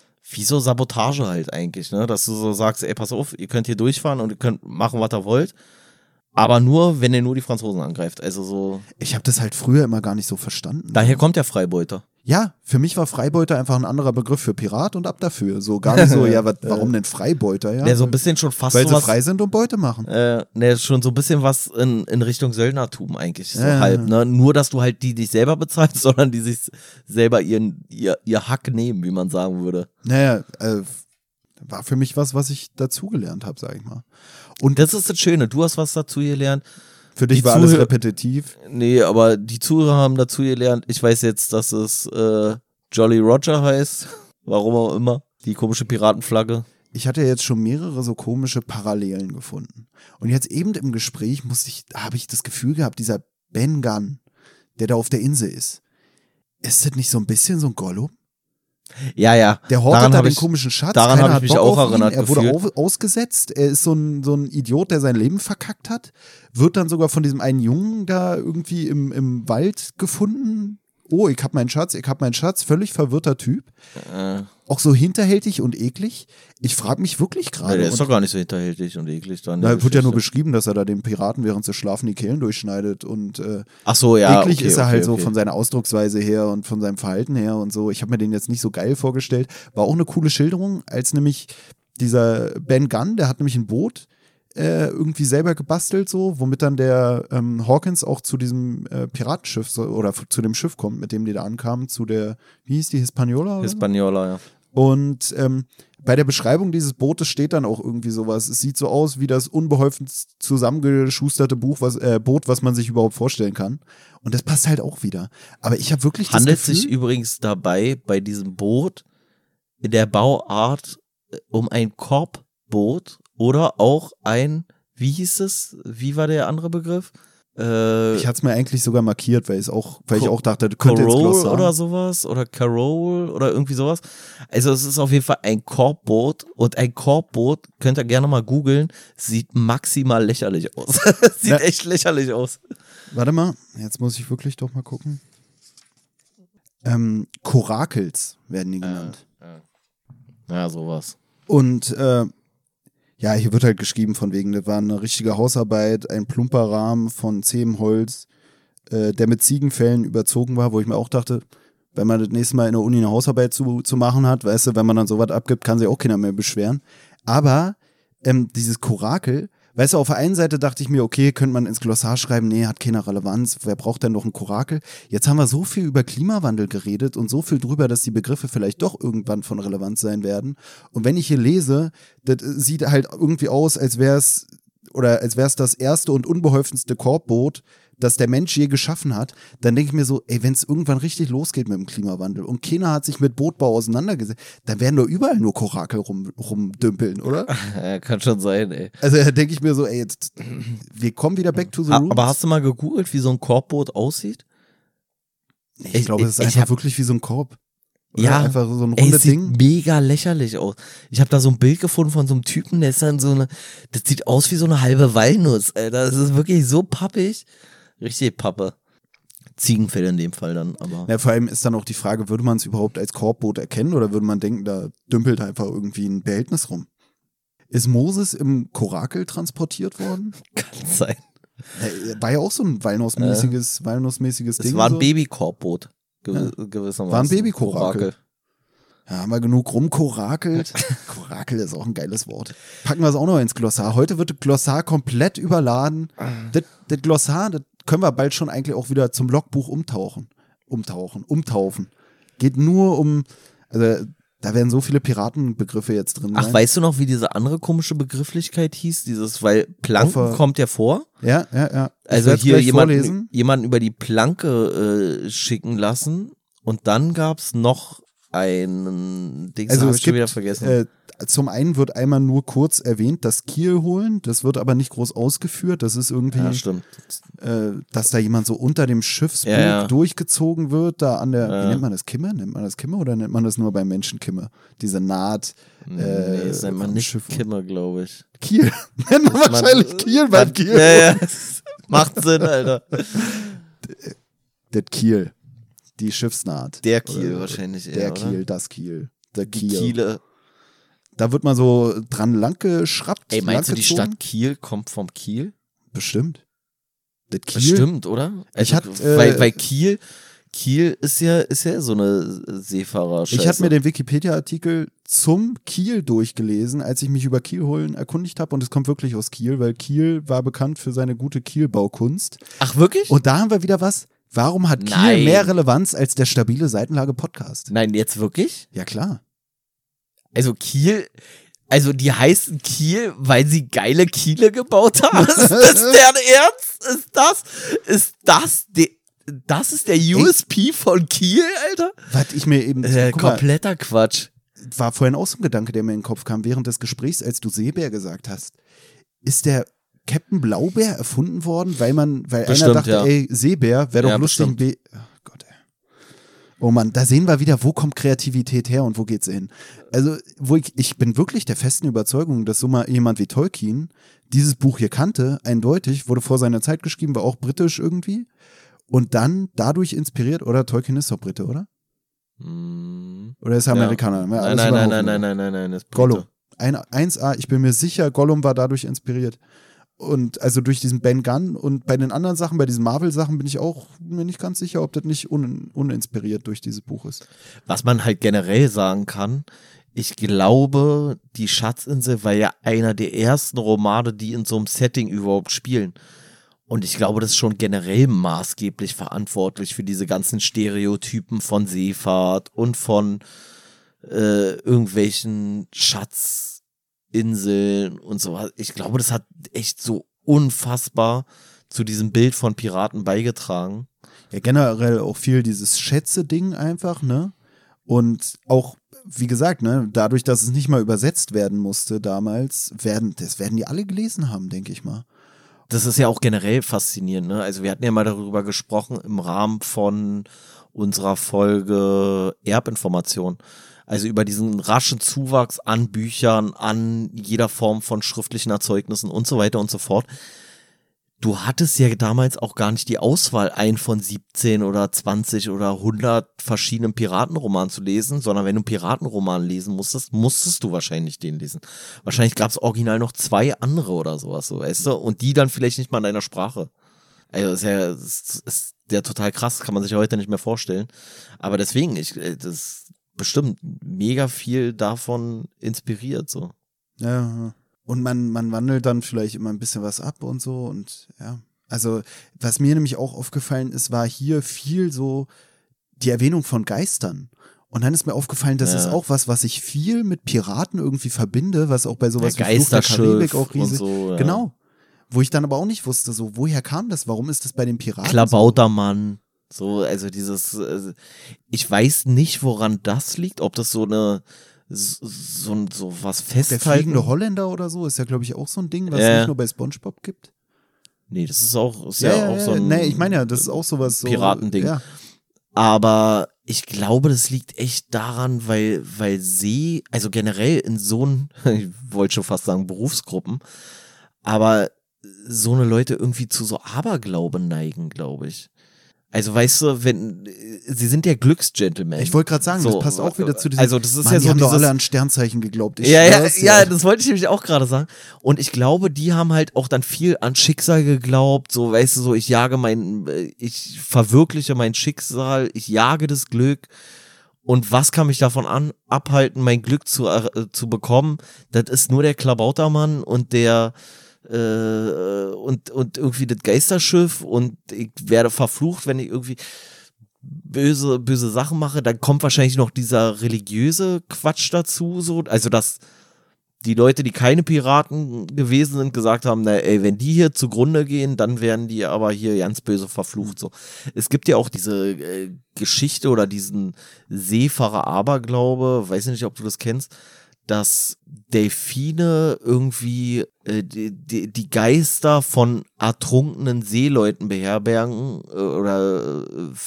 Sabotage halt eigentlich, ne? Dass du so sagst, ey, pass auf, ihr könnt hier durchfahren und ihr könnt machen, was ihr wollt, aber nur, wenn ihr nur die Franzosen angreift. Also so. Ich habe das halt früher immer gar nicht so verstanden. Daher kommt der Freibeuter. Ja, für mich war Freibeuter einfach ein anderer Begriff für Pirat und ab dafür. So gar nicht so, warum denn Freibeuter? Ja, So ein bisschen schon fast weil sowas, sie frei sind und Beute machen. schon so ein bisschen was in Richtung Söldnertum eigentlich, so halb, ne? Nur, dass du halt die nicht selber bezahlst, sondern die sich selber ihr Hack nehmen, wie man sagen würde. Naja, war für mich was ich dazugelernt habe, sag ich mal. Und Das ist das Schöne, du hast was dazu gelernt. für dich war alles repetitiv. Nee, aber die Zuhörer haben dazu gelernt. Ich weiß jetzt, dass es Jolly Roger heißt. Warum auch immer. Die komische Piratenflagge. Ich hatte jetzt schon mehrere so komische Parallelen gefunden. Und jetzt eben im Gespräch habe ich das Gefühl gehabt, dieser Ben Gunn, der da auf der Insel ist das nicht so ein bisschen so ein Gollum? Ja. Der hortet da den komischen Schatz. Daran keiner habe ich hat mich Bock auch auf ihn. erinnert Er wurde ausgesetzt. Er ist so ein Idiot, der sein Leben verkackt hat. Wird dann sogar von diesem einen Jungen da irgendwie im Wald gefunden. Oh, ich hab meinen Schatz. Völlig verwirrter Typ. Auch so hinterhältig und eklig. Ich frage mich wirklich gerade. Der ist doch gar nicht so hinterhältig und eklig dann. Da wird ja nur beschrieben, dass er da den Piraten, während sie schlafen, die Kehlen durchschneidet. Und ach so, ja. eklig okay, ist er halt so okay. von seiner Ausdrucksweise her und von seinem Verhalten her und so. Ich habe mir den jetzt nicht so geil vorgestellt. War auch eine coole Schilderung, als nämlich dieser Ben Gunn, der hat nämlich ein Boot, irgendwie selber gebastelt, so, womit dann der Hawkins auch zu diesem Piratenschiff oder zu dem Schiff kommt, mit dem die da ankamen, zu der, wie hieß die, Hispaniola? Hispaniola, ja. Und bei der Beschreibung dieses Bootes steht dann auch irgendwie sowas. Es sieht so aus wie das unbeholfen zusammengeschusterte Boot, was man sich überhaupt vorstellen kann. Und das passt halt auch wieder. Aber ich habe wirklich das Handelt Gefühl, sich übrigens dabei bei diesem Boot in der Bauart um ein Korbboot oder auch ein, wie hieß es? Wie war der andere Begriff? ich hatte es mir eigentlich sogar markiert, weil ich auch dachte, das könnte ins Carol Glossar. oder sowas oder Carol oder irgendwie sowas. Also es ist auf jeden Fall ein Korbboot und ein Korbboot, könnt ihr gerne mal googeln, sieht maximal lächerlich aus. Sieht echt lächerlich aus. Warte mal, jetzt muss ich wirklich doch mal gucken. Korakels werden die genannt. Ja, sowas. Und ja, hier wird halt geschrieben von wegen, das war eine richtige Hausarbeit, ein plumper Rahmen von zähem Holz, der mit Ziegenfellen überzogen war, wo ich mir auch dachte, wenn man das nächste Mal in der Uni eine Hausarbeit zu machen hat, weißt du, wenn man dann sowas abgibt, kann sich auch keiner mehr beschweren. Aber dieses Korakel, weißt du, auf der einen Seite dachte ich mir, okay, könnte man ins Glossar schreiben, nee, hat keine Relevanz, wer braucht denn noch ein Korakel? Jetzt haben wir so viel über Klimawandel geredet und so viel drüber, dass die Begriffe vielleicht doch irgendwann von Relevanz sein werden. Und wenn ich hier lese, das sieht halt irgendwie aus, als wäre es das erste und unbeholfenste Korbboot, das der Mensch je geschaffen hat, dann denke ich mir so, ey, wenn es irgendwann richtig losgeht mit dem Klimawandel und keiner hat sich mit Bootbau auseinandergesetzt, dann werden doch überall nur Korakel rumdümpeln, oder? Ja, kann schon sein, ey. Also da denke ich mir so, ey, jetzt, wir kommen wieder back to the roots. Aber hast du mal gegoogelt, wie so ein Korbboot aussieht? Ich glaube, es ist einfach wirklich wie so ein Korb. Oder Ja, einfach so ein rundes es sieht Ding. mega lächerlich aus. Ich habe da so ein Bild gefunden von so einem Typen, der ist dann das sieht aus wie so eine halbe Walnuss, Alter. Das ist wirklich so pappig. Richtig Pappe. Ziegenfell in dem Fall dann, aber. Ja, vor allem ist dann auch die Frage, würde man es überhaupt als Korbboot erkennen oder würde man denken, da dümpelt einfach irgendwie ein Behältnis rum? Ist Moses im Korakel transportiert worden? Kann sein. War ja auch so ein walnussmäßiges Ding. Es war ein so. Babykorbboot. Gewissermaßen. War ein Babykorakel. Ja, haben wir genug rumkorakelt. Korakel ist auch ein geiles Wort. Packen wir es auch noch ins Glossar. Heute wird das Glossar komplett überladen. Das Glossar, das können wir bald schon eigentlich auch wieder zum Logbuch umtaufen. Geht nur um, also da werden so viele Piratenbegriffe jetzt drin sein. Ach, weißt du noch, wie diese andere komische Begrifflichkeit hieß? Weil Planken kommt ja vor. Ja. Also hier jemanden über die Planke schicken lassen und dann gab es noch einen Ding, also habe ich schon wieder vergessen. Zum einen wird einmal nur kurz erwähnt, das Kiel holen, das wird aber nicht groß ausgeführt, das ist irgendwie, Ja, stimmt. dass da jemand so unter dem Schiffsbug durchgezogen wird, da an der, wie nennt man das, Kimme? Nennt man das Kimme oder nennt man das nur bei Menschen Kimme? Diese Naht. Nee, das nennt man nicht Schiff. Kimme, glaube ich. Kiel. Nennt man wahrscheinlich Kiel beim Kiel. Ja. Macht Sinn, Alter. Das Kiel. Die Schiffsnaht. Der Kiel wahrscheinlich eher, Der oder? Kiel, das Kiel. Der Die Kiel. Kiele. Da wird mal so dran langgeschraubt. Ey, meinst du, die langgezogen? Stadt Kiel kommt vom Kiel? Bestimmt. Das Kiel? Bestimmt, oder? Ich Also, hatte, weil Kiel ist ja so eine Seefahrer-Scheiße. Ich hatte mir den Wikipedia-Artikel zum Kiel durchgelesen, als ich mich über Kielholen erkundigt habe und es kommt wirklich aus Kiel, weil Kiel war bekannt für seine gute Kielbaukunst. Ach, wirklich? Und da haben wir wieder was. Warum hat Kiel mehr Relevanz als der stabile Seitenlage-Podcast? Nein, jetzt wirklich? Ja, klar. Also Kiel, also die heißen Kiel, weil sie geile Kiele gebaut haben? Ist das deren Ernst? Das ist der USP von Kiel, Alter? Was ich mir eben... guck mal, kompletter Quatsch. war vorhin auch so ein Gedanke, der mir in den Kopf kam, während des Gesprächs, als du Seebär gesagt hast. Ist der Captain Blaubeer erfunden worden, weil Bestimmt, einer dachte, ja. ey, Seebär, wäre doch Ja, lustig. Oh Gott, ey. Oh Mann, da sehen wir wieder, wo kommt Kreativität her und wo geht sie hin. Also, ich bin wirklich der festen Überzeugung, dass so mal jemand wie Tolkien dieses Buch hier kannte, eindeutig, wurde vor seiner Zeit geschrieben, war auch britisch irgendwie und dann dadurch inspiriert, oder? Tolkien ist doch Brite, oder? Oder ist er Amerikaner? Ja. Nein, das ist Brite. Gollum. 1A, ich bin mir sicher, Gollum war dadurch inspiriert. Und also durch diesen Ben Gunn und bei den anderen Sachen, bei diesen Marvel-Sachen bin ich auch mir nicht ganz sicher, ob das nicht uninspiriert durch dieses Buch ist. Was man halt generell sagen kann, Ich glaube, die Schatzinsel war ja einer der ersten Romane, die in so einem Setting überhaupt spielen. Und ich glaube, das ist schon generell maßgeblich verantwortlich für diese ganzen Stereotypen von Seefahrt und von irgendwelchen Schatzinseln und so. Ich glaube, das hat echt so unfassbar zu diesem Bild von Piraten beigetragen. Ja, generell auch viel dieses Schätze-Ding einfach, ne? Und auch, wie gesagt, ne, dadurch, dass es nicht mal übersetzt werden musste damals, werden die alle gelesen haben, denke ich mal. Das ist ja auch generell faszinierend, ne? Also wir hatten ja mal darüber gesprochen im Rahmen von unserer Folge Erbinformation. Also über diesen raschen Zuwachs an Büchern, an jeder Form von schriftlichen Erzeugnissen und so weiter und so fort. Du hattest ja damals auch gar nicht die Auswahl, einen von 17 oder 20 oder 100 verschiedenen Piratenromanen zu lesen, sondern wenn du einen Piratenroman lesen musstest du wahrscheinlich den lesen. Wahrscheinlich gab es original noch 2 andere oder sowas, so, weißt du? Und die dann vielleicht nicht mal in deiner Sprache. Also ist ja total krass, kann man sich heute nicht mehr vorstellen. Aber deswegen, das ist bestimmt mega viel davon inspiriert, so. Ja, und man wandelt dann vielleicht immer ein bisschen was ab und so und ja. Also, was mir nämlich auch aufgefallen ist, war hier viel so die Erwähnung von Geistern. Und dann ist mir aufgefallen, das ist auch was ich viel mit Piraten irgendwie verbinde, was auch bei sowas wie Fluch der Karibik auch riesig. So, ja. Genau. Wo ich dann aber auch nicht wusste, so, woher kam das? Warum ist das bei den Piraten Klabautermann. So, also dieses, ich weiß nicht, woran das liegt, ob das so was festhalten. Der fliegende Holländer oder so ist ja, glaube ich, auch so ein Ding, was es nicht nur bei SpongeBob gibt. Nee, das ist auch, auch so ein. Nee, ich meine ja, das ist auch sowas so. Piratending. Ja. Aber ich glaube, das liegt echt daran, weil also generell in so einem, ich wollte schon fast sagen Berufsgruppen, aber so eine Leute irgendwie zu so Aberglaube neigen, glaube ich. Also weißt du, sie sind ja Glücksgentlemen. Ich wollte gerade sagen, so, das passt auch wieder zu diesem. Also das ist Mann, ja die so haben dieses, doch alle an Sternzeichen geglaubt. Ja, das wollte ich nämlich auch gerade sagen. Und ich glaube, die haben halt auch dann viel an Schicksal geglaubt. So, weißt du, so ich verwirkliche mein Schicksal, ich jage das Glück. Und was kann mich davon abhalten, mein Glück zu bekommen? Das ist nur der Klabautermann und der und irgendwie das Geisterschiff und ich werde verflucht, wenn ich irgendwie böse Sachen mache. Dann kommt wahrscheinlich noch dieser religiöse Quatsch dazu, so, also dass die Leute, die keine Piraten gewesen sind, gesagt haben, na ey, wenn die hier zugrunde gehen, dann werden die aber hier ganz böse verflucht, so. Es gibt ja auch diese Geschichte oder diesen Seefahrer-Aberglaube, weiß nicht, ob du das kennst, dass Delfine irgendwie die Geister von ertrunkenen Seeleuten beherbergen oder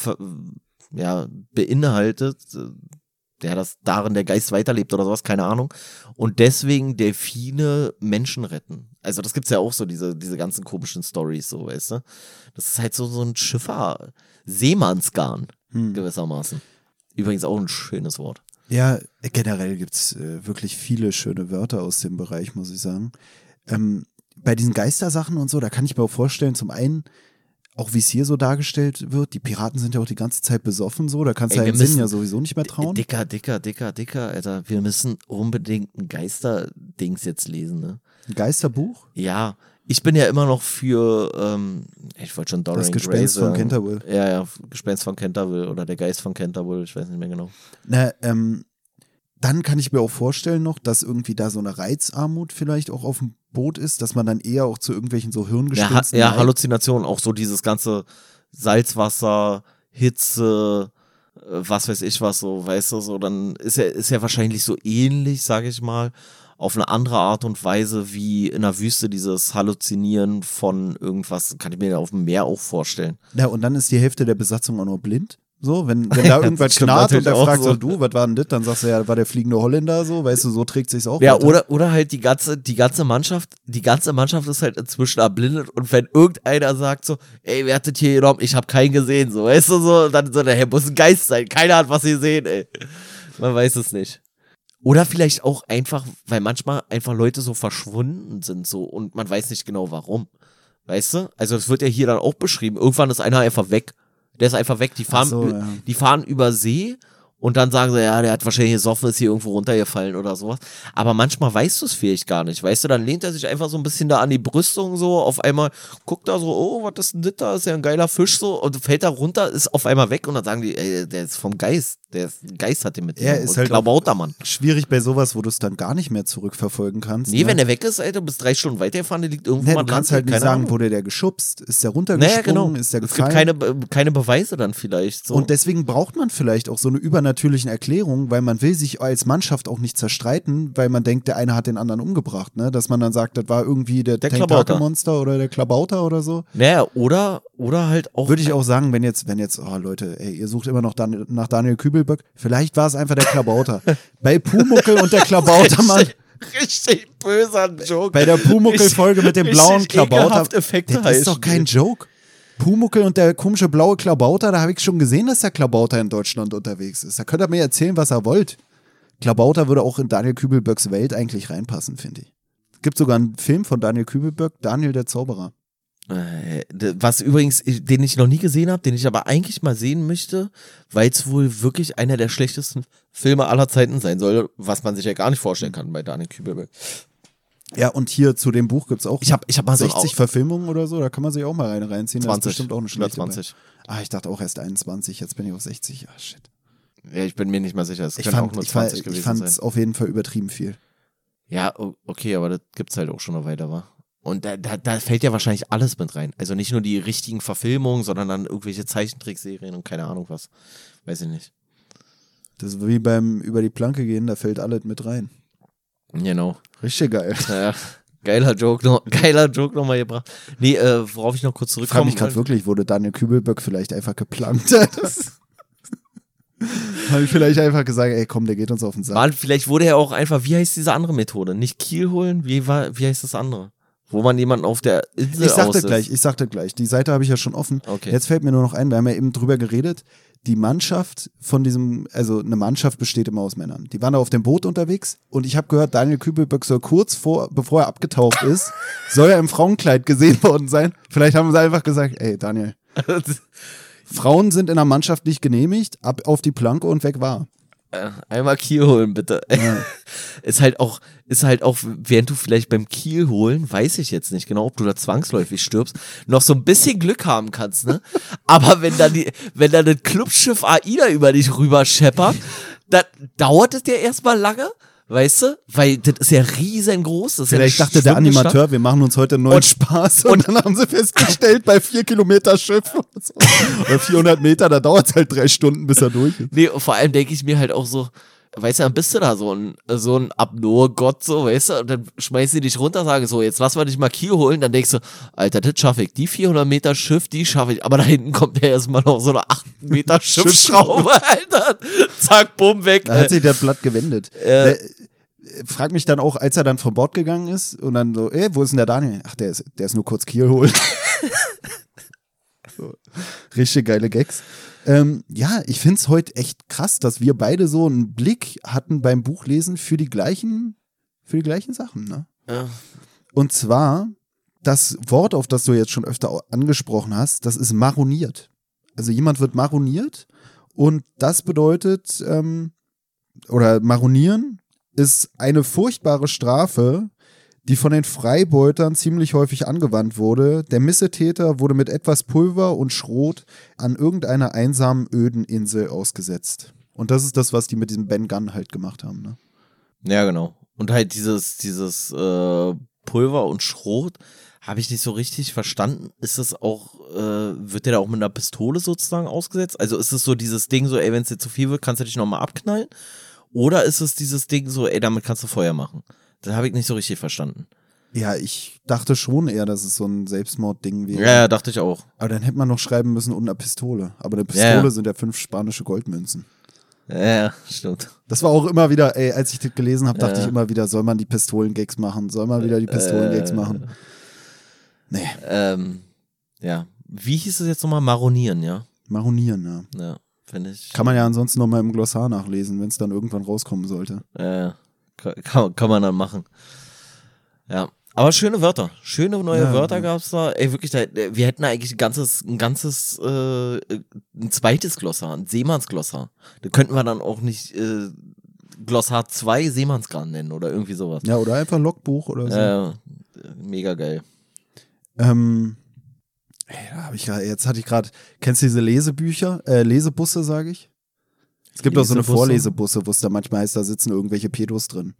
beinhaltet, dass darin der Geist weiterlebt oder sowas, keine Ahnung. Und deswegen Delfine Menschen retten. Also das gibt's ja auch so, diese ganzen komischen Stories, so, weißt du. Das ist halt so ein Schiffer, Seemannsgarn, gewissermaßen. Übrigens auch ein schönes Wort. Ja, generell gibt's wirklich viele schöne Wörter aus dem Bereich, muss ich sagen. Bei diesen Geistersachen und so, da kann ich mir auch vorstellen, zum einen, auch wie es hier so dargestellt wird, die Piraten sind ja auch die ganze Zeit besoffen so, da kannst du ja Sinn ja sowieso nicht mehr trauen. Dicker, Alter, wir müssen unbedingt ein Geisterdings jetzt lesen, ne? Ein Geisterbuch? Ja, ich bin ja immer noch für, ich wollte schon Dorian Gray sagen. Das Gespenst von Canterville. Ja, Gespenst von Canterville oder der Geist von Canterville, ich weiß nicht mehr genau. Na, dann kann ich mir auch vorstellen noch, dass irgendwie da so eine Reizarmut vielleicht auch auf dem Boot ist, dass man dann eher auch zu irgendwelchen so Hirngespinsten Ja, Halluzinationen, auch so dieses ganze Salzwasser, Hitze, was weiß ich was, so, weißt du, so, dann ist ja wahrscheinlich so ähnlich, sage ich mal, auf eine andere Art und Weise wie in der Wüste dieses Halluzinieren von irgendwas, kann ich mir auf dem Meer auch vorstellen. Ja, und dann ist die Hälfte der Besatzung auch nur blind. So, wenn da irgendwas knarrt und der fragt so, du, was war denn das? Dann sagst du ja, war der fliegende Holländer so, weißt du, so trägt sich's auch. Ja, oder halt die ganze Mannschaft ist halt inzwischen erblindet und wenn irgendeiner sagt so, ey, wer hat das hier genommen? Ich habe keinen gesehen, so, weißt du, so, dann so, der muss ein Geist sein, keiner hat was gesehen, ey. Man weiß es nicht. Oder vielleicht auch einfach, weil manchmal einfach Leute so verschwunden sind so und man weiß nicht genau warum. Weißt du? Also das wird ja hier dann auch beschrieben. Irgendwann ist einer einfach weg. Der ist einfach weg. Die fahren über See Und dann sagen sie, ja, der hat wahrscheinlich gesoffen, ist hier irgendwo runtergefallen oder sowas. Aber manchmal weißt du es vielleicht gar nicht, weißt du, dann lehnt er sich einfach so ein bisschen da an die Brüstung so, auf einmal guckt er so, oh, was ist denn das da, ist ja ein geiler Fisch so und fällt da runter, ist auf einmal weg und dann sagen die, ey, der ist vom Geist, ein Geist hat den mit Er ist halt Klabautermann. Schwierig bei sowas, wo du es dann gar nicht mehr zurückverfolgen kannst. Nee, ne? wenn der weg ist, Alter, du bist 3 Stunden weitergefahren, der liegt irgendwo Nee, mal du kannst halt nicht keine sagen, Ahnung. wurde der geschubst, ist der runtergesprungen, ist der Es gibt gefallen. keine Beweise dann vielleicht. So. Und deswegen braucht man vielleicht auch so eine übernatürliche Erklärung, weil man will sich als Mannschaft auch nicht zerstreiten, weil man denkt, der eine hat den anderen umgebracht, ne? Dass man dann sagt, das war irgendwie der Klabauter. Tentakelmonster oder der Klabauter oder so. Naja, oder halt auch. Würde ich auch sagen, wenn jetzt, oh Leute, ey, ihr sucht immer noch nach Daniel Kübelböck, vielleicht war es einfach der Klabauter. Bei Pumuckl und der Klabauter, Mann. Richtig böser Joke. Bei der Pumuckl-Folge mit dem blauen Klabauter. ekelhaft Effekte Das ist doch heißen kein die. Joke. Pumuckl und der komische blaue Klabauter, da habe ich schon gesehen, dass der Klabauter in Deutschland unterwegs ist. Da könnt ihr mir erzählen, was ihr wollt. Klabauter würde auch in Daniel Kübelböcks Welt eigentlich reinpassen, finde ich. Es gibt sogar einen Film von Daniel Kübelböck, Daniel der Zauberer. Was übrigens, den ich noch nie gesehen habe, den ich aber eigentlich mal sehen möchte, weil es wohl wirklich einer der schlechtesten Filme aller Zeiten sein soll, was man sich ja gar nicht vorstellen kann bei Daniel Kübelböck. Ja, und hier zu dem Buch gibt es auch Ich hab mal so 60 Verfilmungen oder so, da kann man sich auch mal reinziehen. 20, Das ist bestimmt auch eine schlechte 20. Ich dachte auch erst 21, jetzt bin ich auf 60. Ah, shit. Ja, ich bin mir nicht mal sicher, es Ich können auch nur 20 gewesen fand sein. es auf jeden Fall übertrieben viel. Ja, okay, aber das gibt's halt auch schon noch weiter, wa? Und da fällt ja wahrscheinlich alles mit rein. Also nicht nur die richtigen Verfilmungen, sondern dann irgendwelche Zeichentrickserien und keine Ahnung was. Weiß ich nicht. Das ist wie beim Über die Planke gehen, da fällt alles mit rein. Genau. Richtig geil. Ja, geiler Joke nochmal gebracht. Nee, worauf ich noch kurz Ich frage zurückkomme. mich gerade wirklich, wurde Daniel Kübelböck vielleicht einfach geplant? Habe ich vielleicht einfach gesagt, ey komm, der geht uns auf den Sack. Vielleicht wurde er auch einfach, wie heißt diese andere Methode? Nicht Kiel holen? Wie heißt das andere? Wo man jemanden auf der Insel Ich sag das gleich. Die Seite habe ich ja schon offen. Okay. Jetzt fällt mir nur noch ein, wir haben ja eben drüber geredet, die Mannschaft von diesem, also eine Mannschaft besteht immer aus Männern. Die waren da auf dem Boot unterwegs und ich habe gehört, Daniel Kübelböck soll bevor er abgetaucht ist, soll er im Frauenkleid gesehen worden sein. Vielleicht haben sie einfach gesagt, ey Daniel, Frauen sind in der Mannschaft nicht genehmigt, ab auf die Planke und weg war. Einmal Kiel holen, bitte. Ja. Ist halt auch, während du vielleicht beim Kiel holen, weiß ich jetzt nicht genau, ob du da zwangsläufig stirbst, noch so ein bisschen Glück haben kannst, ne? Aber wenn dann das Clubschiff AIDA über dich rüber scheppert, dann dauert es ja erstmal lange, weißt du? Weil das ist ja riesengroß. Das ist Vielleicht ja eine dachte der schwimmende Stadt. Animateur, wir machen uns heute einen neuen Spaß und dann haben sie festgestellt, bei 4 Kilometer Schiff oder 400 Meter, da dauert es halt 3 Stunden, bis er durch ist. Nee, und vor allem denke ich mir halt auch so, weißt du, dann bist du da so ein Abnohe-Gott, so, weißt du, und dann schmeißen die dich runter, sagen so, jetzt lass mal dich mal Kiel holen, dann denkst du, Alter, das schaffe ich, die 400 Meter Schiff, die schaffe ich, aber da hinten kommt ja erstmal noch so eine 8 Meter Schiffsschraube, Alter, zack, bumm, weg. Da hat sich das Blatt gewendet. Frag mich dann auch, als er dann von Bord gegangen ist und dann so, wo ist denn der Daniel? Ach, der ist nur kurz Kiel holen. So. Richtig geile Gags. Ja, ich find's heute echt krass, dass wir beide so einen Blick hatten beim Buchlesen für die gleichen Sachen, ne? Ja. Und zwar, das Wort, auf das du jetzt schon öfter angesprochen hast, das ist maroniert. Also jemand wird maroniert und das bedeutet, oder maronieren ist eine furchtbare Strafe, die von den Freibeutern ziemlich häufig angewandt wurde. Der Missetäter wurde mit etwas Pulver und Schrot an irgendeiner einsamen, öden Insel ausgesetzt. Und das ist das, was die mit diesem Ben Gunn halt gemacht haben, ne? Ja, genau. Und halt dieses Pulver und Schrot habe ich nicht so richtig verstanden. Ist das auch, wird der da auch mit einer Pistole sozusagen ausgesetzt? Also ist es so dieses Ding so, ey, wenn es dir zu viel wird, kannst du dich nochmal abknallen? Oder ist es dieses Ding so, ey, damit kannst du Feuer machen? Das habe ich nicht so richtig verstanden. Ja, ich dachte schon eher, dass es so ein Selbstmordding wäre. Ja, dachte ich auch. Aber dann hätte man noch schreiben müssen und eine Pistole. Aber eine Pistole sind ja 5 spanische Goldmünzen. Ja, stimmt. Das war auch immer wieder, ey, als ich das gelesen habe, dachte ich immer wieder, soll man die Pistolengags machen? Soll man wieder die Pistolengags machen? Nee. Ja. Wie hieß es jetzt nochmal? Maronieren, ja? Maronieren, ja. Ja, finde ich. Kann man ja ansonsten nochmal im Glossar nachlesen, wenn es dann irgendwann rauskommen sollte. Kann man dann machen. Ja. Aber schöne Wörter, schöne neue Ja, Wörter ja. gab's da. Ey, wirklich, wir hätten eigentlich ein zweites Glossar, ein Seemannsglossar. Da könnten wir dann auch nicht Glossar 2 Seemannsgarn nennen oder irgendwie sowas. Ja, oder einfach Logbuch oder so. Mega geil. Jetzt hatte ich gerade, kennst du diese Lesebücher, Lesebusse, sage ich? Es gibt auch so eine Lesebusse? Vorlesebusse, wo es da manchmal heißt, da sitzen irgendwelche Pedos drin.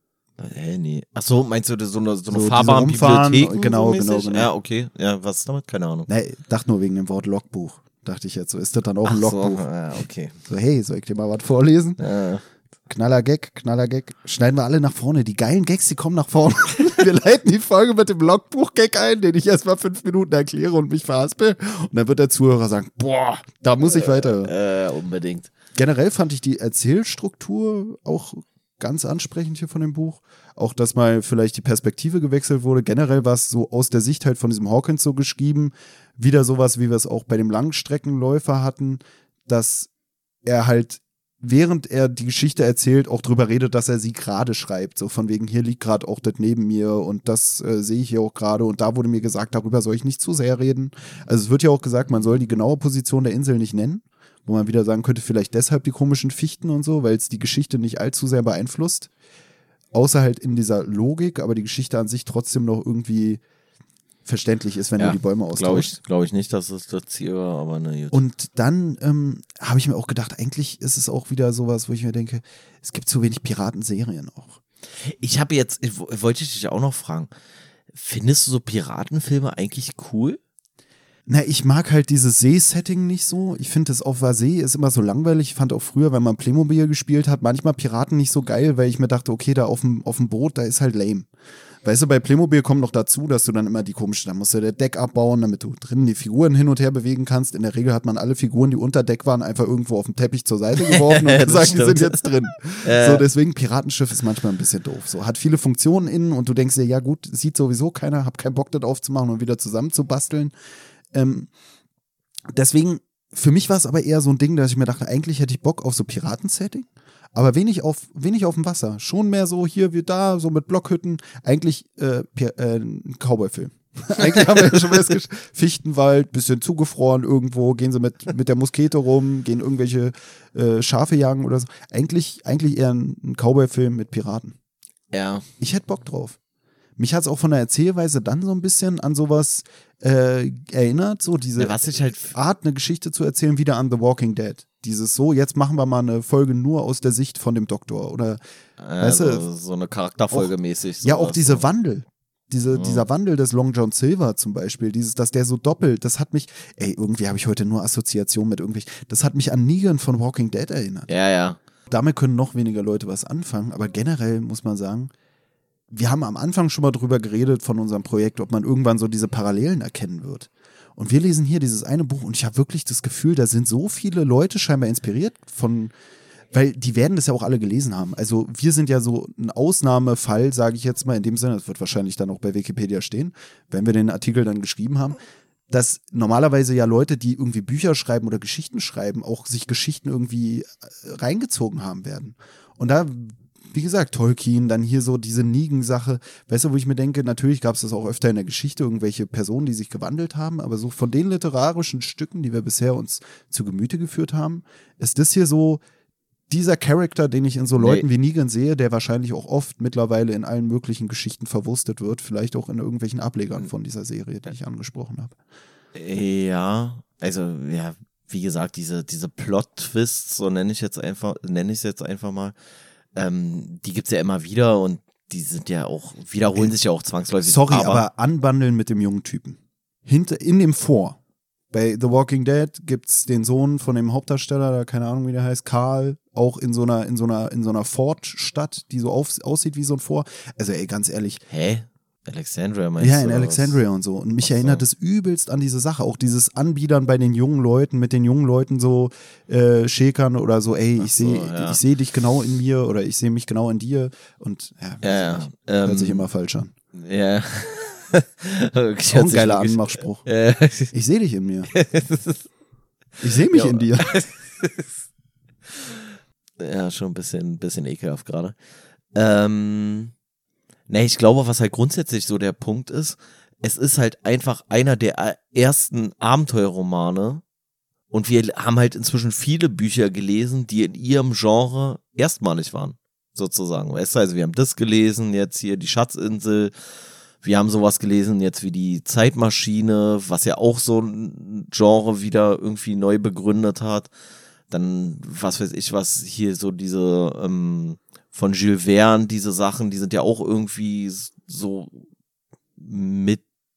Nee. Ach so, meinst du so eine diese fahrbare rumfahren, Bibliothek? genau. Ja, okay. Ja, was ist damit? Keine Ahnung. Nee, dachte nur wegen dem Wort Logbuch. Dachte ich jetzt so, ist das dann auch ein Logbuch? So, ja, okay. So, hey, soll ich dir mal was vorlesen? Ja. Knaller Gag. Schneiden wir alle nach vorne. Die geilen Gags, die kommen nach vorne. Wir leiten die Folge mit dem Logbuch-Gag ein, den ich erst mal 5 Minuten erkläre und mich verhaspel. Und dann wird der Zuhörer sagen, boah, da muss ich weiter. Unbedingt. Generell fand ich die Erzählstruktur auch ganz ansprechend hier von dem Buch. Auch, dass mal vielleicht die Perspektive gewechselt wurde. Generell war es so aus der Sicht halt von diesem Hawkins so geschrieben. Wieder sowas, wie wir es auch bei dem Langstreckenläufer hatten, dass er halt, während er die Geschichte erzählt, auch drüber redet, dass er sie gerade schreibt. So von wegen, hier liegt gerade auch das neben mir und das sehe ich hier auch gerade. Und da wurde mir gesagt, darüber soll ich nicht zu sehr reden. Also es wird ja auch gesagt, man soll die genaue Position der Insel nicht nennen. Wo man wieder sagen könnte, vielleicht deshalb die komischen Fichten und so, weil es die Geschichte nicht allzu sehr beeinflusst. Außer halt in dieser Logik, aber die Geschichte an sich trotzdem noch irgendwie verständlich ist, wenn du die Bäume austauschst. Glaube ich nicht, dass es das Ziel war, aber na gut. Und dann habe ich mir auch gedacht, eigentlich ist es auch wieder sowas, wo ich mir denke, es gibt zu wenig Piratenserien auch. Wollte ich dich auch noch fragen, findest du so Piratenfilme eigentlich cool? Na, ich mag halt dieses See-Setting nicht so. Ich finde, das auf der See ist immer so langweilig. Ich fand auch früher, wenn man Playmobil gespielt hat, manchmal Piraten nicht so geil, weil ich mir dachte, okay, da auf dem Boot, da ist halt lame. Weißt du, bei Playmobil kommt noch dazu, dass du dann immer da musst du das Deck abbauen, damit du drinnen die Figuren hin und her bewegen kannst. In der Regel hat man alle Figuren, die unter Deck waren, einfach irgendwo auf dem Teppich zur Seite geworfen und gesagt, die sind jetzt drin. So, deswegen Piratenschiff ist manchmal ein bisschen doof. So, hat viele Funktionen innen und du denkst dir, ja gut, sieht sowieso keiner, hab keinen Bock, das aufzumachen und wieder zusammenzubasteln. Deswegen, für mich war es aber eher so ein Ding, dass ich mir dachte, eigentlich hätte ich Bock auf so Piraten-Setting, aber wenig auf dem Wasser. Schon mehr so hier wie da, so mit Blockhütten. Eigentlich ein Cowboy-Film. Eigentlich haben wir ja schon festgestellt, Fichtenwald, bisschen zugefroren irgendwo, gehen sie mit der Muskete rum, gehen irgendwelche Schafe jagen oder so. Eigentlich eher ein Cowboy-Film mit Piraten. Ja. Ich hätte Bock drauf. Mich hat es auch von der Erzählweise dann so ein bisschen an sowas erinnert, so diese Art, eine Geschichte zu erzählen, wieder an The Walking Dead. Dieses so, jetzt machen wir mal eine Folge nur aus der Sicht von dem Doktor. Oder, weißt du, so eine Charakterfolge mäßig. Ja, auch diese Wandel. Dieser Wandel des Long John Silver zum Beispiel, dass der so doppelt, das hat mich, irgendwie habe ich heute nur Assoziationen mit irgendwelchen, das hat mich an Negan von Walking Dead erinnert. Ja. Damit können noch weniger Leute was anfangen, aber generell muss man sagen, wir haben am Anfang schon mal drüber geredet von unserem Projekt, ob man irgendwann so diese Parallelen erkennen wird. Und wir lesen hier dieses eine Buch und ich habe wirklich das Gefühl, da sind so viele Leute scheinbar inspiriert von, weil die werden das ja auch alle gelesen haben. Also wir sind ja so ein Ausnahmefall, sage ich jetzt mal in dem Sinne, das wird wahrscheinlich dann auch bei Wikipedia stehen, wenn wir den Artikel dann geschrieben haben, dass normalerweise ja Leute, die irgendwie Bücher schreiben oder Geschichten schreiben, auch sich Geschichten irgendwie reingezogen haben werden. Und da, wie gesagt, Tolkien, dann hier so diese Negan-Sache, weißt du, wo ich mir denke, natürlich gab es das auch öfter in der Geschichte, irgendwelche Personen, die sich gewandelt haben, aber so von den literarischen Stücken, die wir bisher uns zu Gemüte geführt haben, ist das hier so dieser Charakter, den ich in so Leuten wie Negan sehe, der wahrscheinlich auch oft mittlerweile in allen möglichen Geschichten verwurstet wird, vielleicht auch in irgendwelchen Ablegern von dieser Serie, die ich angesprochen habe. Ja, also ja, wie gesagt, diese Plot-Twists, so nenne ich es jetzt einfach mal, die gibt's ja immer wieder und die sind ja auch, wiederholen sich ja auch zwangsläufig. Sorry, aber anbandeln mit dem jungen Typen. In dem bei The Walking Dead gibt's den Sohn von dem Hauptdarsteller, da keine Ahnung, wie der heißt, Carl, auch in so einer Fort-Stadt, die so aussieht wie so ein Fort. Also ganz ehrlich. Hä? Alexandria meinst du? Ja, in Alexandria und so. Und mich erinnert es übelst an diese Sache. Auch dieses Anbiedern bei den jungen Leuten, mit den jungen Leuten so schäkern oder so, ich sehe dich genau in mir oder ich sehe mich genau in dir. Und hört sich immer falsch an. Ja. Okay, auch ein geiler Anmachspruch. Ich sehe dich in mir. Ich sehe mich in dir. Ja, schon ein bisschen ekelhaft gerade. Ne, ich glaube, was halt grundsätzlich so der Punkt ist, es ist halt einfach einer der ersten Abenteuerromane und wir haben halt inzwischen viele Bücher gelesen, die in ihrem Genre erstmalig waren, sozusagen. Weißt du, also wir haben das gelesen, jetzt hier die Schatzinsel, wir haben sowas gelesen jetzt wie die Zeitmaschine, was ja auch so ein Genre wieder irgendwie neu begründet hat. Dann, was weiß ich, was hier so diese von Jules Verne, diese Sachen, die sind ja auch irgendwie so mit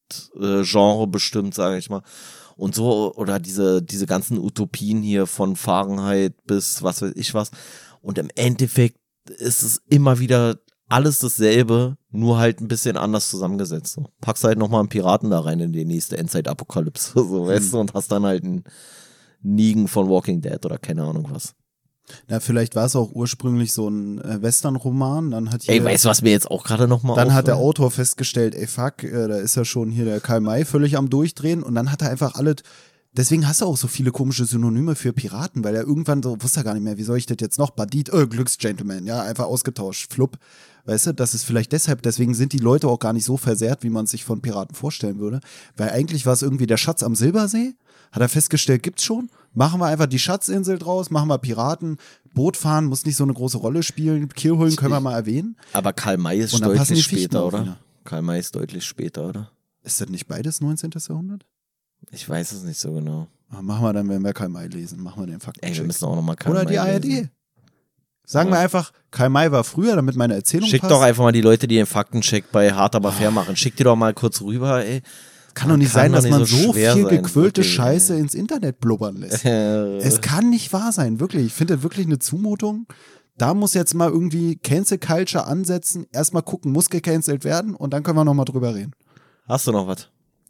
Genre bestimmt, sage ich mal. Und so, oder diese ganzen Utopien hier von Fahrenheit bis was weiß ich was. Und im Endeffekt ist es immer wieder alles dasselbe, nur halt ein bisschen anders zusammengesetzt. So. Packst halt nochmal einen Piraten da rein in die nächste Endzeit-Apokalypse, so, weißt du, und hast dann halt einen Negan von Walking Dead oder keine Ahnung was. Na, vielleicht war es auch ursprünglich so ein Western-Roman. Dann hat hier, Ey, weißt du, was mir jetzt auch gerade nochmal Dann hat der Autor festgestellt, ey fuck, da ist ja schon hier der Karl May völlig am Durchdrehen und dann hat er einfach alles. Deswegen hast du auch so viele komische Synonyme für Piraten, weil er irgendwann so, wusste er gar nicht mehr, wie soll ich das jetzt noch? Bandit, Glücksgentleman, ja, einfach ausgetauscht, flupp. Weißt du, das ist vielleicht deswegen sind die Leute auch gar nicht so versehrt, wie man sich von Piraten vorstellen würde. Weil eigentlich war es irgendwie der Schatz am Silbersee, hat er festgestellt, gibt's schon. Machen wir einfach die Schatzinsel draus, machen wir Piraten, Boot fahren, muss nicht so eine große Rolle spielen, Kiel holen können wir mal erwähnen. Aber Karl May ist deutlich später, oder? Karl May ist deutlich später, oder? Ist das nicht beides 19. Jahrhundert? Ich weiß es nicht so genau. Machen wir dann, wenn wir Karl May lesen, machen wir den Faktencheck. Ey, wir müssen auch nochmal Karl May lesen. Oder die ARD. Sagen wir einfach, Karl May war früher, damit meine Erzählung Schickt passt. doch einfach mal die Leute, die den Faktencheck bei Hart aber fair machen. Schickt die doch mal kurz rüber, ey. Kann doch nicht sein, dass man so viel gequirlte wirklich, Scheiße ins Internet blubbern lässt. Es kann nicht wahr sein, wirklich. Ich finde das wirklich eine Zumutung. Da muss jetzt mal irgendwie Cancel Culture ansetzen, erstmal gucken, muss gecancelt werden und dann können wir nochmal drüber reden. Hast du noch was?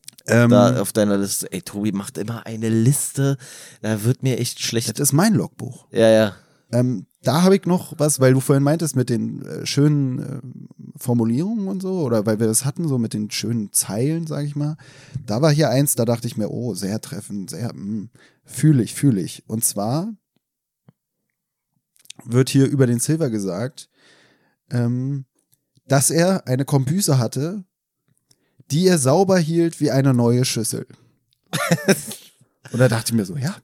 Da auf deiner Liste. Ey, Tobi macht immer eine Liste, da wird mir echt schlecht. Das ist mein Logbuch. Ja. Da habe ich noch was, weil du vorhin meintest mit den schönen Formulierungen und so, oder weil wir das hatten, so mit den schönen Zeilen, sage ich mal. Da war hier eins, da dachte ich mir, oh, sehr treffend, sehr, fühle ich. Und zwar wird hier über den Silver gesagt, dass er eine Kombüse hatte, die er sauber hielt wie eine neue Schüssel. Und da dachte ich mir so, ja.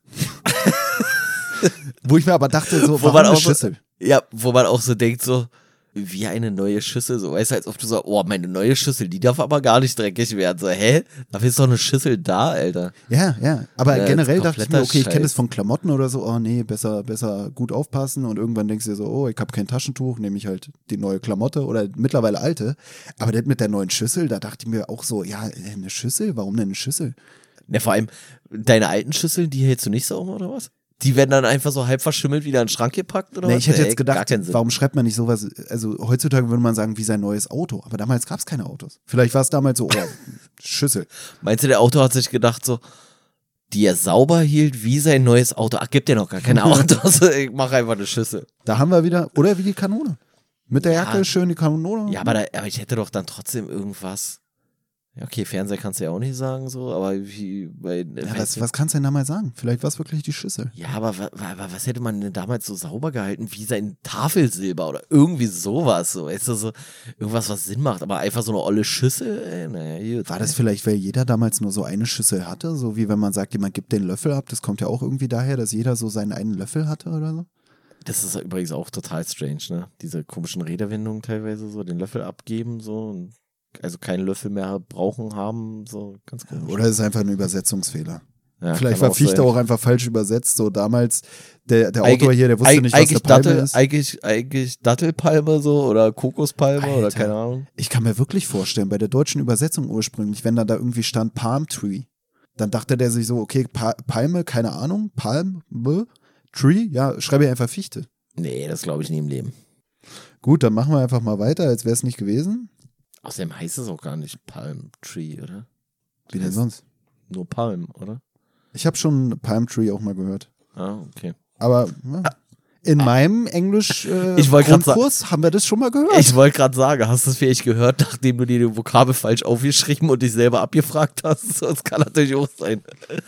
Wo ich mir aber dachte, so, warum eine Schüssel? Ja, wo man auch so denkt, so, wie eine neue Schüssel, so, weißt du, als ob du so, oh, meine neue Schüssel, die darf aber gar nicht dreckig werden, so, hä? Dafür ist doch eine Schüssel da, Alter. Ja, aber generell dachte ich mir, okay, ich kenne das von Klamotten oder so, oh nee, besser gut aufpassen und irgendwann denkst du dir so, oh, ich habe kein Taschentuch, nehme ich halt die neue Klamotte oder mittlerweile alte, aber das mit der neuen Schüssel, da dachte ich mir auch so, ja, eine Schüssel, warum denn eine Schüssel? Ja, vor allem, deine alten Schüsseln, die hältst du nicht sauber oder was? Die werden dann einfach so halb verschimmelt wieder in den Schrank gepackt oder was? Ich hätte jetzt gedacht, warum schreibt man nicht sowas, also heutzutage würde man sagen, wie sein neues Auto, aber damals gab es keine Autos. Vielleicht war es damals so, oh, Schüssel. Meinst du, der Autor hat sich gedacht so, die er sauber hielt wie sein neues Auto? Ach, gibt ja noch gar keine Autos, ich mache einfach eine Schüssel. Da haben wir wieder, oder wie die Kanone. Mit der Jacke schön die Kanone. Ja, aber ich hätte doch dann trotzdem irgendwas. Ja, okay, Fernseher kannst du ja auch nicht sagen, so, aber wie bei. Ja, was kannst du denn da mal sagen? Vielleicht war es wirklich die Schüssel. Ja, aber was hätte man denn damals so sauber gehalten wie sein Tafelsilber oder irgendwie sowas, so, weißt du, so irgendwas, was Sinn macht, aber einfach so eine olle Schüssel, ey, naja, gut. War das vielleicht, weil jeder damals nur so eine Schüssel hatte? So wie wenn man sagt, jemand gibt den Löffel ab, das kommt ja auch irgendwie daher, dass jeder so seinen einen Löffel hatte oder so? Das ist übrigens auch total strange, ne? Diese komischen Redewendungen teilweise so, den Löffel abgeben, so und also keinen Löffel mehr brauchen haben, so ganz komisch. Oder ist es einfach ein Übersetzungsfehler? Ja, vielleicht war Fichte auch einfach falsch übersetzt, so damals, der Autor hier, der wusste nicht, was eine Palme ist. Eigentlich Dattelpalme so oder Kokospalme, Alter, oder keine Ahnung. Ich kann mir wirklich vorstellen, bei der deutschen Übersetzung ursprünglich, wenn da irgendwie stand Palm Tree, dann dachte der sich so, okay, Palme, keine Ahnung, Palm, Tree, ja, schreibe ich einfach Fichte. Nee, das glaube ich nie im Leben. Gut, dann machen wir einfach mal weiter, als wäre es nicht gewesen. Außerdem heißt es auch gar nicht Palm Tree, oder? Wie denn sonst? Nur Palm, oder? Ich habe schon Palm Tree auch mal gehört. Ah, okay. Aber ja, in meinem Englisch Grundkurs haben wir das schon mal gehört. Ich wollte gerade sagen, hast du das vielleicht gehört, nachdem du dir die Vokabel falsch aufgeschrieben und dich selber abgefragt hast? Das kann natürlich auch sein.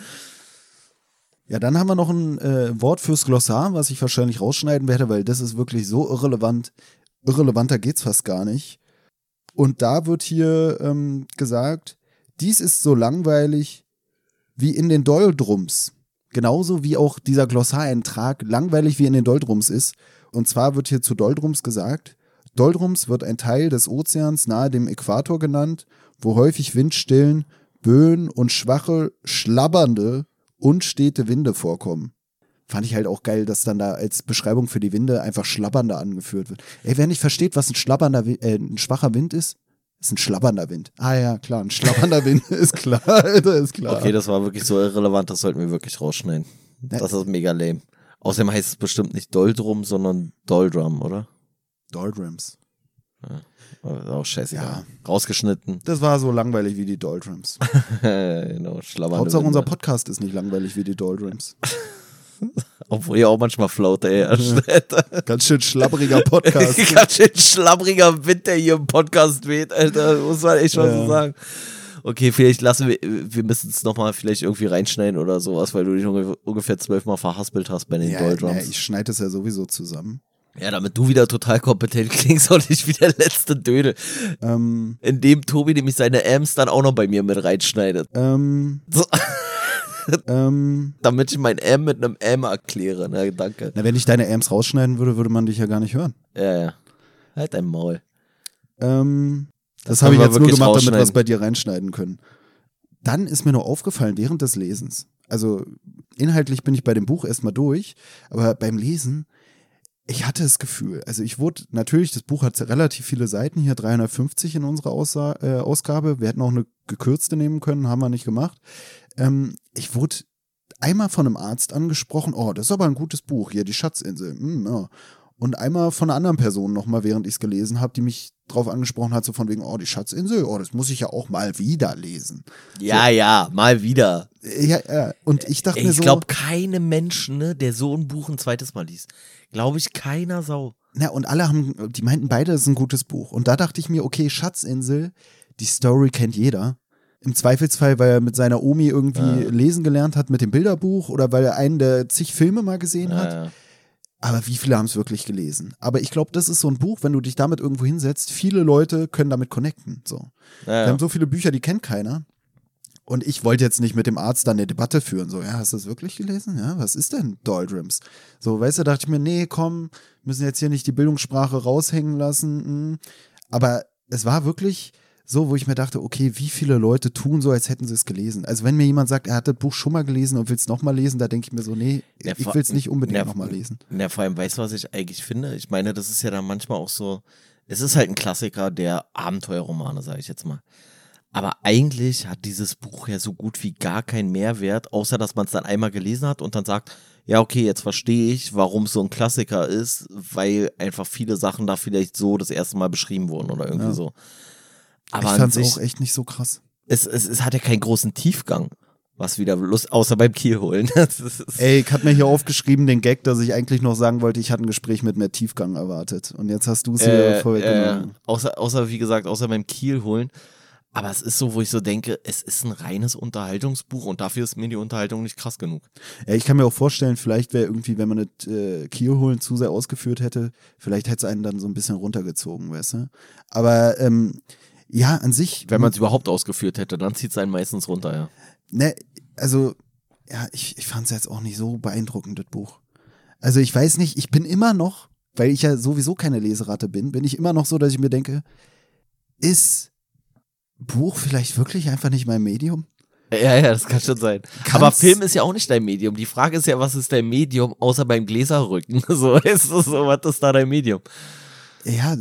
Ja, dann haben wir noch ein Wort fürs Glossar, was ich wahrscheinlich rausschneiden werde, weil das ist wirklich so irrelevant. Irrelevanter geht's fast gar nicht. Und da wird hier gesagt, dies ist so langweilig wie in den Doldrums. Genauso wie auch dieser Glossareintrag langweilig wie in den Doldrums ist. Und zwar wird hier zu Doldrums gesagt, Doldrums wird ein Teil des Ozeans nahe dem Äquator genannt, wo häufig Windstillen, Böen und schwache, schlabbernde, unstete Winde vorkommen. Fand ich halt auch geil, dass dann da als Beschreibung für die Winde einfach schlabbernder angeführt wird. Ey, wer nicht versteht, was ein schwacher Wind ist ein schlabbernder Wind. Ah ja, klar, ein schlabbernder Wind, ist klar, Alter, ist klar. Okay, das war wirklich so irrelevant, das sollten wir wirklich rausschneiden. Das ist mega lame. Außerdem heißt es bestimmt nicht Doldrum, sondern Doldrum, oder? Doldrums. Ja, auch scheißegal. Ja. Rausgeschnitten. Das war so langweilig wie die Doldrums. Genau, schlabbernde Hauptsache Winde. unser Podcast ist nicht langweilig wie die Doldrums. Obwohl ihr auch manchmal Flaute herrscht. Ganz schön schlabbriger Podcast. Ganz schön schlabbriger Wind, der hier im Podcast weht, Alter. Muss man echt mal so sagen. Okay, vielleicht lassen wir müssen es nochmal vielleicht irgendwie reinschneiden oder sowas, weil du dich ungefähr 12-mal verhaspelt hast bei den Doldrums. Ja, ich schneide es ja sowieso zusammen. Ja, damit du wieder total kompetent klingst und nicht wie der letzte Dödel. Indem Tobi nämlich seine Ams dann auch noch bei mir mit reinschneidet. So. Damit ich mein M mit einem M erkläre, ne, danke. Na, wenn ich deine Ams rausschneiden würde, würde man dich ja gar nicht hören. Ja. Halt dein Maul. Das habe ich jetzt nur gemacht, damit wir es bei dir reinschneiden können. Dann ist mir noch aufgefallen, während des Lesens, also inhaltlich bin ich bei dem Buch erstmal durch, aber beim Lesen, ich hatte das Gefühl, also ich wurde, natürlich, das Buch hat relativ viele Seiten, hier 350 in unserer Ausgabe, wir hätten auch eine gekürzte nehmen können, haben wir nicht gemacht. Ich wurde einmal von einem Arzt angesprochen, oh, das ist aber ein gutes Buch, hier, die Schatzinsel, ja. Und einmal von einer anderen Person nochmal, während ich es gelesen habe, die mich drauf angesprochen hat, so von wegen, oh, die Schatzinsel, oh, das muss ich ja auch mal wieder lesen. Ja, so. Ja, mal wieder. Ja, und ich dachte mir so. Ich glaube, keine Menschen, ne, der so ein Buch ein zweites Mal liest. Glaube ich, keiner Sau. Na, und alle die meinten beide, das ist ein gutes Buch. Und da dachte ich mir, okay, Schatzinsel, die Story kennt jeder. Im Zweifelsfall, weil er mit seiner Omi irgendwie lesen gelernt hat mit dem Bilderbuch oder weil er einen der zig Filme mal gesehen hat. Ja. Aber wie viele haben es wirklich gelesen? Aber ich glaube, das ist so ein Buch, wenn du dich damit irgendwo hinsetzt, viele Leute können damit connecten. So. Wir haben so viele Bücher, die kennt keiner. Und ich wollte jetzt nicht mit dem Arzt dann eine Debatte führen. So, ja, hast du das wirklich gelesen? Ja, was ist denn Doldrums? So, weißt du, dachte ich mir, nee, komm, müssen jetzt hier nicht die Bildungssprache raushängen lassen. Aber es war wirklich so, wo ich mir dachte, okay, wie viele Leute tun so, als hätten sie es gelesen. Also wenn mir jemand sagt, er hat das Buch schon mal gelesen und will es nochmal lesen, da denke ich mir so, nee, ich will es nicht unbedingt nochmal lesen. Ja, vor allem, weißt du, was ich eigentlich finde? Ich meine, das ist ja dann manchmal auch so, es ist halt ein Klassiker der Abenteuerromane, sage ich jetzt mal. Aber eigentlich hat dieses Buch ja so gut wie gar keinen Mehrwert, außer dass man es dann einmal gelesen hat und dann sagt, ja, okay, jetzt verstehe ich, warum es so ein Klassiker ist, weil einfach viele Sachen da vielleicht so das erste Mal beschrieben wurden oder irgendwie so. Aber ich fand es auch echt nicht so krass. Es hat ja keinen großen Tiefgang, was wieder Lust, außer beim Kielholen. Ey, ich hatte mir hier aufgeschrieben den Gag, dass ich eigentlich noch sagen wollte, ich hatte ein Gespräch mit mehr Tiefgang erwartet. Und jetzt hast du es wieder vorweggenommen. Außer, wie gesagt, außer beim Kielholen. Aber es ist so, wo ich so denke, es ist ein reines Unterhaltungsbuch und dafür ist mir die Unterhaltung nicht krass genug. Ja, ich kann mir auch vorstellen, vielleicht wäre irgendwie, wenn man das Kielholen zu sehr ausgeführt hätte, vielleicht hätte es einen dann so ein bisschen runtergezogen, weißt du? Aber ja, an sich. Wenn man es überhaupt ausgeführt hätte, dann zieht es einen meistens runter, ja. Ne, also, ja, ich fand es jetzt auch nicht so beeindruckend, das Buch. Also ich weiß nicht, ich bin immer noch, weil ich ja sowieso keine Leseratte bin ich immer noch so, dass ich mir denke, ist Buch vielleicht wirklich einfach nicht mein Medium? Ja, das kann schon sein. Aber Film ist ja auch nicht dein Medium. Die Frage ist ja, was ist dein Medium, außer beim Gläserrücken? So, ist das so, was ist da dein Medium? Ja,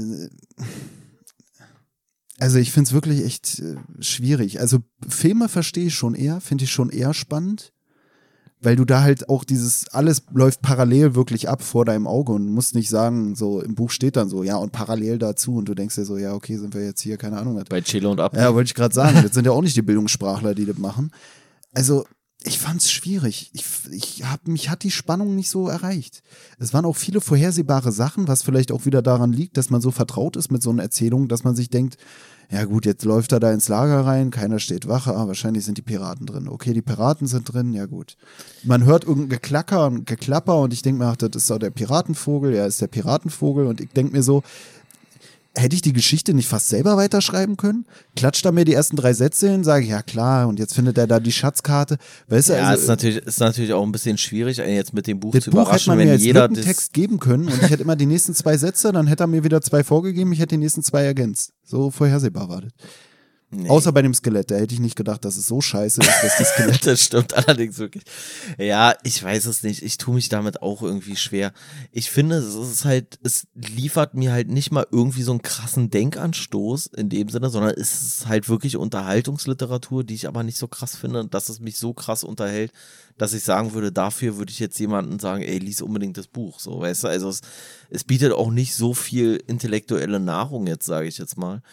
also ich finde es wirklich echt schwierig. Also Filme verstehe ich schon eher, finde ich schon eher spannend, weil du da halt auch alles läuft parallel wirklich ab vor deinem Auge und musst nicht sagen, so im Buch steht dann so, ja und parallel dazu und du denkst dir so, ja okay, sind wir jetzt hier, keine Ahnung. Bei Chile und Ab. Ja, wollte ich gerade sagen, das sind ja auch nicht die Bildungssprachler, die das machen. Also ich fand's schwierig. Mich hat die Spannung nicht so erreicht. Es waren auch viele vorhersehbare Sachen, was vielleicht auch wieder daran liegt, dass man so vertraut ist mit so einer Erzählung, dass man sich denkt, ja gut, jetzt läuft er da ins Lager rein, keiner steht Wache, wahrscheinlich sind die Piraten drin. Okay, die Piraten sind drin, ja gut. Man hört irgendein Geklacker und Geklapper und ich denke mir, ach, das ist doch der Piratenvogel, ja, ist der Piratenvogel und ich denke mir so, hätte ich die Geschichte nicht fast selber weiterschreiben können? Klatscht er mir die ersten 3 Sätze hin, sage ich, ja klar, und jetzt findet er da die Schatzkarte. Weißt du, Ja, also, ist natürlich auch ein bisschen schwierig, einen jetzt mit dem Buch das zu Buch hätte überraschen, man mir wenn als jeder Lückentext geben können und ich hätte immer die nächsten 2 Sätze, dann hätte er mir wieder 2 vorgegeben, ich hätte die nächsten 2 ergänzt. So vorhersehbar war das. Nee. Außer bei dem Skelett, da hätte ich nicht gedacht, dass es so scheiße ist, dass das Skelett. Das stimmt allerdings wirklich. Ja, ich weiß es nicht. Ich tue mich damit auch irgendwie schwer. Ich finde, es liefert mir halt nicht mal irgendwie so einen krassen Denkanstoß in dem Sinne, sondern es ist halt wirklich Unterhaltungsliteratur, die ich aber nicht so krass finde, dass es mich so krass unterhält, dass ich sagen würde, dafür würde ich jetzt jemanden sagen, ey, lies unbedingt das Buch, so, weißt du, also es bietet auch nicht so viel intellektuelle Nahrung jetzt, sage ich jetzt mal.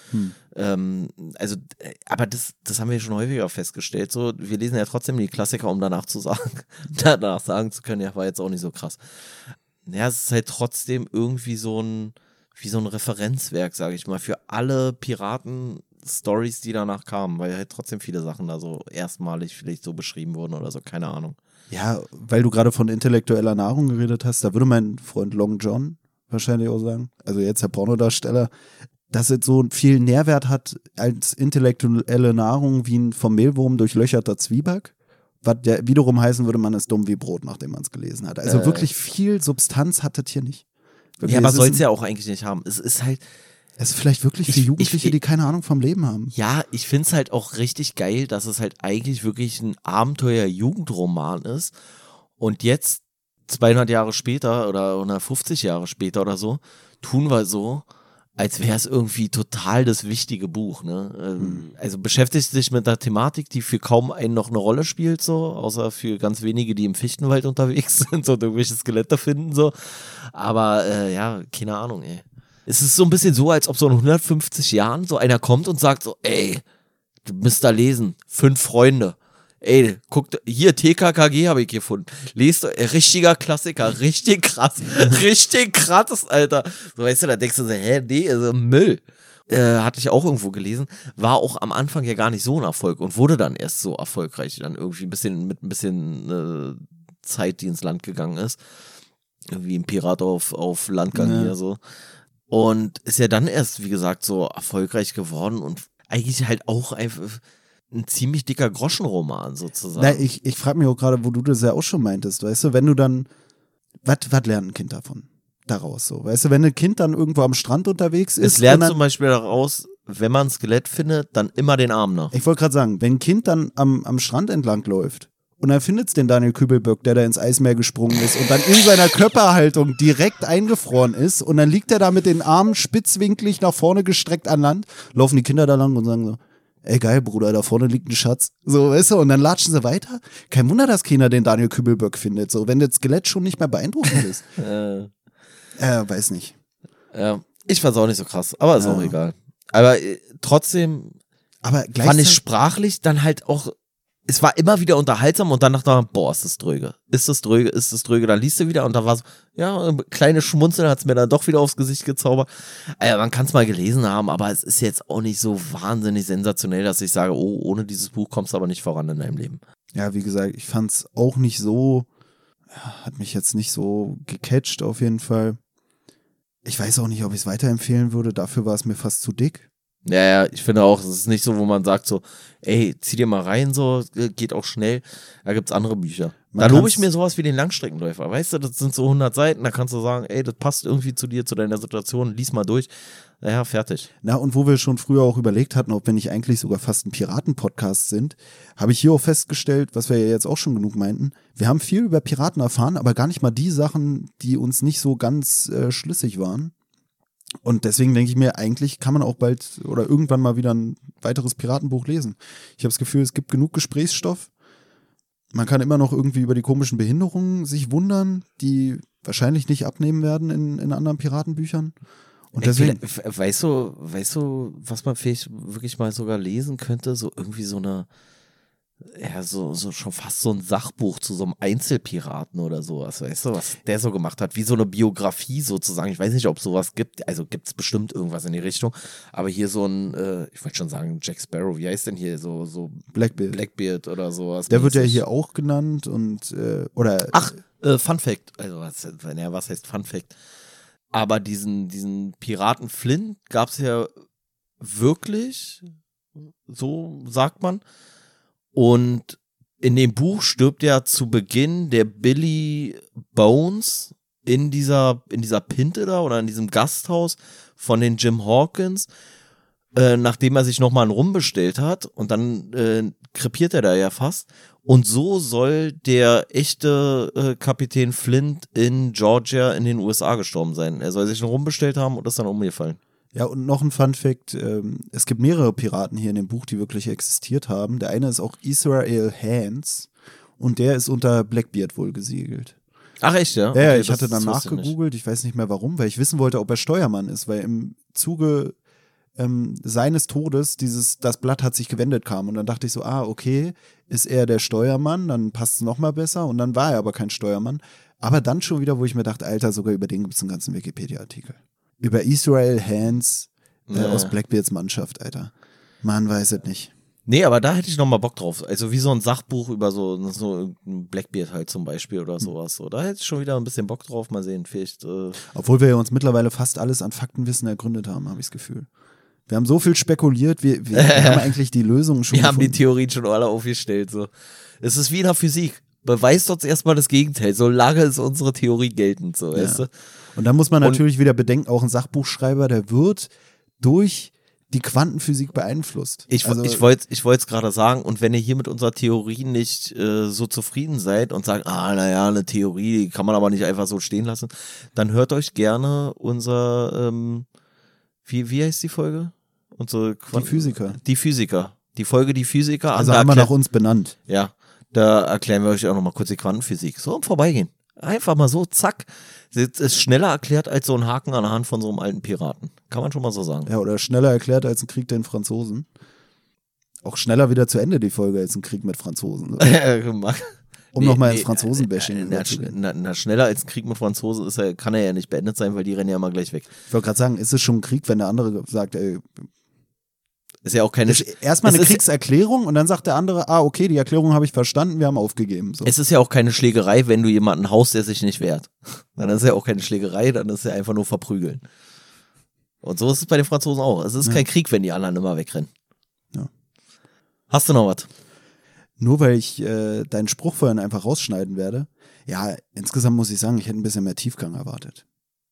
Aber das haben wir schon häufiger festgestellt, so, wir lesen ja trotzdem die Klassiker, um danach sagen zu können, ja, war jetzt auch nicht so krass. Ja, es ist halt trotzdem irgendwie wie so ein Referenzwerk, sage ich mal, für alle Piraten-Stories, die danach kamen, weil halt trotzdem viele Sachen da so erstmalig vielleicht so beschrieben wurden oder so, keine Ahnung. Ja, weil du gerade von intellektueller Nahrung geredet hast, da würde mein Freund Long John wahrscheinlich auch sagen, also jetzt der Pornodarsteller, dass es so viel Nährwert hat als intellektuelle Nahrung wie ein vom Mehlwurm durchlöcherter Zwieback, was ja wiederum heißen würde, man ist dumm wie Brot, nachdem man es gelesen hat. Also wirklich viel Substanz hat das hier nicht. Wirklich, ja, aber soll es ja auch eigentlich nicht haben. Es ist halt. Es ist vielleicht wirklich für Jugendliche, die keine Ahnung vom Leben haben. Ja, ich finde es halt auch richtig geil, dass es halt eigentlich wirklich ein Abenteuer-Jugendroman ist. Und jetzt, 200 Jahre später oder 150 Jahre später oder so, tun wir so, als wäre es irgendwie total das wichtige Buch. Ne? Also beschäftigt sich mit einer Thematik, die für kaum einen noch eine Rolle spielt, so, außer für ganz wenige, die im Fichtenwald unterwegs sind und irgendwelche Skelette finden. So. Aber ja, keine Ahnung, ey. Es ist so ein bisschen so, als ob so in 150 Jahren so einer kommt und sagt so, ey, du müsst da lesen, 5 Freunde. Ey, guckt, hier TKKG habe ich gefunden. Lest, richtiger Klassiker, richtig krass, Alter. So, weißt du, da denkst du so, nee, also Müll. Hatte ich auch irgendwo gelesen, war auch am Anfang ja gar nicht so ein Erfolg und wurde dann erst so erfolgreich, dann irgendwie mit ein bisschen Zeit, die ins Land gegangen ist. Irgendwie ein Pirat auf Landgang hier so. Und ist ja dann erst, wie gesagt, so erfolgreich geworden und eigentlich halt auch einfach ein ziemlich dicker Groschenroman sozusagen. Na, ich frage mich auch gerade, wo du das ja auch schon meintest, weißt du, wenn du dann, was lernt ein Kind davon? Daraus so, weißt du, wenn ein Kind dann irgendwo am Strand unterwegs ist. Es lernt zum Beispiel daraus, wenn man ein Skelett findet, dann immer den Arm nach. Ich wollte gerade sagen, wenn ein Kind dann am Strand entlang läuft, und dann findet es den Daniel Kübelböck, der da ins Eismeer gesprungen ist und dann in seiner Körperhaltung direkt eingefroren ist und dann liegt er da mit den Armen spitzwinklig nach vorne gestreckt an Land, laufen die Kinder da lang und sagen so, ey geil, Bruder, da vorne liegt ein Schatz. So, weißt du, und dann latschen sie weiter. Kein Wunder, dass keiner den Daniel Kübelböck findet, so, wenn das Skelett schon nicht mehr beeindruckend ist. Weiß nicht. Ja, ich fand's auch nicht so krass, aber ist auch egal. Aber trotzdem fand ich sprachlich dann halt auch, es war immer wieder unterhaltsam und dann dachte man, boah, ist das dröge. Ist das dröge, dann liest du wieder und da war so, ja, kleine Schmunzeln hat es mir dann doch wieder aufs Gesicht gezaubert. Man kann es mal gelesen haben, aber es ist jetzt auch nicht so wahnsinnig sensationell, dass ich sage, oh, ohne dieses Buch kommst du aber nicht voran in deinem Leben. Ja, wie gesagt, ich fand es auch nicht so, hat mich jetzt nicht so gecatcht auf jeden Fall. Ich weiß auch nicht, ob ich es weiterempfehlen würde, dafür war es mir fast zu dick. Ja, ich finde auch, es ist nicht so, wo man sagt so, ey, zieh dir mal rein, so, geht auch schnell. Da gibt's andere Bücher. Da lobe ich mir sowas wie den Langstreckenläufer, weißt du, das sind so 100 Seiten, da kannst du sagen, ey, das passt irgendwie zu dir, zu deiner Situation, lies mal durch. Naja, fertig. Na, und wo wir schon früher auch überlegt hatten, ob wir nicht eigentlich sogar fast ein Piraten-Podcast sind, habe ich hier auch festgestellt, was wir ja jetzt auch schon genug meinten, wir haben viel über Piraten erfahren, aber gar nicht mal die Sachen, die uns nicht so ganz schlüssig waren. Und deswegen denke ich mir, eigentlich kann man auch bald oder irgendwann mal wieder ein weiteres Piratenbuch lesen. Ich habe das Gefühl, es gibt genug Gesprächsstoff. Man kann immer noch irgendwie über die komischen Behinderungen sich wundern, die wahrscheinlich nicht abnehmen werden in anderen Piratenbüchern. Und deswegen. Weißt du, was man vielleicht wirklich mal sogar lesen könnte? So irgendwie so eine, ja, so schon fast so ein Sachbuch zu so einem Einzelpiraten oder sowas, weißt du, was der so gemacht hat, wie so eine Biografie sozusagen. Ich weiß nicht, ob es sowas gibt, also gibt es bestimmt irgendwas in die Richtung, aber hier so ein, ich wollte schon sagen, Jack Sparrow, wie heißt denn hier, so Blackbeard oder sowas. Der wird ja hier auch genannt und, oder. Ach, Fun Fact, also was heißt Fun Fact? Aber diesen Piraten Flint gab es ja wirklich, so sagt man. Und in dem Buch stirbt ja zu Beginn der Billy Bones in dieser Pinte da oder in diesem Gasthaus von den Jim Hawkins, nachdem er sich nochmal einen Rum bestellt hat und dann krepiert er da ja fast. Und so soll der echte Kapitän Flint in Georgia in den USA gestorben sein. Er soll sich einen Rum bestellt haben und ist dann umgefallen. Ja, und noch ein Fun-Fact, es gibt mehrere Piraten hier in dem Buch, die wirklich existiert haben. Der eine ist auch Israel Hands und der ist unter Blackbeard wohl gesiegelt. Ach echt, ja? Ja, Okay, ich hatte dann nachgegoogelt, ich weiß nicht mehr warum, weil ich wissen wollte, ob er Steuermann ist, weil im Zuge seines Todes das Blatt hat sich gewendet kam und dann dachte ich so, okay, ist er der Steuermann, dann passt es nochmal besser und dann war er aber kein Steuermann. Aber dann schon wieder, wo ich mir dachte, Alter, sogar über den gibt es einen ganzen Wikipedia-Artikel. Über Israel Hands aus Blackbeards Mannschaft, Alter. Man weiß es nicht. Nee, aber da hätte ich nochmal Bock drauf. Also wie so ein Sachbuch über so ein Blackbeard halt zum Beispiel oder sowas. So, da hätte ich schon wieder ein bisschen Bock drauf. Mal sehen, vielleicht. Obwohl wir ja uns mittlerweile fast alles an Faktenwissen ergründet haben, habe ich das Gefühl. Wir haben so viel spekuliert, wir haben eigentlich die Lösungen schon gefunden. Wir haben die Theorien schon alle aufgestellt. So. Es ist wie in der Physik. Beweist uns erstmal das Gegenteil. Solange ist unsere Theorie geltend. So, weißt du? Und dann muss man natürlich wieder bedenken, auch ein Sachbuchschreiber, der wird durch die Quantenphysik beeinflusst. Ich wollte es gerade sagen, und wenn ihr hier mit unserer Theorie nicht so zufrieden seid und sagt, naja, eine Theorie, die kann man aber nicht einfach so stehen lassen, dann hört euch gerne unser, wie heißt die Folge? Die Physiker. Die Physiker. Die Folge Die Physiker. Also haben wir nach uns benannt. Ja, da erklären wir euch auch nochmal kurz die Quantenphysik. So im Vorbeigehen. Einfach mal so, zack. Das ist schneller erklärt als so ein Haken an der Hand von so einem alten Piraten. Kann man schon mal so sagen. Ja, oder schneller erklärt als ein Krieg der Franzosen. Auch schneller wieder zu Ende die Folge als ein Krieg mit Franzosen. Nochmal ins Franzosen-Bashing na, schneller als ein Krieg mit Franzosen kann er ja nicht beendet sein, weil die rennen ja immer gleich weg. Ich wollte gerade sagen, ist es schon ein Krieg, wenn der andere sagt, ey, ist ja auch keine. Erstmal eine Kriegserklärung und dann sagt der andere, okay, die Erklärung habe ich verstanden, wir haben aufgegeben. So. Es ist ja auch keine Schlägerei, wenn du jemanden haust, der sich nicht wehrt. Dann ist ja auch keine Schlägerei, dann ist ja einfach nur verprügeln. Und so ist es bei den Franzosen auch. Es ist kein Krieg, wenn die anderen immer wegrennen. Ja. Hast du noch was? Nur weil ich deinen Spruch vorhin einfach rausschneiden werde. Ja, insgesamt muss ich sagen, ich hätte ein bisschen mehr Tiefgang erwartet.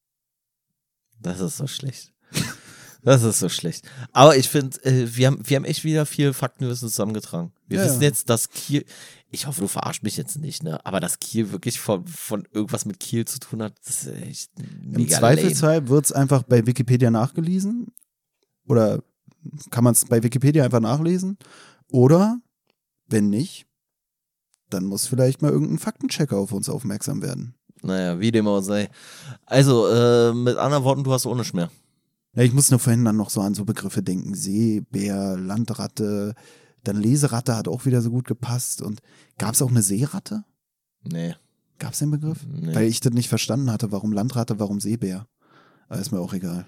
Das ist so schlecht. Das ist so schlecht. Aber ich finde, wir haben echt wieder viel Faktenwissen zusammengetragen. Wir wissen jetzt, dass Kiel, ich hoffe, du verarschst mich jetzt nicht, ne? Aber dass Kiel wirklich von irgendwas mit Kiel zu tun hat, das ist echt mega Im Zweifelsfall wird es einfach bei Wikipedia nachgelesen. Oder kann man es bei Wikipedia einfach nachlesen? Oder, wenn nicht, dann muss vielleicht mal irgendein Faktenchecker auf uns aufmerksam werden. Naja, wie dem auch sei. Also, mit anderen Worten, du hast ohne mehr. Ja, ich muss nur vorhin dann noch so an so Begriffe denken. Seebär, Landratte, dann Leseratte hat auch wieder so gut gepasst. Und gab es auch eine Seeratte? Nee. Gab es den Begriff? Nee. Weil ich das nicht verstanden hatte, warum Landratte, warum Seebär. Aber ist mir auch egal.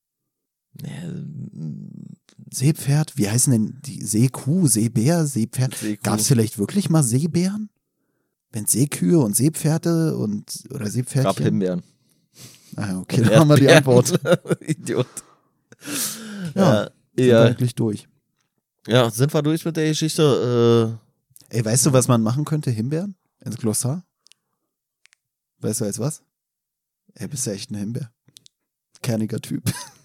Seepferd, wie heißen denn die? Seekuh, Seebär, Seepferd? Gab es vielleicht wirklich mal Seebären? Wenn Seekühe und Seepferde oder Seepferdchen? Gab Himbeeren. Okay, dann haben wir die Antwort. Idiot. Ja, sind wir eigentlich durch. Ja, sind wir durch mit der Geschichte? Ey, weißt du, was man machen könnte? Himbeeren? Ins Glossar? Weißt du als was? Ey, bist ja echt ein Himbeer. Kerniger Typ.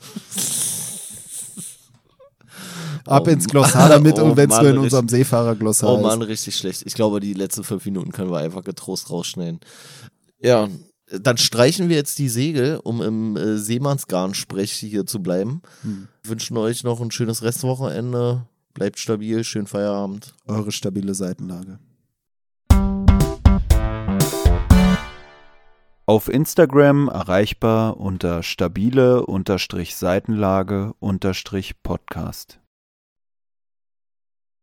Ab ins Glossar damit und wenn es nur in unserem Seefahrer-Glossar ist. Oh Mann, richtig schlecht. Ich glaube, die letzten 5 Minuten können wir einfach getrost rausschneiden. Ja, dann streichen wir jetzt die Segel, um im Seemannsgarn-Sprech hier zu bleiben. Wünschen euch noch ein schönes Restwochenende. Bleibt stabil, schönen Feierabend. Eure stabile Seitenlage. Auf Instagram erreichbar unter stabile_Seitenlage_Podcast.